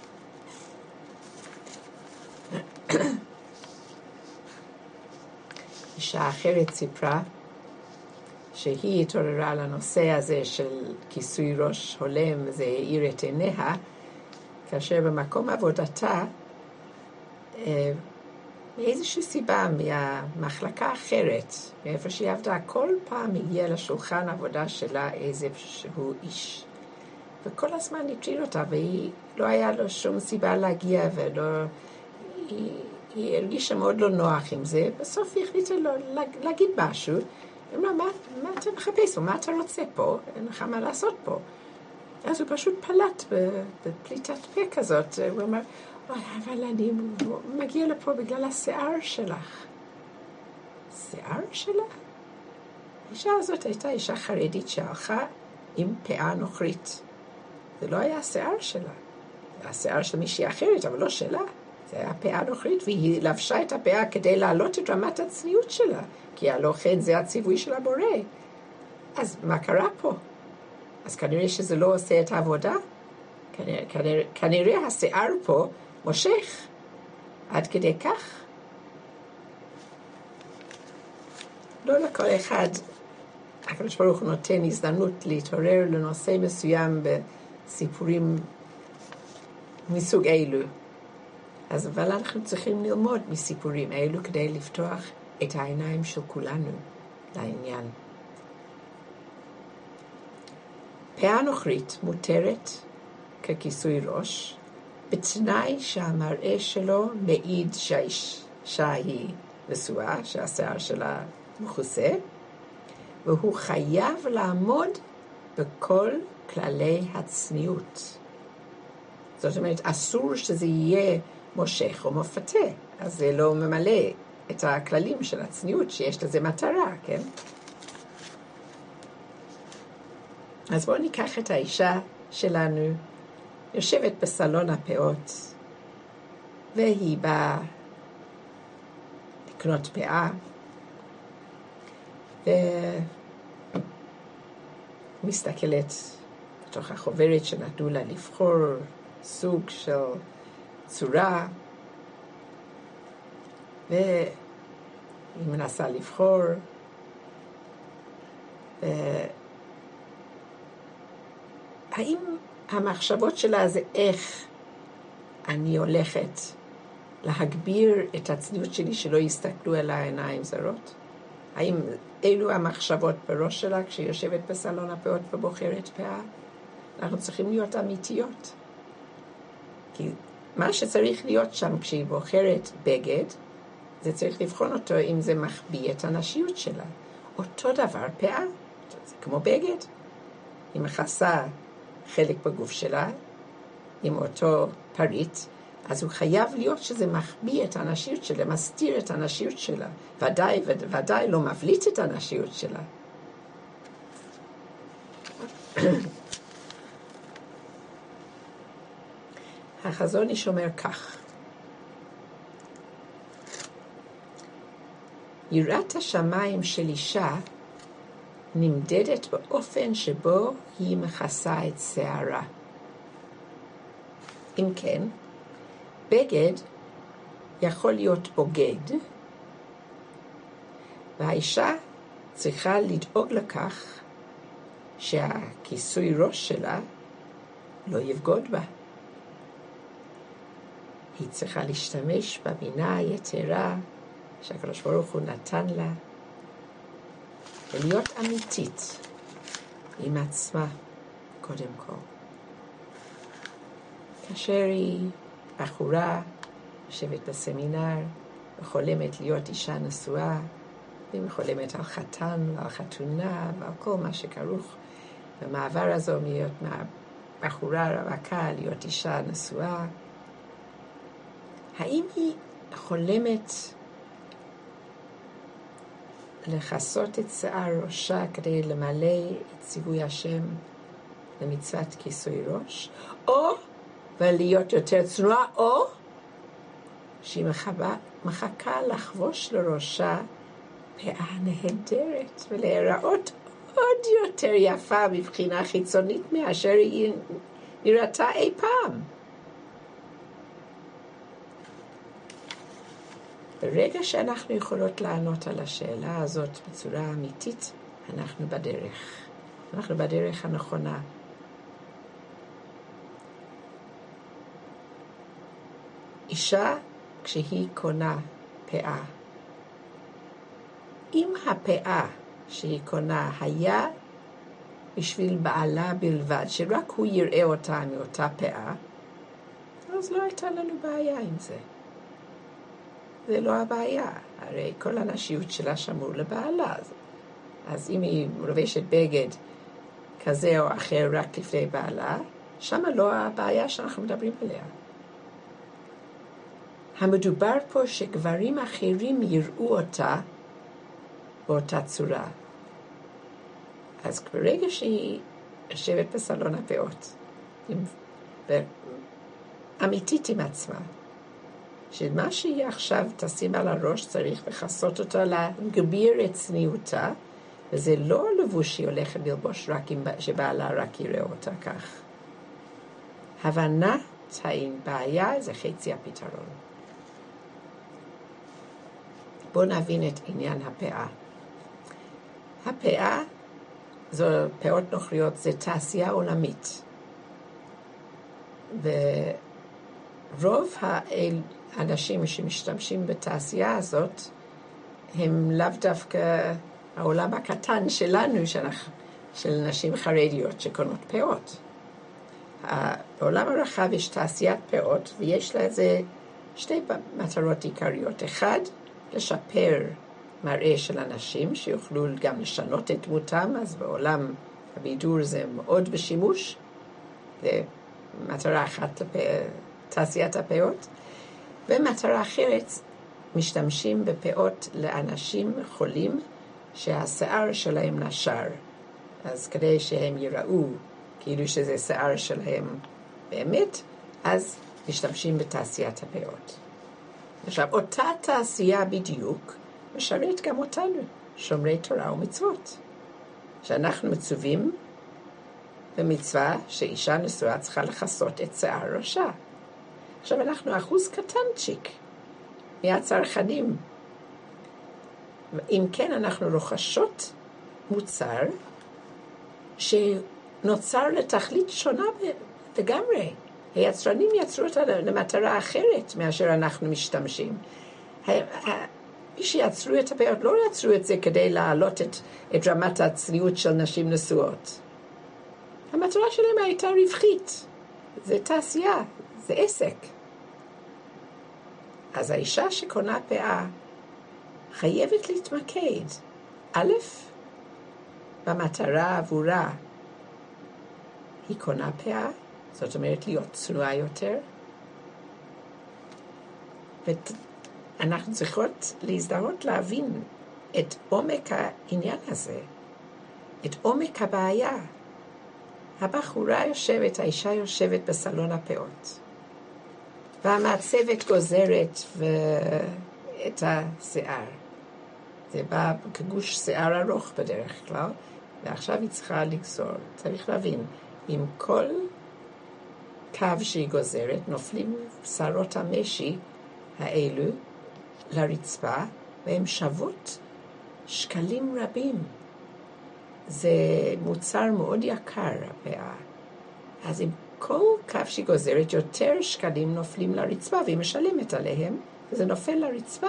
אישה אחרת סיפרה שהיא התעוררה לנושא הזה של כיסוי ראש הולם, וזה האיר את עיניה, כאשר במקום עבודתה, מאיזושהי סיבה, מהמחלקה אחרת, מאיפה שהיא עבדה, כל פעם הגיע לשולחן עבודה שלה איזשהו איש. וכל הזמן הטריד אותה, והיא לא היה לו שום סיבה להגיע, היא הרגישה מאוד לא נוח עם זה. בסוף היא החליטה להגיד משהו. היא אמרה, מה אתה מחפש? מה אתה רוצה פה? אין לך מה לעשות פה. אז הוא פשוט פלט בפליטת פה כזאת. הוא אמר, אבל אני מגיע לפה בגלל השיער שלך. שיער שלה? האישה הזאת הייתה אישה חרדית שהלכה עם פאה נוכרית. זה לא היה השיער שלה. זה השיער של מישהי אחרת, אבל לא שלה. זה היה פאה נוכרית, והיא לבשה את הפאה כדי להעלות את רמת הצניעות שלה. כי הלא כן זה הציווי של הבורא. אז מה קרה פה? אז כנראה שזה לא עושה את העבודה. כנראה השיער פה מושך. עד כדי כך. לא לכל אחד, הקדוש ברוך הוא נותן הזדמנות להתעורר לנושא מסוים בסיפורים מסוג אלו. אבל אנחנו צריכים ללמוד מסיפורים אלו כדי לפתוח את העיניים של כולנו לעניין. פאה נוכרית מותרת ככיסוי ראש, בתנאי שהמראה שלו מעיד שהאישה היא נשואה, שהשיער שלה מכוסה, והוא חייב לעמוד בכל כללי הצניעות. זאת אומרת, אסור שזה יהיה מושך או מפתה, אז זה לא ממלא את הכללים של הצניעות שיש לזה מטרה, כן? אז בואו ניקח את האישה שלנו, יושבת בסלון הפאות, והיא באה לקנות פאה, ומסתכלת בתוך החוברת שנתנו לה לבחור סוג של צורה, והיא מנסה לבחור, האם המחשבות שלה זה איך אני הולכת להגביר את הצניעות שלי שלא יסתכלו על העיניים זרות? האם אלו המחשבות בראש שלה כשהיא יושבת בסלון הפאות ובוחרת פאה? אנחנו צריכים להיות אמיתיות. כי מה שצריך להיות שם כשהיא בוחרת בגד, זה צריך לבחון אותו אם זה מחביא את הנשיות שלה. אותו דבר פאה, זה כמו בגד. היא מכסה חלק בגוף שלה עם אותו פריט, אז הוא חייב להיות שזה מחביא את הנשיות שלה, מסתיר את הנשיות שלה, ודאי לא מבליט את הנשיות שלה. החזון איש אומר כך: יראת השמיים של אישה נמדדת באופן שבו היא מכסה את שערה. אם כן, בגד יכול להיות בוגד, והאישה צריכה לדאוג לכך שהכיסוי ראש שלה לא יבגוד בה. היא צריכה להשתמש בבינה היתרה שהקדוש ברוך הוא נתן לה, ולהיות אמיתית עם עצמה קודם כל. כאשר היא בחורה יושבת בסמינר וחולמת להיות אישה נשואה, והיא חולמת על חתן ועל חתונה ועל כל מה שכרוך במעבר הזו להיות בחורה רווקה להיות אישה נשואה, האם היא חולמת לחסות את שיער ראשה כדי למלא את ציווי השם למצוות כיסוי ראש, או ולהיות יותר צנועה, או שהיא מחכה לחבוש לראשה פאה נהדרת ולהיראות עוד יותר יפה מבחינה חיצונית מאשר היא נראתה אי פעם. ברגע שאנחנו יכולות לענות על השאלה הזאת בצורה אמיתית, אנחנו בדרך. אנחנו בדרך הנכונה. אישה, כשהיא קונה פאה, אם הפאה שהיא קונה היה בשביל בעלה בלבד, שרק הוא יראה אותה מאותה פאה, אז לא הייתה לנו בעיה עם זה. זה לא הבעיה. הרי כל הנשיות שלה שמור לבעלה. אז אם היא לובשת בגד כזה או אחר רק לפני בעלה, שמה לא הבעיה שאנחנו מדברים עליה. המדובר פה שגברים אחרים יראו אותה באותה צורה. אז ברגע שהיא יושבת בסלון הפאות, אמיתית עם עצמה, שמה שהיא עכשיו תשים על הראש צריך לחסות אותה להגביר את צניעותה, וזה לא לבוש שהיא הולכת ללבוש רק שבעלה רק יראה אותה כך. הבנת הבעיה זה חצי הפתרון. בואו נבין את עניין הפאה. הפאה, זו פאות נוכריות, זה תעשייה עולמית. ורוב האנשים שמשתמשים בתעשייה הזאת, הם לאו דווקא העולם הקטן שלנו, של נשים חרדיות שקונות פאות. בעולם הרחב יש תעשיית פאות, ויש לה איזה שתי מטרות עיקריות. אחד, לשפר מראה של אנשים, שיוכלו גם לשנות את דמותם, אז בעולם הבידור זה מאוד בשימוש. זה מטרה אחת לתעשיית הפאות. ומטרה אחרת, משתמשים בפאות לאנשים חולים שהשיער שלהם נשר. אז כדי שהם יראו כאילו שזה שיער שלהם באמת, אז משתמשים בתעשיית הפאות. עכשיו, אותה תעשייה בדיוק משרת גם אותנו, שומרי תורה ומצוות. שאנחנו מצווים במצווה שאישה נשואה צריכה לכסות את שיער ראשה. עכשיו, אנחנו אחוז קטנצ'יק מהצרכנים. אם כן, אנחנו רוכשות מוצר שנוצר לתכלית שונה לגמרי. היצרנים יצרו אותה למטרה אחרת מאשר אנחנו משתמשים. מי שיצרו את הפאות לא יצרו את זה כדי להעלות את רמת הצניעות של נשים נשואות. המטרה שלהם הייתה רווחית. זה תעשייה, זה עסק. אז האישה שקונה פאה חייבת להתמקד. א', במטרה עבורה היא קונה פאה, זאת אומרת להיות צנועה יותר. ואנחנו צריכות להזדהות להבין את עומק העניין הזה, את עומק הבעיה. הבחורה יושבת, האישה יושבת בסלון הפאות, והמעצבת גוזרת את השיער. זה בא כגוש שיער ארוך בדרך כלל, ועכשיו היא צריכה לגזור. צריך להבין, עם כל קו שהיא גוזרת, נופלים שערות המשי האלו לרצפה, והן שוות שקלים רבים. זה מוצר מאוד יקר, הפאה. אז עם כל קו שהיא גוזרת, יותר שקלים נופלים לרצפה, והיא משלמת עליהם, וזה נופל לרצפה.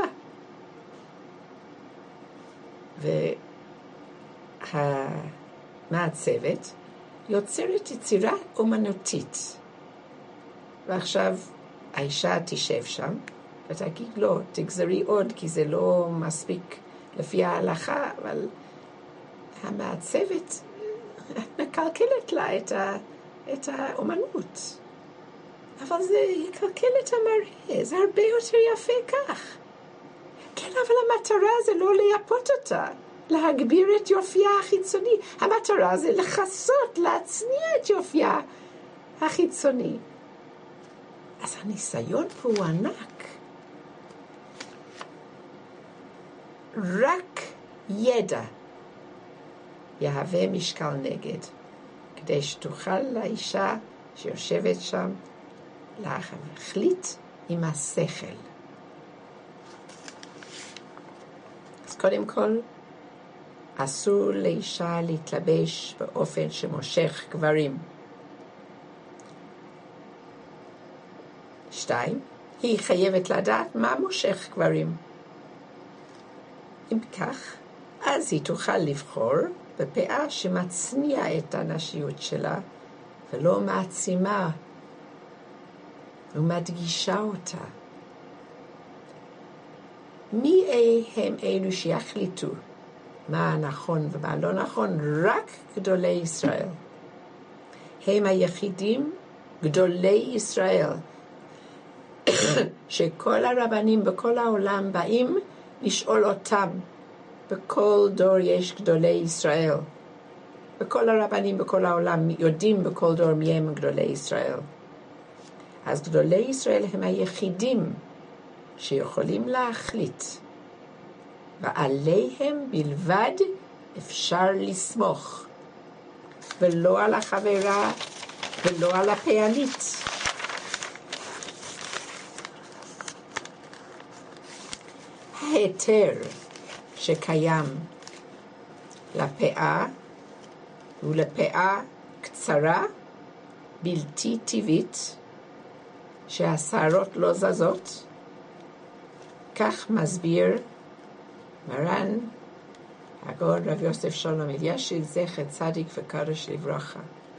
והמעצבת יוצרת יצירה אומנותית. ועכשיו האישה תשב שם, ותגיד לו, תגזרי עוד, כי זה לא מספיק לפי ההלכה, אבל המעצבת מקלקלת לה את האומנות. אבל זה יקלקל את המראה, זה הרבה יותר יפה כך. כן, אבל המטרה זה לא לייפות אותה, להגביר את יופייה החיצוני. המטרה זה לחסות, להצניע את יופייה החיצוני. אז הניסיון פה הוא ענק. רק ידע יהווה משקל נגד, כדי שתוכל לאישה שיושבת שם להחליט עם השכל. אז קודם כל, אסור לאישה להתלבש באופן שמושך גברים. 2, היא חייבת לדעת מה מושך גברים. אם כך, אז היא תוכל לבחור בפאה שמצניע את הנשיות שלה, ולא מעצימה ומדגישה אותה. מי הם אלו שיחליטו מה נכון ומה לא נכון? רק גדולי ישראל. הם היחידים, גדולי ישראל, שכל הרבנים בכל העולם באים לשאול אותם. בכל דור יש גדולי ישראל. וכל הרבנים בכל העולם יודעים בכל דור מי הם גדולי ישראל. אז גדולי ישראל הם היחידים שיכולים להחליט. ועליהם בלבד אפשר לסמוך. ולא על החברה ולא על הפענית. ההיתר שקיים לפאה ולפאה קצרה, בלתי טבעית, שהשערות לא זזות. כך מסביר מרן הגאון רב יוסף שלום אלישיב זכר צדיק וקדוש לברכה.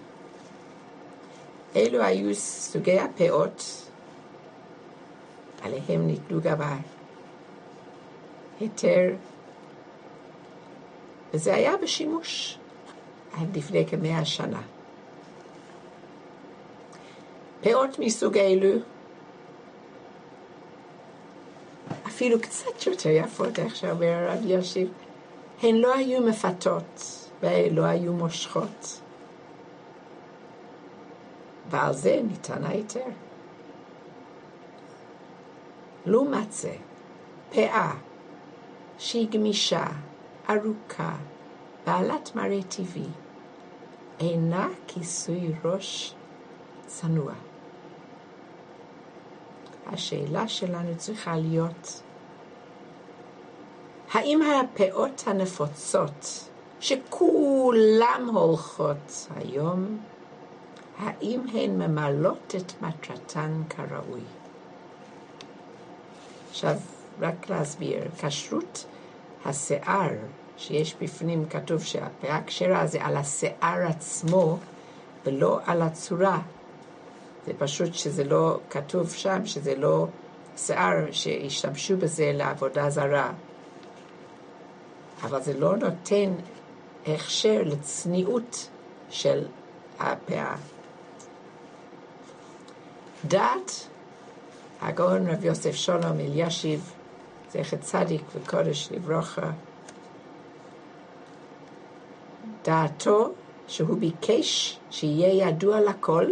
אלו היו סוגי הפאות עליהם ניתנו גם היתר, וזה היה בשימוש עד לפני כ100 שנה. פאות מסוג אלו אפילו קצת יותר יפות, איך שאומר הרב אלישיב, הן לא היו מפתות ולא היו מושכות, ועל זה ניתן היתר. לעומת זה, פאה שהיא גמישה, ארוכה, בעלת מראה טבעי, אינה כיסוי ראש צנוע. השאלה שלנו צריכה להיות, האם הפאות הנפוצות שכולם הולכות היום, האם הן ממלאות את מטרתן כראוי? עכשיו, רק להסביר, כשרות השיער שיש בפנים, כתוב שהפאה כשרה זה על השיער עצמו ולא על הצורה. זה פשוט שזה לא כתוב שם, שזה לא שיער שהשתמשו בזה לעבודה זרה. אבל זה לא נותן הכשר לצניעות של הפאה. דעת הגאון רב יוסף שלום אלישיב זכר צדיק וקדוש לברכה, דעתו שהוא ביקש שיהיה ידוע לכל,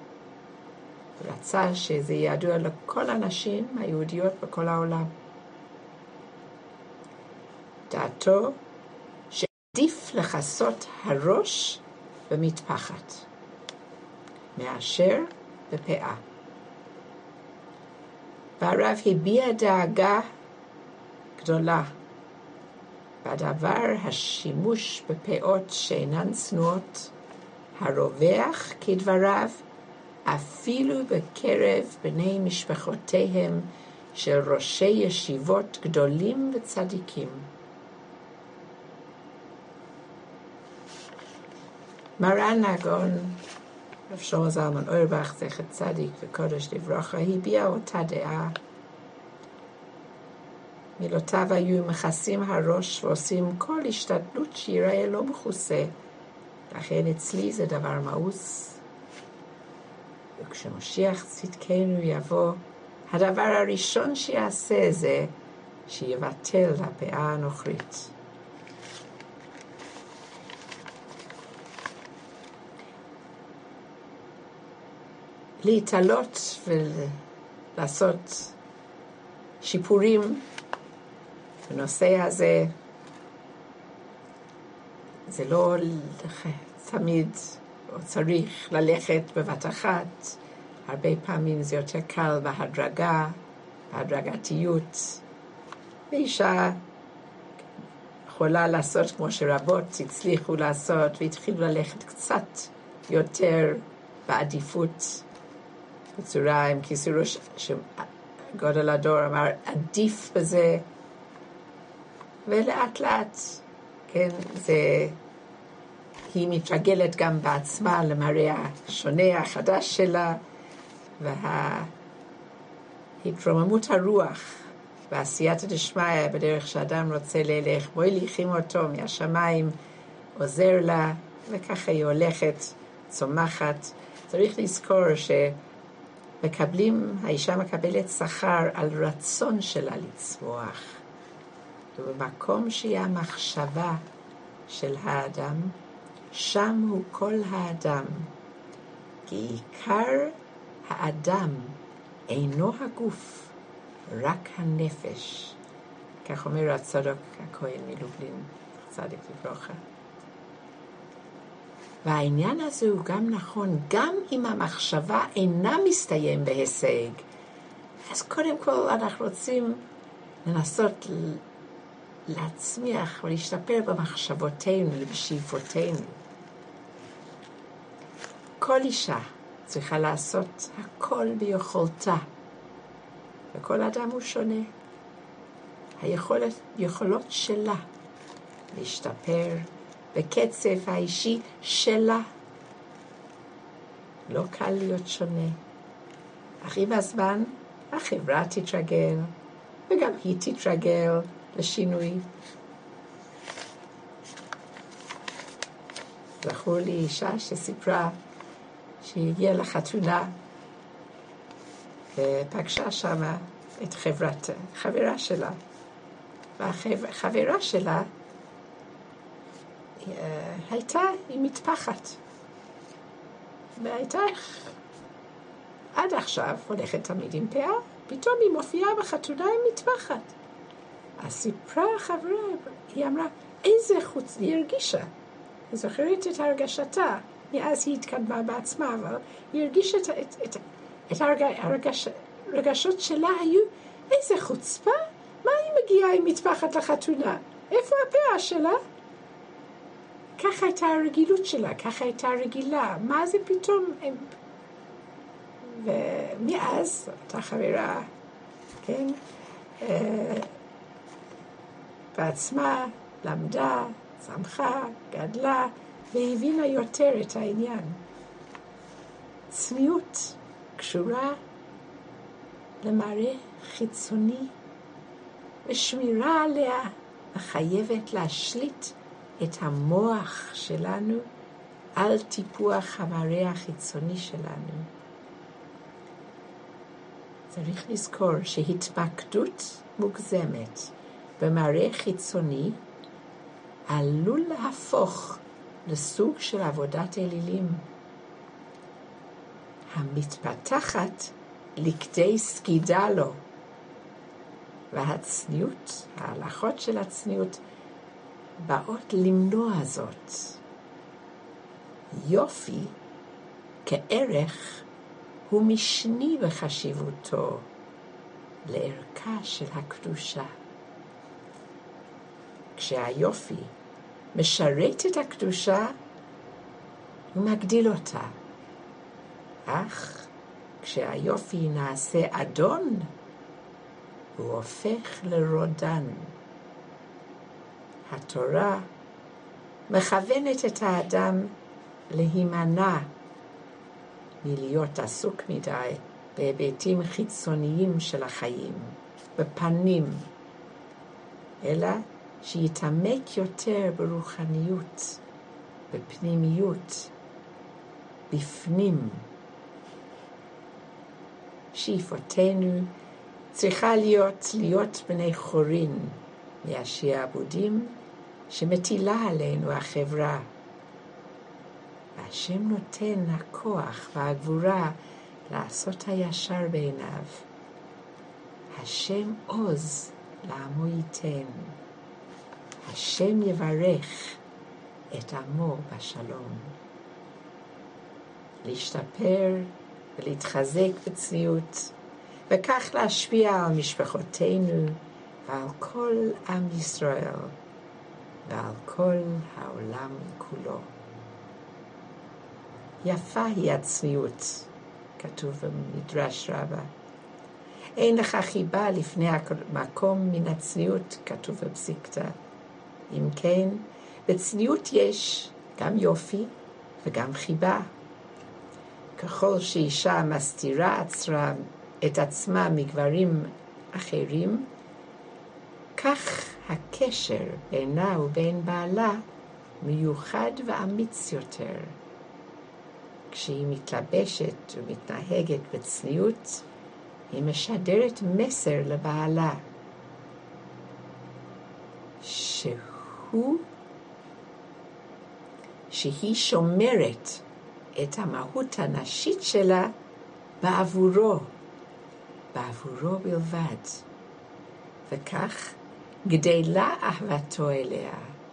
רצה שזה ידוע לכל הנשים היהודיות בכל העולם. דעתו שעדיף לכסות הראש במטפחת מאשר בפאה. והרב הביע דאגה גדולה בדבר השימוש בפאות שאינן צנועות, הרווח כדבריו אפילו בקרב בני משפחותיהם של ראשי ישיבות גדולים וצדיקים. מרן הגאון רב שלמה זלמן אוירבך זכר צדיק וקדוש לברכה הביע אותה דעה. מילותיו היו מכסים הראש ועושים כל השתדלות שיראה לא מכוסה, לכן אצלי זה דבר מאוס. וכשמשיח צדקנו יבוא, הדבר הראשון שיעשה זה שיבטל הפאה הנוכרית. להתעלות ולעשות שיפורים בנושא הזה, זה לא תמיד או צריך ללכת בבת אחת. הרבה פעמים זה יותר קל בהדרגתיות. ואישה יכולה לעשות כמו שרבות הצליחו לעשות, והתחילו ללכת קצת יותר בעדיפות, בצורה עם כיסוי ראש, שגודל הדור אמר עדיף בזה, ולאט לאט, כן, היא מתרגלת גם בעצמה למראה השונה החדש שלה, והתרוממות הרוח ועשייתא דשמיא בדרך שאדם רוצה ללך, מוליכים אותו מהשמיים, עוזר לה, וככה היא הולכת, צומחת. צריך לזכור האישה מקבלת שכר על רצון שלה לצמוח. ובמקום שהיא המחשבה של האדם, שם הוא כל האדם. כי עיקר האדם אינו הגוף, רק הנפש. כך אומר הצדוק הכהן מלובלין, צדיק לברכה. והעניין הזה הוא גם נכון, גם אם המחשבה אינה מסתיים בהישג. אז קודם כל אנחנו רוצים לנסות להצמיח ולהשתפר במחשבותינו ובשאיפותינו. כל אישה צריכה לעשות הכל ביכולתה, וכל אדם הוא שונה. היכולות שלה להשתפר בקצב האישי שלה. לא קל להיות שונה, אך עם הזמן החברה תתרגל, וגם היא תתרגל לשינוי. זכור לי אישה שסיפרה שהגיעה לחתונה ופגשה שמה את חברה שלה, והחברה שלה הייתה עם מטפחת, והייתה עד עכשיו הולכת תמיד עם פאה, פתאום היא מופיעה בחתונה עם מטפחת. אז סיפרה החברה, היא אמרה, איזה חוץ, היא הרגישה, היא זוכרת את הרגשתה, מאז היא התקדמה בעצמה, אבל היא הרגישה את הרגשות שלה היו, איזה חוצפה, מה היא מגיעה עם מטפחת לחתונה? איפה הפאה שלה? ככה הייתה הרגילות שלה, ככה הייתה רגילה, מה זה פתאום? ומאז, אותה חברה, כן, בעצמה למדה, צמחה, גדלה, והבינה יותר את העניין. צניעות קשורה למראה חיצוני, ושמירה עליה מחייבת להשליט את המוח שלנו על טיפוח המראה החיצוני שלנו. צריך לזכור שהתמקדות מוגזמת במראה חיצוני עלול להפוך לסוג של עבודת אלילים המתפתחת לכדי סגידה לו, והצניעות, ההלכות של הצניעות באות למנוע זאת. יופי כערך הוא משני בחשיבותו לערכה של הקדושה. כשהיופי משרת את הקדושה, הוא מגדיל אותה. אך כשהיופי נעשה אדון, הוא הופך לרודן. התורה מכוונת את האדם להימנע מלהיות עסוק מדי בהיבטים חיצוניים של החיים, בפנים, אלא שיתעמק יותר ברוחניות, בפנימיות, בפנים. שאיפותינו צריכה להיות בני חורין מהשעבודים שמטילה עלינו החברה. והשם נותן הכוח והגבורה לעשות הישר בעיניו. השם עוז לעמו ייתן. השם יברך את עמו בשלום. להשתפר ולהתחזק בצניעות, וכך להשפיע על משפחותינו ועל כל עם ישראל ועל כל העולם כולו. יפה היא הצניעות, כתוב במדרש רבה. אין לך חיבה לפני המקום מן הצניעות, כתוב בפסיקתא. אם כן, בצניעות יש גם יופי וגם חיבה. ככל שאישה מסתירה את עצמה מגברים אחרים, כך הקשר בינה ובין בעלה מיוחד ואמיץ יותר. כשהיא מתלבשת ומתנהגת בצניעות, היא משדרת מסר לבעלה, שהיא שומרת את המהות הנשית שלה בעבורו בלבד, וכך גדלה אהבתו אליה.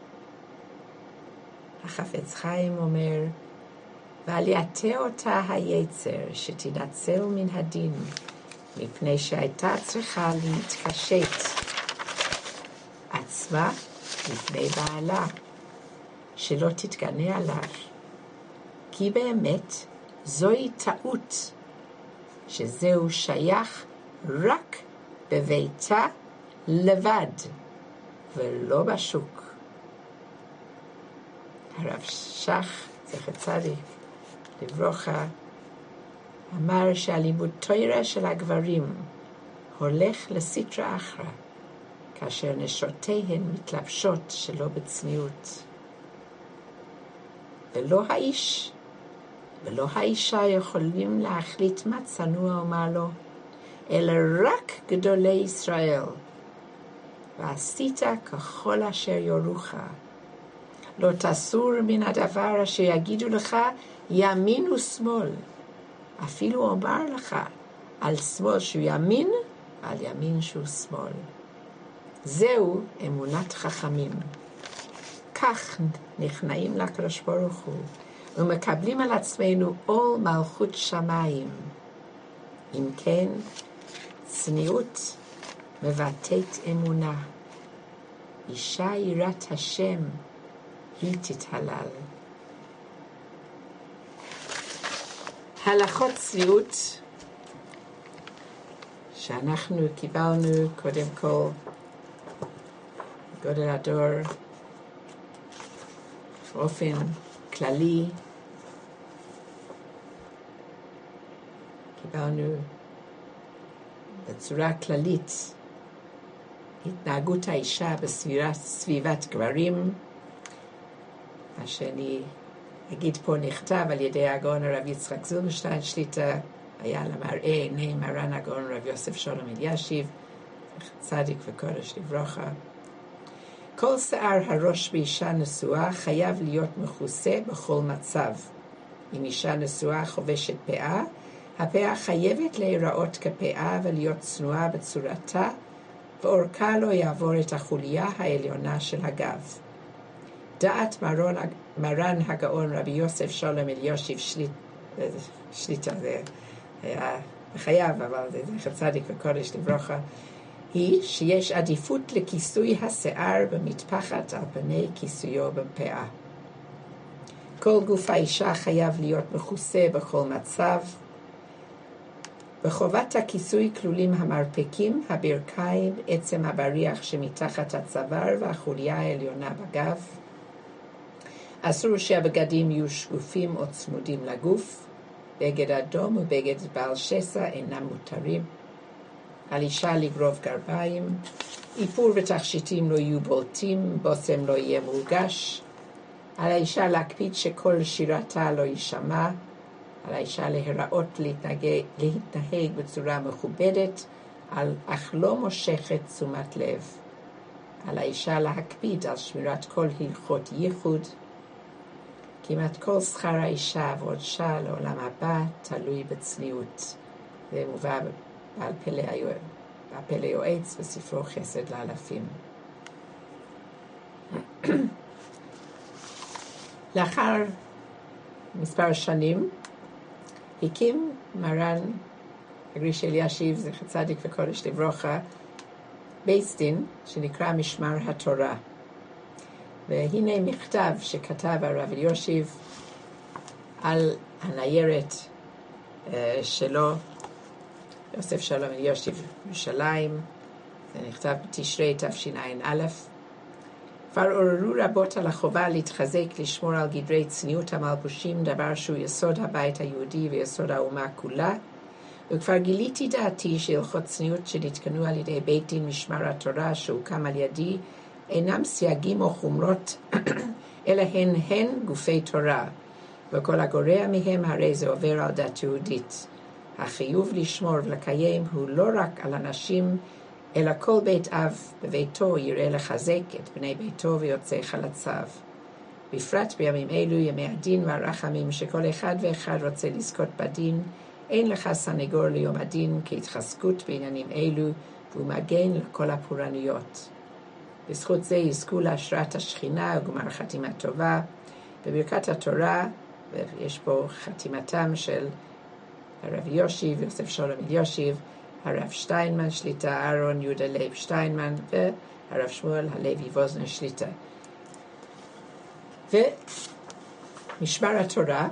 החפץ חיים אומר, ואל יטה אותה היצר שתנצל מן הדין, מפני שהייתה צריכה להתקשט עצמה עצמה לפני בעלה, שלא תתגנה עליו, כי באמת זוהי טעות, שזהו שייך רק בביתה לבד, ולא בשוק. הרב שך, זכר צדיק לברכה, אמר שהלימוד תורה של הגברים הולך לסטרא אחרא, כאשר נשותיהן מתלבשות שלא בצניעות. ולא האיש ולא האישה יכולים להחליט מה צנוע ומה לא, אלא רק גדולי ישראל. ועשית ככל אשר יורוך. לא תסור מן הדבר אשר יגידו לך ימין ושמאל. אפילו אומר לך על שמאל שהוא ימין ועל ימין שהוא שמאל. זהו אמונת חכמים. כך נכנעים לקדוש ברוך הוא ומקבלים על עצמנו עול מלכות שמיים. אם כן, צניעות מבטאת אמונה. אישה יראת השם היא תתהלל. הלכות צניעות שאנחנו קיבלנו קודם כל גודל הדור באופן כללי. קיבלנו בצורה כללית התנהגות האישה בסביבת גברים. מה שאני אגיד פה נכתב על ידי הגאון הרב יצחק זילברשטיין שליט"א, היה למראה עיני מרן הגאון רב יוסף שולם אלישיב, צדיק וקודש לברכה. כל שיער הראש באישה נשואה חייב להיות מכוסה בכל מצב. אם אישה נשואה חובשת פאה, הפאה חייבת להיראות כפאה ולהיות צנועה בצורתה, ואורכה לא יעבור את החוליה העליונה של הגב. דעת מרן הגאון רבי יוסף שולם אלישיב שליט"א, זה היה בחייו, אבל זה זכר צדיק וקודש לברכה, היא שיש עדיפות לכיסוי השיער במטפחת על פני כיסויו בפאה. כל גוף האישה חייב להיות מכוסה בכל מצב. בחובת הכיסוי כלולים המרפקים, הברכיים, עצם הבריח שמתחת הצוואר והחוליה העליונה בגב. אסור שהבגדים יהיו שקופים או צמודים לגוף. בגד אדום ובגד בעל שסע אינם מותרים. על אישה לגרוב גרביים. איפור ותכשיטים לא יהיו בולטים, בושם לא יהיה מורגש. על האישה להקפיד שכל שירתה לא יישמע. על האישה להיראות להתנהג בצורה מכובדת, אך לא מושכת תשומת לב. על האישה להקפיד על שמירת כל הלכות ייחוד. כמעט כל שכר האישה ועוד שעה לעולם הבא תלוי בצניעות. זה מובא בעל פלא יועץ בספרו חסד לאלפים. לאחר מספר שנים הקים מרן הגריש אלישיב זכר צדיק וקודש לברכה בית דין שנקרא משמר התורה. והנה מכתב שכתב הרב אלישיב על הניירת שלו, יוסף שלום אלישיב ירושלים. זה נכתב בתשרי תשע"א. כבר עוררו רבות על החובה להתחזק לשמור על גדרי צניעות המלבושים, דבר שהוא יסוד הבית היהודי ויסוד האומה כולה. וכבר גיליתי דעתי שהלכות צניעות שנתקנו על ידי בית דין משמר התורה שהוקם על ידי אינם סייגים או חומרות, אלא הן גופי תורה, וכל הגורע מהם הרי זה עובר על דת יהודית. החיוב לשמור ולקיים הוא לא רק על אנשים, אלא כל בית אב בביתו יראה לחזק את בני ביתו ויוצא חלציו. בפרט בימים אלו, ימי הדין והרחמים, שכל אחד ואחד רוצה לזכות בדין, אין לך סנגור ליום הדין כהתחזקות בעניינים אלו, והוא מגן לכל הפורענויות. בזכות זה יזכו להשראת השכינה וגמר חתימה טובה. בברכת התורה, ויש פה חתימתם של הרב אלישיב, יוסף שלום אלישיב, הרב שטיינמן שליטה, אהרון יהודה לייב שטיינמן, והרב שמואל הלוי ווזנר שליטה. ומשמר התורה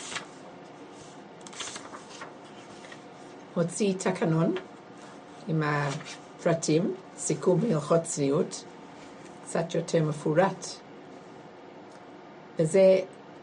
הוציא תקנון עם הפרטים, סיכום בהלכות צניעות, קצת יותר מפורט. וזה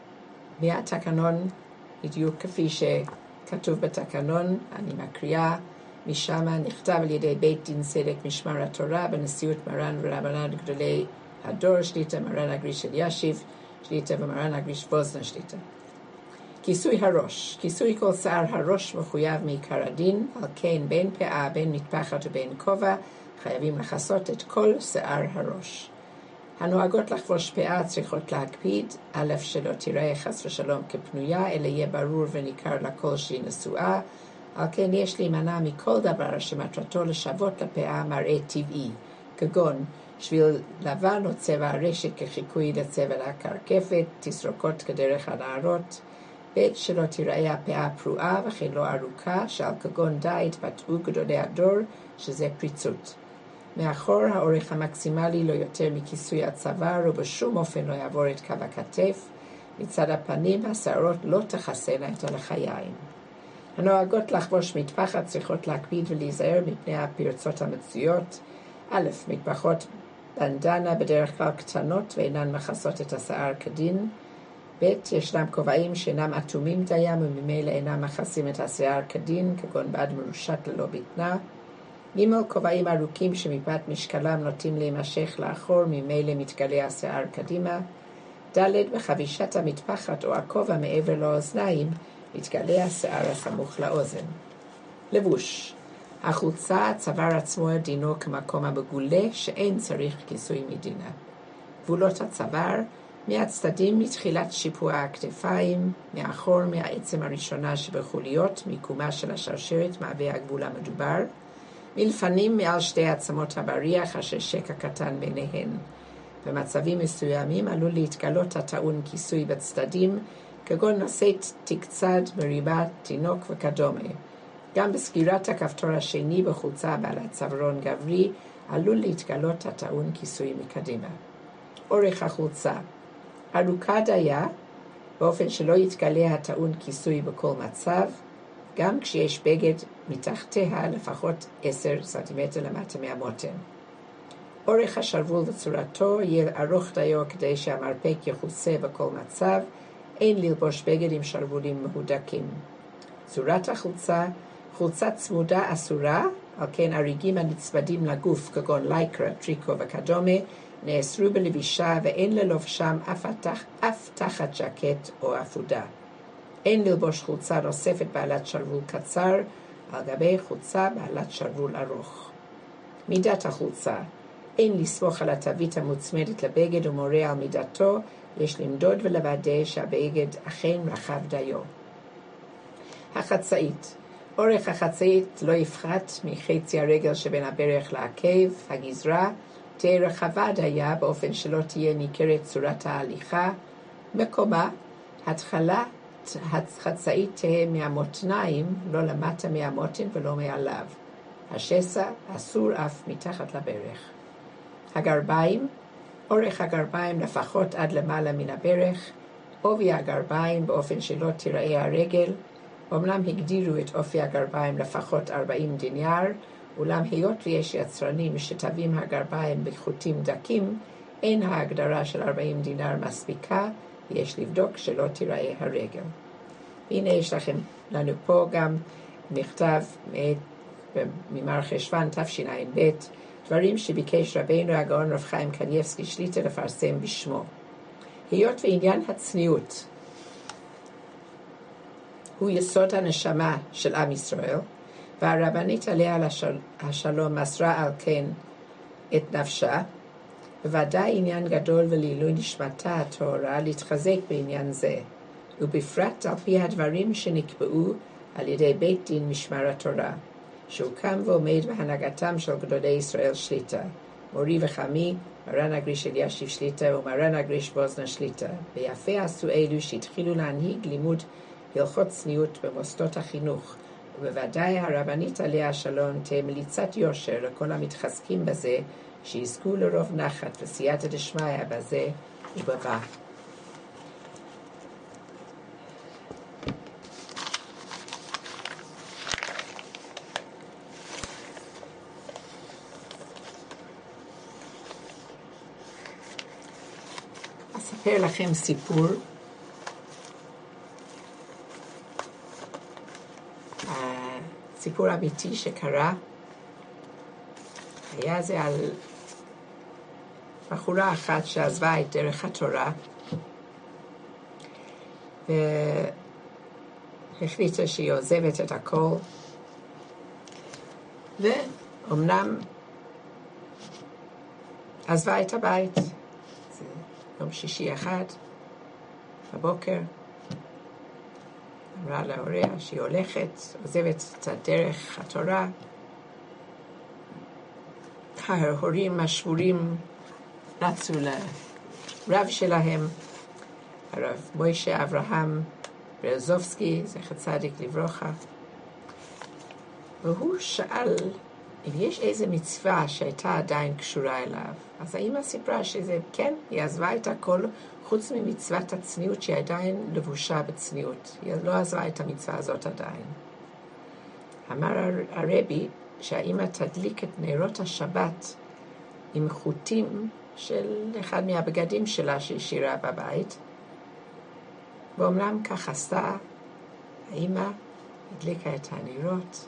מהתקנון, בדיוק כפי שכתוב בתקנון, אני מקריאה, משם נכתב על ידי בית דין צדק משמר התורה, בנשיאות מרן ורבנן גדולי הדור שליטה, מרן הגריש אלישיב שליטה ומרן הגריש ווזנר שליטה. כיסוי הראש. כיסוי כל שיער הראש מחויב מעיקר הדין, על כן בין פאה, בין מטפחת ובין כובע, חייבים לכסות את כל שיער הראש. הנוהגות לחבוש פאה צריכות להקפיד, א' שלא תראה חס ושלום כפנויה, אלא יהיה ברור וניכר לכל שהיא נשואה, על כן יש להימנע מכל דבר שמטרתו לשוות לפאה מראה טבעי, כגון שביל לבן או צבע הרשת כחיקוי לצבע הקרקפת, תסרוקות כדרך הנערות, ב' שלא תראה הפאה פרועה וכן לא ארוכה, שעל כגון די התבטאו גדולי הדור שזה פריצות. מאחור האורך המקסימלי לא יותר מכיסוי הצוואר ובשום אופן לא יעבור את קו הכתף. מצד הפנים השערות לא תחסנה את הלחיים. הנוהגות לחבוש מטפחת צריכות להקפיד ולהיזהר מפני הפרצות המצויות. א', מטפחות בנדנה בדרך כלל קטנות ואינן מכסות את השיער כדין. ב', ישנם כובעים שאינם אטומים דיים וממילא אינם מכסים את השיער כדין, כגון בד מרושת ללא בטנה. ג', כובעים ארוכים שמפאת משקלם נוטים להימשך לאחור, ממילא מתגלה השיער קדימה. ד', בחבישת המטפחת או הכובע מעבר לאוזניים, מתגלה השיער הסמוך לאוזן. לבוש. החולצה, הצוואר עצמו דינו כמקום המגולה שאין צריך כיסוי מדינה. גבולות הצוואר, מהצדדים מתחילת שיפוע הכתפיים, מאחור מהעצם הראשונה שבחוליות, מיקומה של השרשרת מהווה הגבול המדובר, מלפנים מעל שתי עצמות הבריח אשר שקע קטן ביניהן. במצבים מסוימים עלול להתגלות הטעון כיסוי בצדדים, כגון נושאת תקצד, מריבה, תינוק וכדומה. גם בסגירת הכפתור השני בחולצה בעלת צווארון גברי עלול להתגלות הטעון כיסוי מקדימה. אורך החולצה ארוכה דיה, באופן שלא יתגלה הטעון כיסוי בכל מצב, גם כשיש בגד מתחתיה לפחות 10 סנטימטר למטה מהמותן. אורך השרוול וצורתו יהיה ארוך דיו כדי שהמרפק יכוסה בכל מצב, אין ללבוש בגד עם שרוולים מהודקים. צורת החולצה, חולצה צמודה אסורה, על כן הריגים הנצמדים לגוף כגון לייקרה, טריקו וכדומה, נאסרו בלבישה ואין ללובשם אף תחת ז'קט או אפודה. אין ללבוש חולצה נוספת בעלת שרוול קצר על גבי חולצה בעלת שרוול ארוך. מידת החולצה, אין לסמוך על התווית המוצמדת לבגד ומורה על מידתו, יש למדוד ולוודא שהבגד אכן רחב דיו. החצאית, אורך החצאית לא יפחת מחצי הרגל שבין הברך לעקב, הגזרה, תהיה רחבה דיה באופן שלא תהיה ניכרת צורת ההליכה. מקומה, התחלת החצאית תהיה מהמותניים, לא למטה מהמותן ולא מעליו. השסע אסור אף מתחת לברך. הגרביים, אורך הגרביים לפחות עד למעלה מן הברך, עובי הגרביים באופן שלא תיראה הרגל. אמנם הגדירו את אופי הגרביים לפחות 40 דינר, אולם היות ויש יצרנים שטבים הגרביים בחוטים דקים, אין ההגדרה של 40 דינר מספיקה, ויש לבדוק שלא תיראה הרגל. הנה יש לנו פה גם מכתב ממר חשוון תשע"ב, דברים שביקש רבינו הגאון רב חיים קניבסקי שליט"א לפרסם בשמו. היות ועניין הצניעות הוא יסוד הנשמה של עם ישראל, והרבנית עליה השלום מסרה על כן את נפשה, בוודאי עניין גדול ולעילוי נשמתה הטהורה להתחזק בעניין זה, ובפרט על פי הדברים שנקבעו על ידי בית דין משמר התורה, שהוקם ועומד בהנהגתם של גדולי ישראל שליט"א, מורי וחמי, מרן הגריש אלישיב שליט"א ומרן הגריש ווזנר שליט"א. ויפה עשו אלו שהתחילו להנהיג לימוד הלכות צניעות במוסדות החינוך, ובוודאי הרבנית עליה השלום תהיה מליצת יושר לכל המתחזקים בזה, שיזכו לרוב נחת וסייעתא דשמיא בזה ובבא. אספר לכם סיפור. סיפור אמיתי שקרה. היה זה על בחורה אחת שעזבה את דרך התורה והחליטה שהיא עוזבת את הכל, ואומנם עזבה את הבית. זה יום שישי אחד בבוקר, אמרה להוריה שהיא הולכת, עוזבת את הדרך התורה. ההורים השבורים רצו לרב שלהם, הרב מוישה אברהם ברזובסקי, זכר צדיק לברכה, והוא שאל אם יש איזה מצווה שהייתה עדיין קשורה אליו. אז האמא סיפרה שזה כן, היא עזבה את הכל חוץ ממצוות הצניעות, שהיא עדיין לבושה בצניעות. היא לא עזבה את המצווה הזאת עדיין. אמר הרבי שהאמא תדליק את נרות השבת עם חוטים של אחד מהבגדים שלה שהשאירה בבית, ואומנם כך עשתה. האמא הדליקה את הנרות,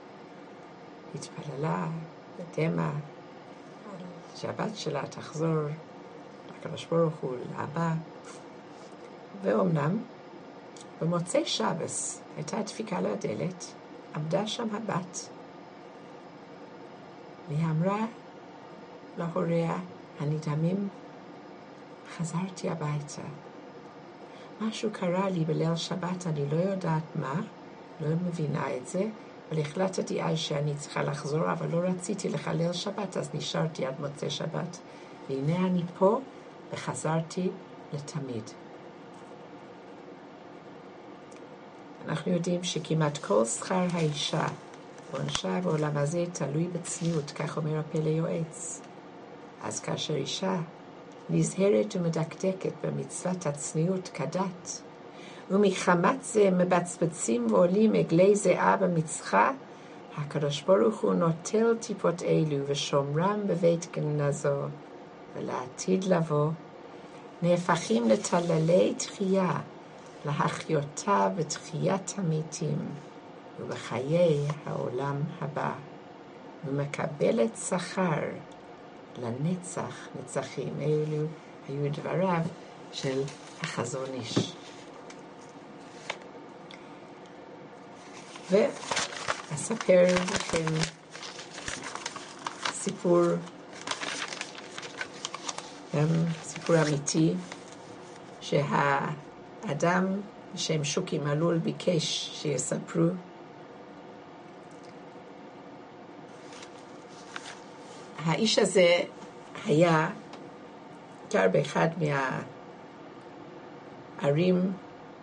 התפללה בדמע שהבת שלה תחזור לקדוש ברוך הוא, לאבא. ואומנם במוצאי שבס הייתה דפיקה לדלת, עמדה שם הבת, והיא אמרה להוריה הנדהמים, חזרתי הביתה. משהו קרה לי בליל שבת, אני לא יודעת מה, לא מבינה את זה, אבל החלטתי אז שאני צריכה לחזור, אבל לא רציתי לחלל שבת, אז נשארתי עד מוצאי שבת. והנה אני פה, וחזרתי לתמיד. אנחנו יודעים שכמעט כל שכר האישה, ועונשה בעולם הזה תלוי בצניעות, כך אומר הפלא יועץ. אז כאשר אישה נזהרת ומדקדקת במצוות הצניעות כדת, ומחמת זה מבצבצים ועולים עגלי זיעה במצחה, הקדוש ברוך הוא נוטל טיפות אלו ושומרם בבית גנזו, ולעתיד לבוא נהפכים לטללי תחייה, להחיותה בתחיית המתים ובחיי העולם הבא, ומקבלת שכר לנצח נצחים. אלו היו דבריו של החזון איש. ואספר לכם סיפור, סיפור אמיתי, שהאדם בשם שוקי מלול ביקש שיספרו. האיש הזה היה גר באחד מהערים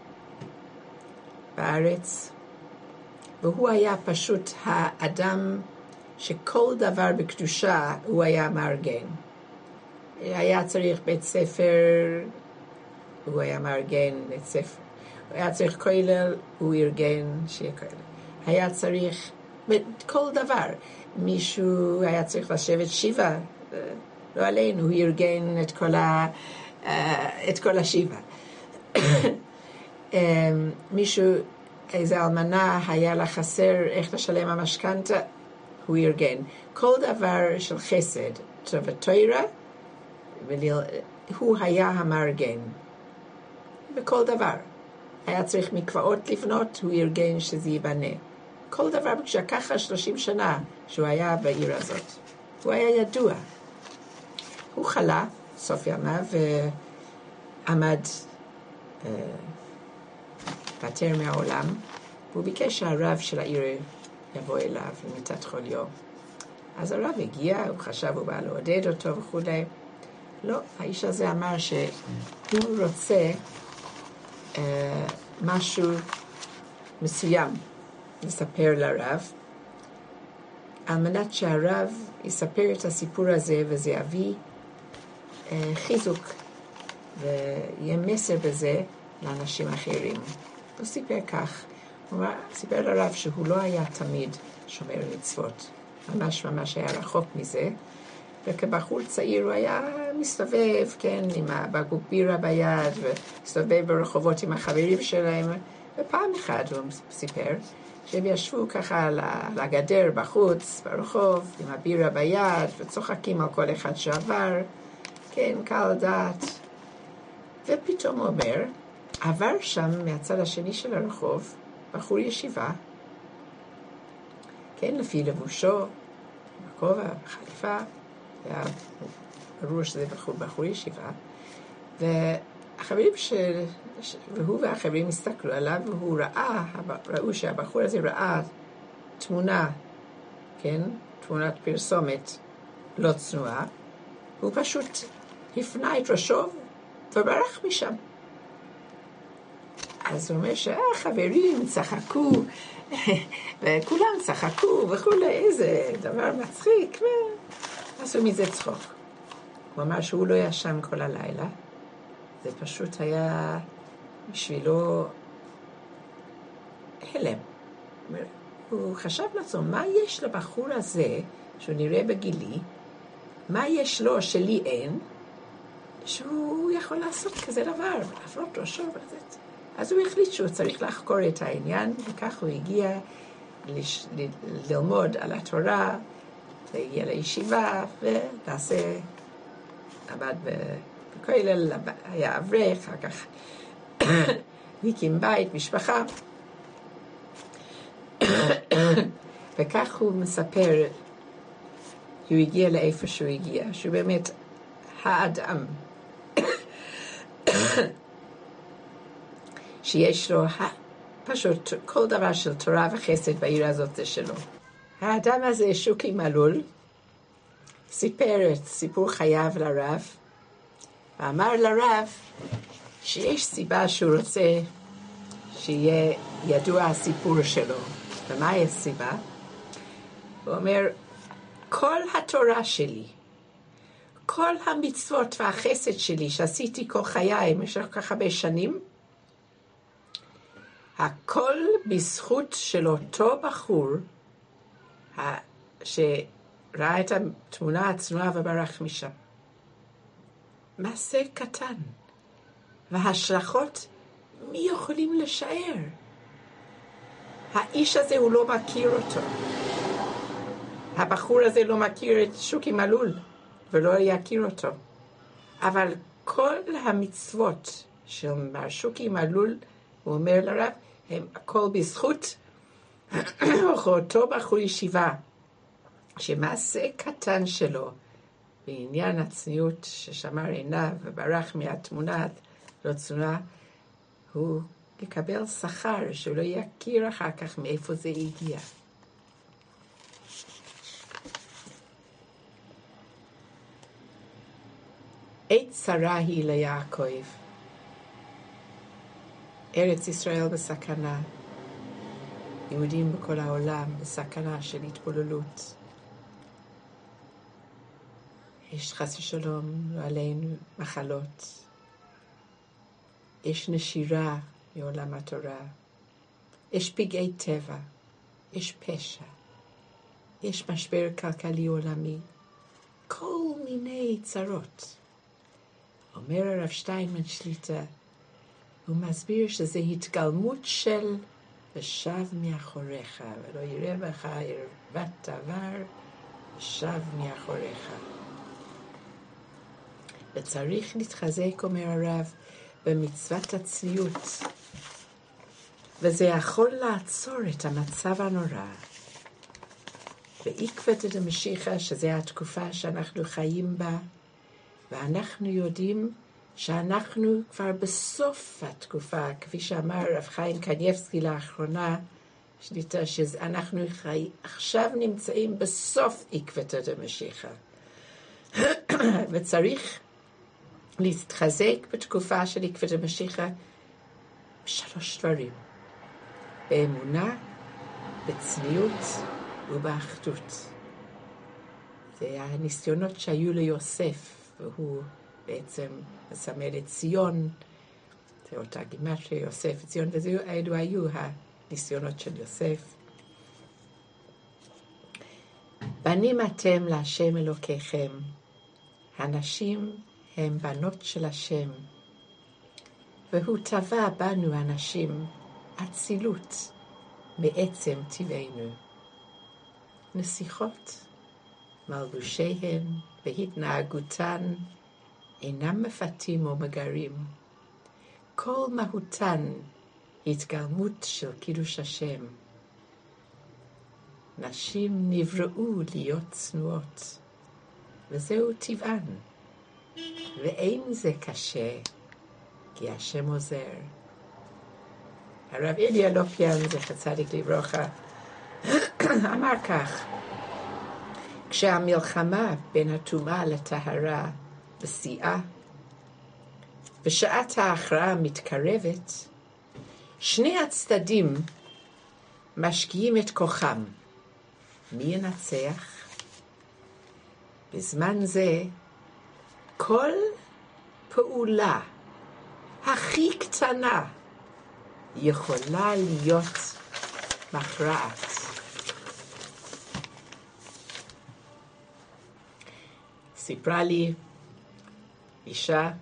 בארץ, והוא היה פשוט האדם שכל דבר בקדושה הוא היה מארגן. היה צריך בית ספר, הוא היה מארגן בית ספר. היה צריך כולל, הוא ארגן שיהיה כולל. היה צריך כל דבר. מישהו היה צריך לשבת שיבה, לא עלינו, הוא ארגן את כל השיבה. מישהו, איזה אלמנה היה לה חסר איך לשלם המשכנתה, הוא ארגן. כל דבר של חסד, טוב ותורה, הוא היה המארגן. בכל דבר. היה צריך מקוואות לבנות, הוא ארגן שזה ייבנה. כל דבר ככה 30 שנה שהוא היה בעיר הזאת. הוא היה ידוע. הוא חלה, סוף ימיו, ועמד פטר מהעולם, והוא ביקש שהרב של העיר יבוא אליו למיטת חוליו. אז הרב הגיע, הוא חשב הוא בא לעודד אותו וכו'. לא, האיש הזה אמר שהוא רוצה משהו מסוים. לספר לרב, על מנת שהרב יספר את הסיפור הזה, וזה יביא חיזוק, ויהיה מסר בזה לאנשים אחרים. הוא סיפר כך, הוא סיפר לרב שהוא לא היה תמיד שומר מצוות, ממש היה רחוק מזה, וכבחור צעיר הוא היה מסתובב, כן, עם הבקבוק בירה ביד, ומסתובב ברחובות עם החברים שלהם, ופעם אחת הוא סיפר, שהם ישבו ככה על הגדר בחוץ, ברחוב, עם הבירה ביד, וצוחקים על כל אחד שעבר, כן, קל דעת. ופתאום הוא אומר, עבר שם מהצד השני של הרחוב, בחור ישיבה, כן, לפי לבושו, בכובע, בחליפה, היה ברור שזה בחור ישיבה, והחברים והוא והחברים הסתכלו עליו, והוא ראו שהבחור הזה ראה תמונה, כן, תמונת פרסומת לא צנועה, הוא פשוט הפנה את ראשו וברח משם. אז הוא אומר שהחברים צחקו, וכולם צחקו וכולי, איזה דבר מצחיק, ועשו מזה צחוק. הוא אמר שהוא לא ישן כל הלילה, זה פשוט היה בשבילו הלם. הוא חשב לעצמו, מה יש לבחור הזה, שהוא נראה בגילי, מה יש לו שלי אין, שהוא יכול לעשות כזה דבר, להפנות ראשו ולתת. אז הוא החליט שהוא צריך לחקור את העניין, וכך הוא הגיע ללמוד על התורה, והגיע לישיבה, ולעשה, עבד בכולל, היה אברך, אחר כך הקים בית, משפחה. וכך הוא מספר, הוא הגיע לאיפה שהוא הגיע, שהוא באמת האדם שיש לו פשוט כל דבר של תורה וחסד בעיר הזאת זה שלו. האדם הזה, שוקי מלול, סיפר את סיפור חייו לרב, ואמר לרב שיש סיבה שהוא רוצה שיהיה ידוע הסיפור שלו. ומה יש סיבה? הוא אומר, כל התורה שלי, כל המצוות והחסד שלי שעשיתי כל חיי במשך כך הרבה שנים, הכל בזכות של אותו בחור שראה את התמונה הצנועה וברח משם. מעשה קטן, וההשלכות מי יכולים לשער? האיש הזה הוא לא מכיר אותו. הבחור הזה לא מכיר את שוקי מלול, ולא יכיר אותו. אבל כל המצוות של מר שוקי מלול, הוא אומר לרב, הם הכל בזכות אותו בחור ישיבה, שמעשה קטן שלו, בעניין הצניעות ששמר עיניו וברח מהתמונה לא צנועה, הוא יקבל שכר שהוא לא יכיר אחר כך מאיפה זה הגיע. עת צרה היא ליעקב. ארץ ישראל בסכנה. יהודים בכל העולם בסכנה של התבוללות. יש חס ושלום עלינו מחלות. יש נשירה מעולם התורה. יש פגעי טבע. יש פשע. יש משבר כלכלי עולמי. כל מיני צרות. אומר הרב שטיינמן שליטה, הוא מסביר שזה התגלמות של ושב מאחוריך, ולא יראה בך ערוות דבר, ושב מאחוריך. וצריך להתחזק, אומר הרב, במצוות הצניעות, וזה יכול לעצור את המצב הנורא. בעקבות את המשיחה, שזה התקופה שאנחנו חיים בה, ואנחנו יודעים שאנחנו כבר בסוף התקופה, כפי שאמר רב חיים קניבסקי לאחרונה, שאנחנו עכשיו נמצאים בסוף עקבתא דמשיחא. וצריך להתחזק בתקופה של עקבתא דמשיחא 3 דברים. באמונה, בצניעות ובאחדות. זה הניסיונות שהיו ליוסף, והוא בעצם מסמל את ציון, זה אותה גימטריה, יוסף ציון, ואלו היו הניסיונות של יוסף. בנים אתם להשם אלוקיכם, הנשים הם בנות של השם, והוא טבע בנו הנשים אצילות מעצם טבענו. נסיכות, מלבושיהן והתנהגותן אינם מפתים או מגרים. כל מהותן התגלמות של קידוש השם. נשים נבראו להיות צנועות, וזהו טבען, ואין זה קשה, כי השם עוזר. הרב אליה לופיאן, זכר צדיק לברכה, אמר כך: כשהמלחמה בין הטומאה לטהרה בשיאה, ושעת ההכרעה מתקרבת, שני הצדדים משקיעים את כוחם. מי ינצח? בזמן זה, כל פעולה הכי קטנה יכולה להיות מכרעת. סיפרה לי אישה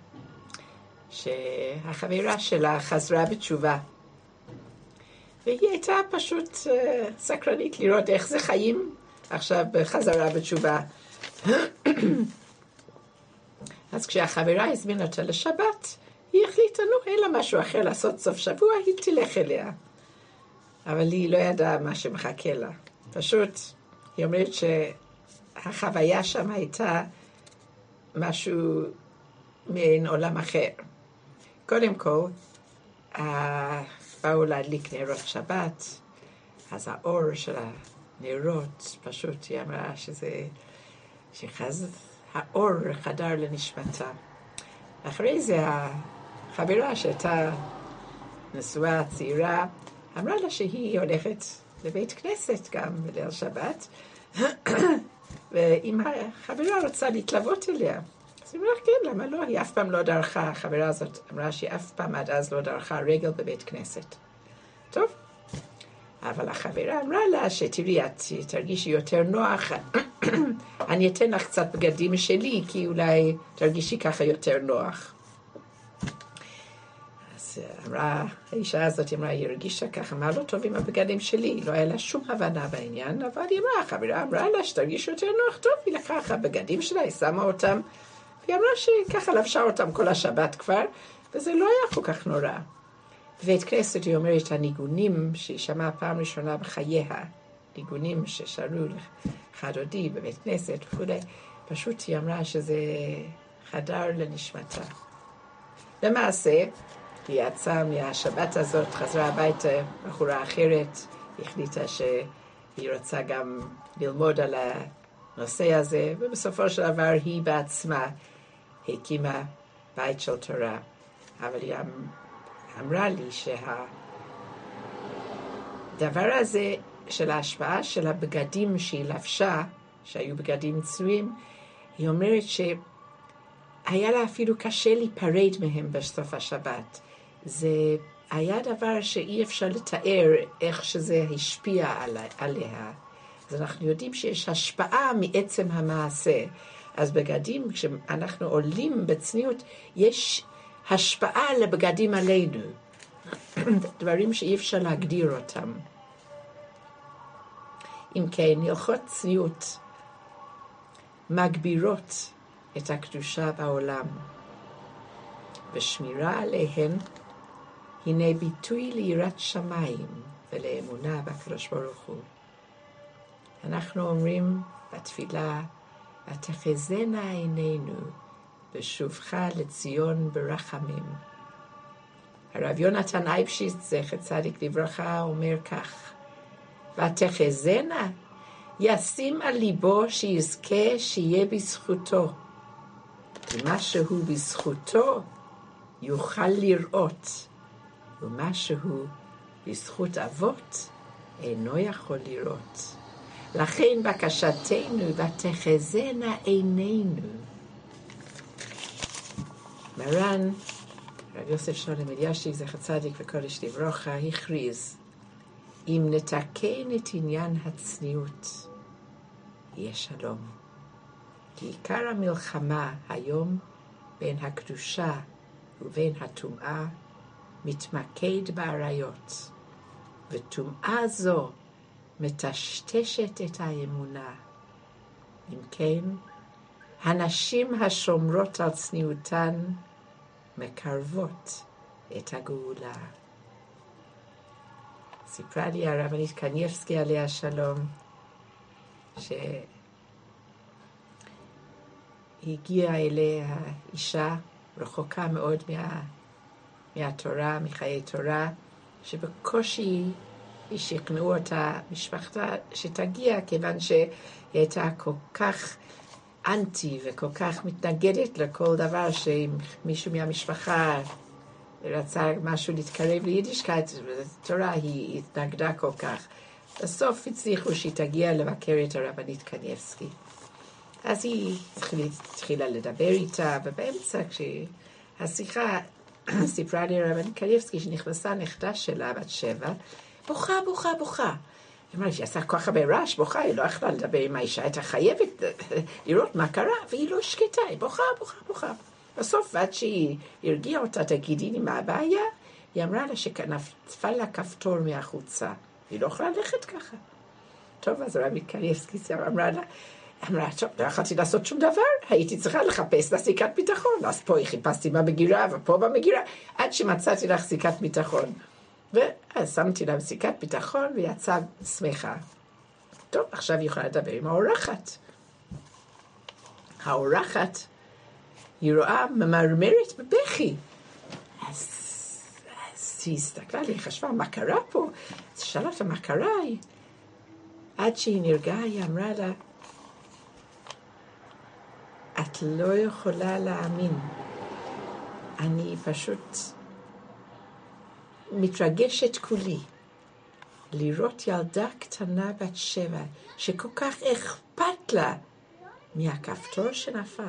שהחברה שלה חזרה בתשובה, והיא הייתה פשוט סקרנית לראות איך זה חיים עכשיו בחזרה בתשובה. אז כשהחברה הזמינה אותה לשבת, היא החליטה, אין לה משהו אחר לעשות סוף שבוע, היא תלך אליה. אבל היא לא ידעה מה שמחכה לה. פשוט, היא אומרת שהחוויה שם הייתה משהו מעין עולם אחר. קודם כל, באו להדליק נרות שבת, אז האור של הנרות, פשוט היא אמרה האור חדר לנשמתה. אחרי זה החברה שהייתה נשואה צעירה, אמרה לה שהיא הולכת לבית כנסת גם בליל שבת, ואם החברה רוצה להתלוות אליה, אז היא אמרה, כן, למה לא? היא אף פעם לא דרכה, החברה הזאת אמרה שהיא אף פעם עד אז לא דרכה רגל בבית כנסת. טוב, אבל החברה אמרה לה שתראי, את תרגישי יותר נוח, אני אתן לך קצת בגדים שלי, כי אולי תרגישי ככה יותר נוח. אז אמרה, האישה הזאת אמרה, היא הרגישה ככה, מה לא טוב עם הבגדים שלי? לא היה לה שום הבנה בעניין, אבל היא אמרה, החברה אמרה לה שתרגיש יותר נוח, טוב, היא לקחה בגדים שלה, היא שמה אותם, והיא אמרה שככה לבשה אותם כל השבת כבר, וזה לא היה כל כך נורא. בבית כנסת היא אומרת, הניגונים שהיא שמעה פעם ראשונה בחייה, ניגונים ששרו לחדודי בבית כנסת וכו', פשוט היא אמרה שזה חדר לנשמתה. למעשה, היא יצאה מהשבת הזאת, חזרה הביתה, בחורה אחרת, היא החליטה שהיא רוצה גם ללמוד על הנושא הזה, ובסופו של דבר היא בעצמה הקימה בית של תורה. אבל היא אמרה לי שהדבר הזה של ההשפעה של הבגדים שהיא לבשה, שהיו בגדים צנועים, היא אומרת שהיה לה אפילו קשה להיפרד מהם בסוף השבת. זה היה דבר שאי אפשר לתאר איך שזה השפיע עליה. אז אנחנו יודעים שיש השפעה מעצם המעשה. אז בגדים, כשאנחנו עולים בצניעות, יש השפעה לבגדים עלינו. דברים שאי אפשר להגדיר אותם. אם כן, הלכות צניעות מגבירות את הקדושה בעולם, ושמירה עליהן הנה ביטוי ליראת שמיים ולאמונה בקדוש ברוך הוא. אנחנו אומרים בתפילה, ותחזינה עינינו בשובך לציון ברחמים. הרב יונתן אייבשיץ, זכר צדיק לברכה, אומר כך, ותחזינה, ישים על ליבו שיזכה שיהיה בזכותו. ומה שהוא בזכותו יוכל לראות, ומה שהוא בזכות אבות אינו יכול לראות. לכן בקשתנו ותחזינה עינינו. מרן, רב יוסף שלום אלישיב זכר צדיק וקודש לברכה, הכריז, אם נתקן את עניין הצניעות, יהיה שלום. כי עיקר המלחמה היום בין הקדושה ובין הטומאה מתמקד בעריות, וטומאה זו מטשטשת את האמונה. אם כן, הנשים השומרות על צניעותן מקרבות את הגאולה. סיפרה לי הרבנית קניבסקי עליה שלום, שהגיעה אליה אישה רחוקה מאוד מהתורה, מחיי תורה, שבקושי שכנעו אותה משפחתה שתגיע, כיוון שהיא הייתה כל כך אנטי וכל כך מתנגדת לכל דבר שמישהו מהמשפחה רצה משהו להתקרב ליידישקייט, בתורה היא התנגדה כל כך. בסוף הצליחו שהיא תגיע לבקר את הרבנית קניבסקי. אז היא התחילה לדבר איתה, ובאמצע כשהשיחה סיפרה לי הרבנית קניבסקי שנכנסה נכדה שלה בת 7, בוכה. היא אומרת שהיא עשה כל כך הרבה רעש, בוכה, היא לא יכלה לדבר עם האישה, הייתה חייבת לראות מה קרה, והיא לא שקטה, היא בוכה. בסוף, עד שהיא הרגיעה אותה, תגידי לי מה הבעיה, היא אמרה לה שנפל לה כפתור מהחוצה, היא לא יכולה ללכת ככה. טוב, אז הרבנית קניבסקי אמרה, טוב, לא יכולתי לעשות שום דבר, הייתי צריכה לחפש לה סיכת ביטחון, אז פה חיפשתי במגירה, ופה במגירה, עד שמצאתי לך סיכת ביטחון. ואז שמתי לה סיכת ביטחון, ויצאה שמחה. טוב, עכשיו היא יכולה לדבר עם האורחת. האורחת, היא רואה ממרמרת בבכי. אז היא הסתכלה לי, חשבה, מה קרה פה? אז שאלה אותה, מה קרה? עד שהיא נרגעה, היא אמרה לה, את לא יכולה להאמין. אני פשוט מתרגשת כולי לראות ילדה קטנה בת 7 שכל כך אכפת לה מהכפתור שנפל.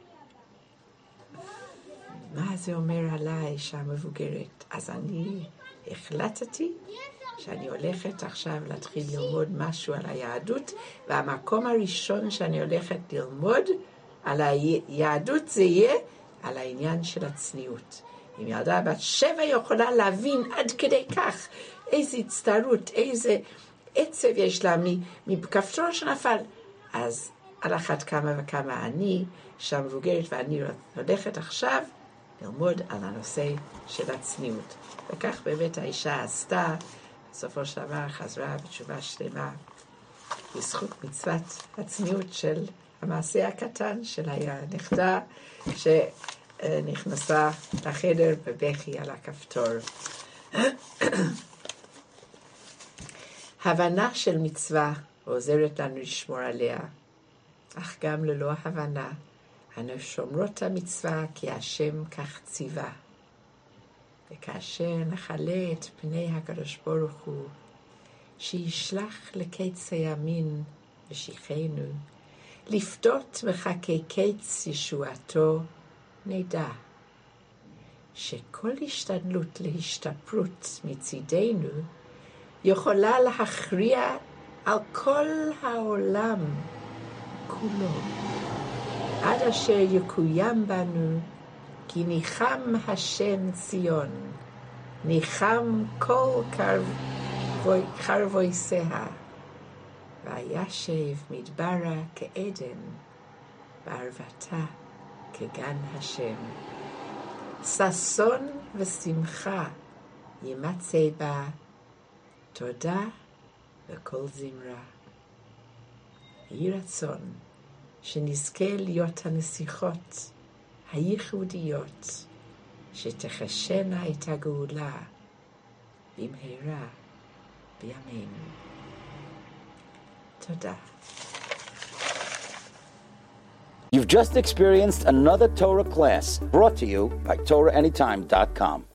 מה זה אומר עליי שהמבוגרת? אז אני החלטתי שאני הולכת עכשיו להתחיל ללמוד משהו על היהדות, והמקום הראשון שאני הולכת ללמוד על היהדות זה יהיה על העניין של הצניעות. אם ילדה בת 7 יכולה להבין עד כדי כך איזה הצטערות, איזה עצב יש לה מכפתור שנפל, אז על אחת כמה וכמה אני שהמבוגרת ואני הולכת עכשיו ללמוד על הנושא של הצניעות. וכך באמת האישה עשתה, בסופו של דבר חזרה בתשובה שלמה בזכות מצוות הצניעות של המעשה הקטן של הנכדה שנכנסה לחדר בבכי על הכפתור. הבנה של מצווה עוזרת לנו לשמור עליה, אך גם ללא הבנה אנו שומרות המצווה כי השם כך ציווה. וכאשר נחלה את פני הקדוש ברוך הוא שישלח לקץ הימין ושיחנו לפדות מחכי קץ ישועתו, נדע שכל השתדלות להשתפרות מצידנו יכולה להכריע על כל העולם כולו, עד אשר יקוים בנו כי ניחם השם ציון, ניחם כל חרבויסיה, וישב מדברה כעדן, בערבתה כגן השם. ששון ושמחה ימצא בה, תודה וכל זמרה. יהי רצון שנזכה להיות הנסיכות הייחודיות שתחשנה את הגאולה במהרה בימינו. תודה. You've just experienced another Torah class brought to you by TorahAnytime.com.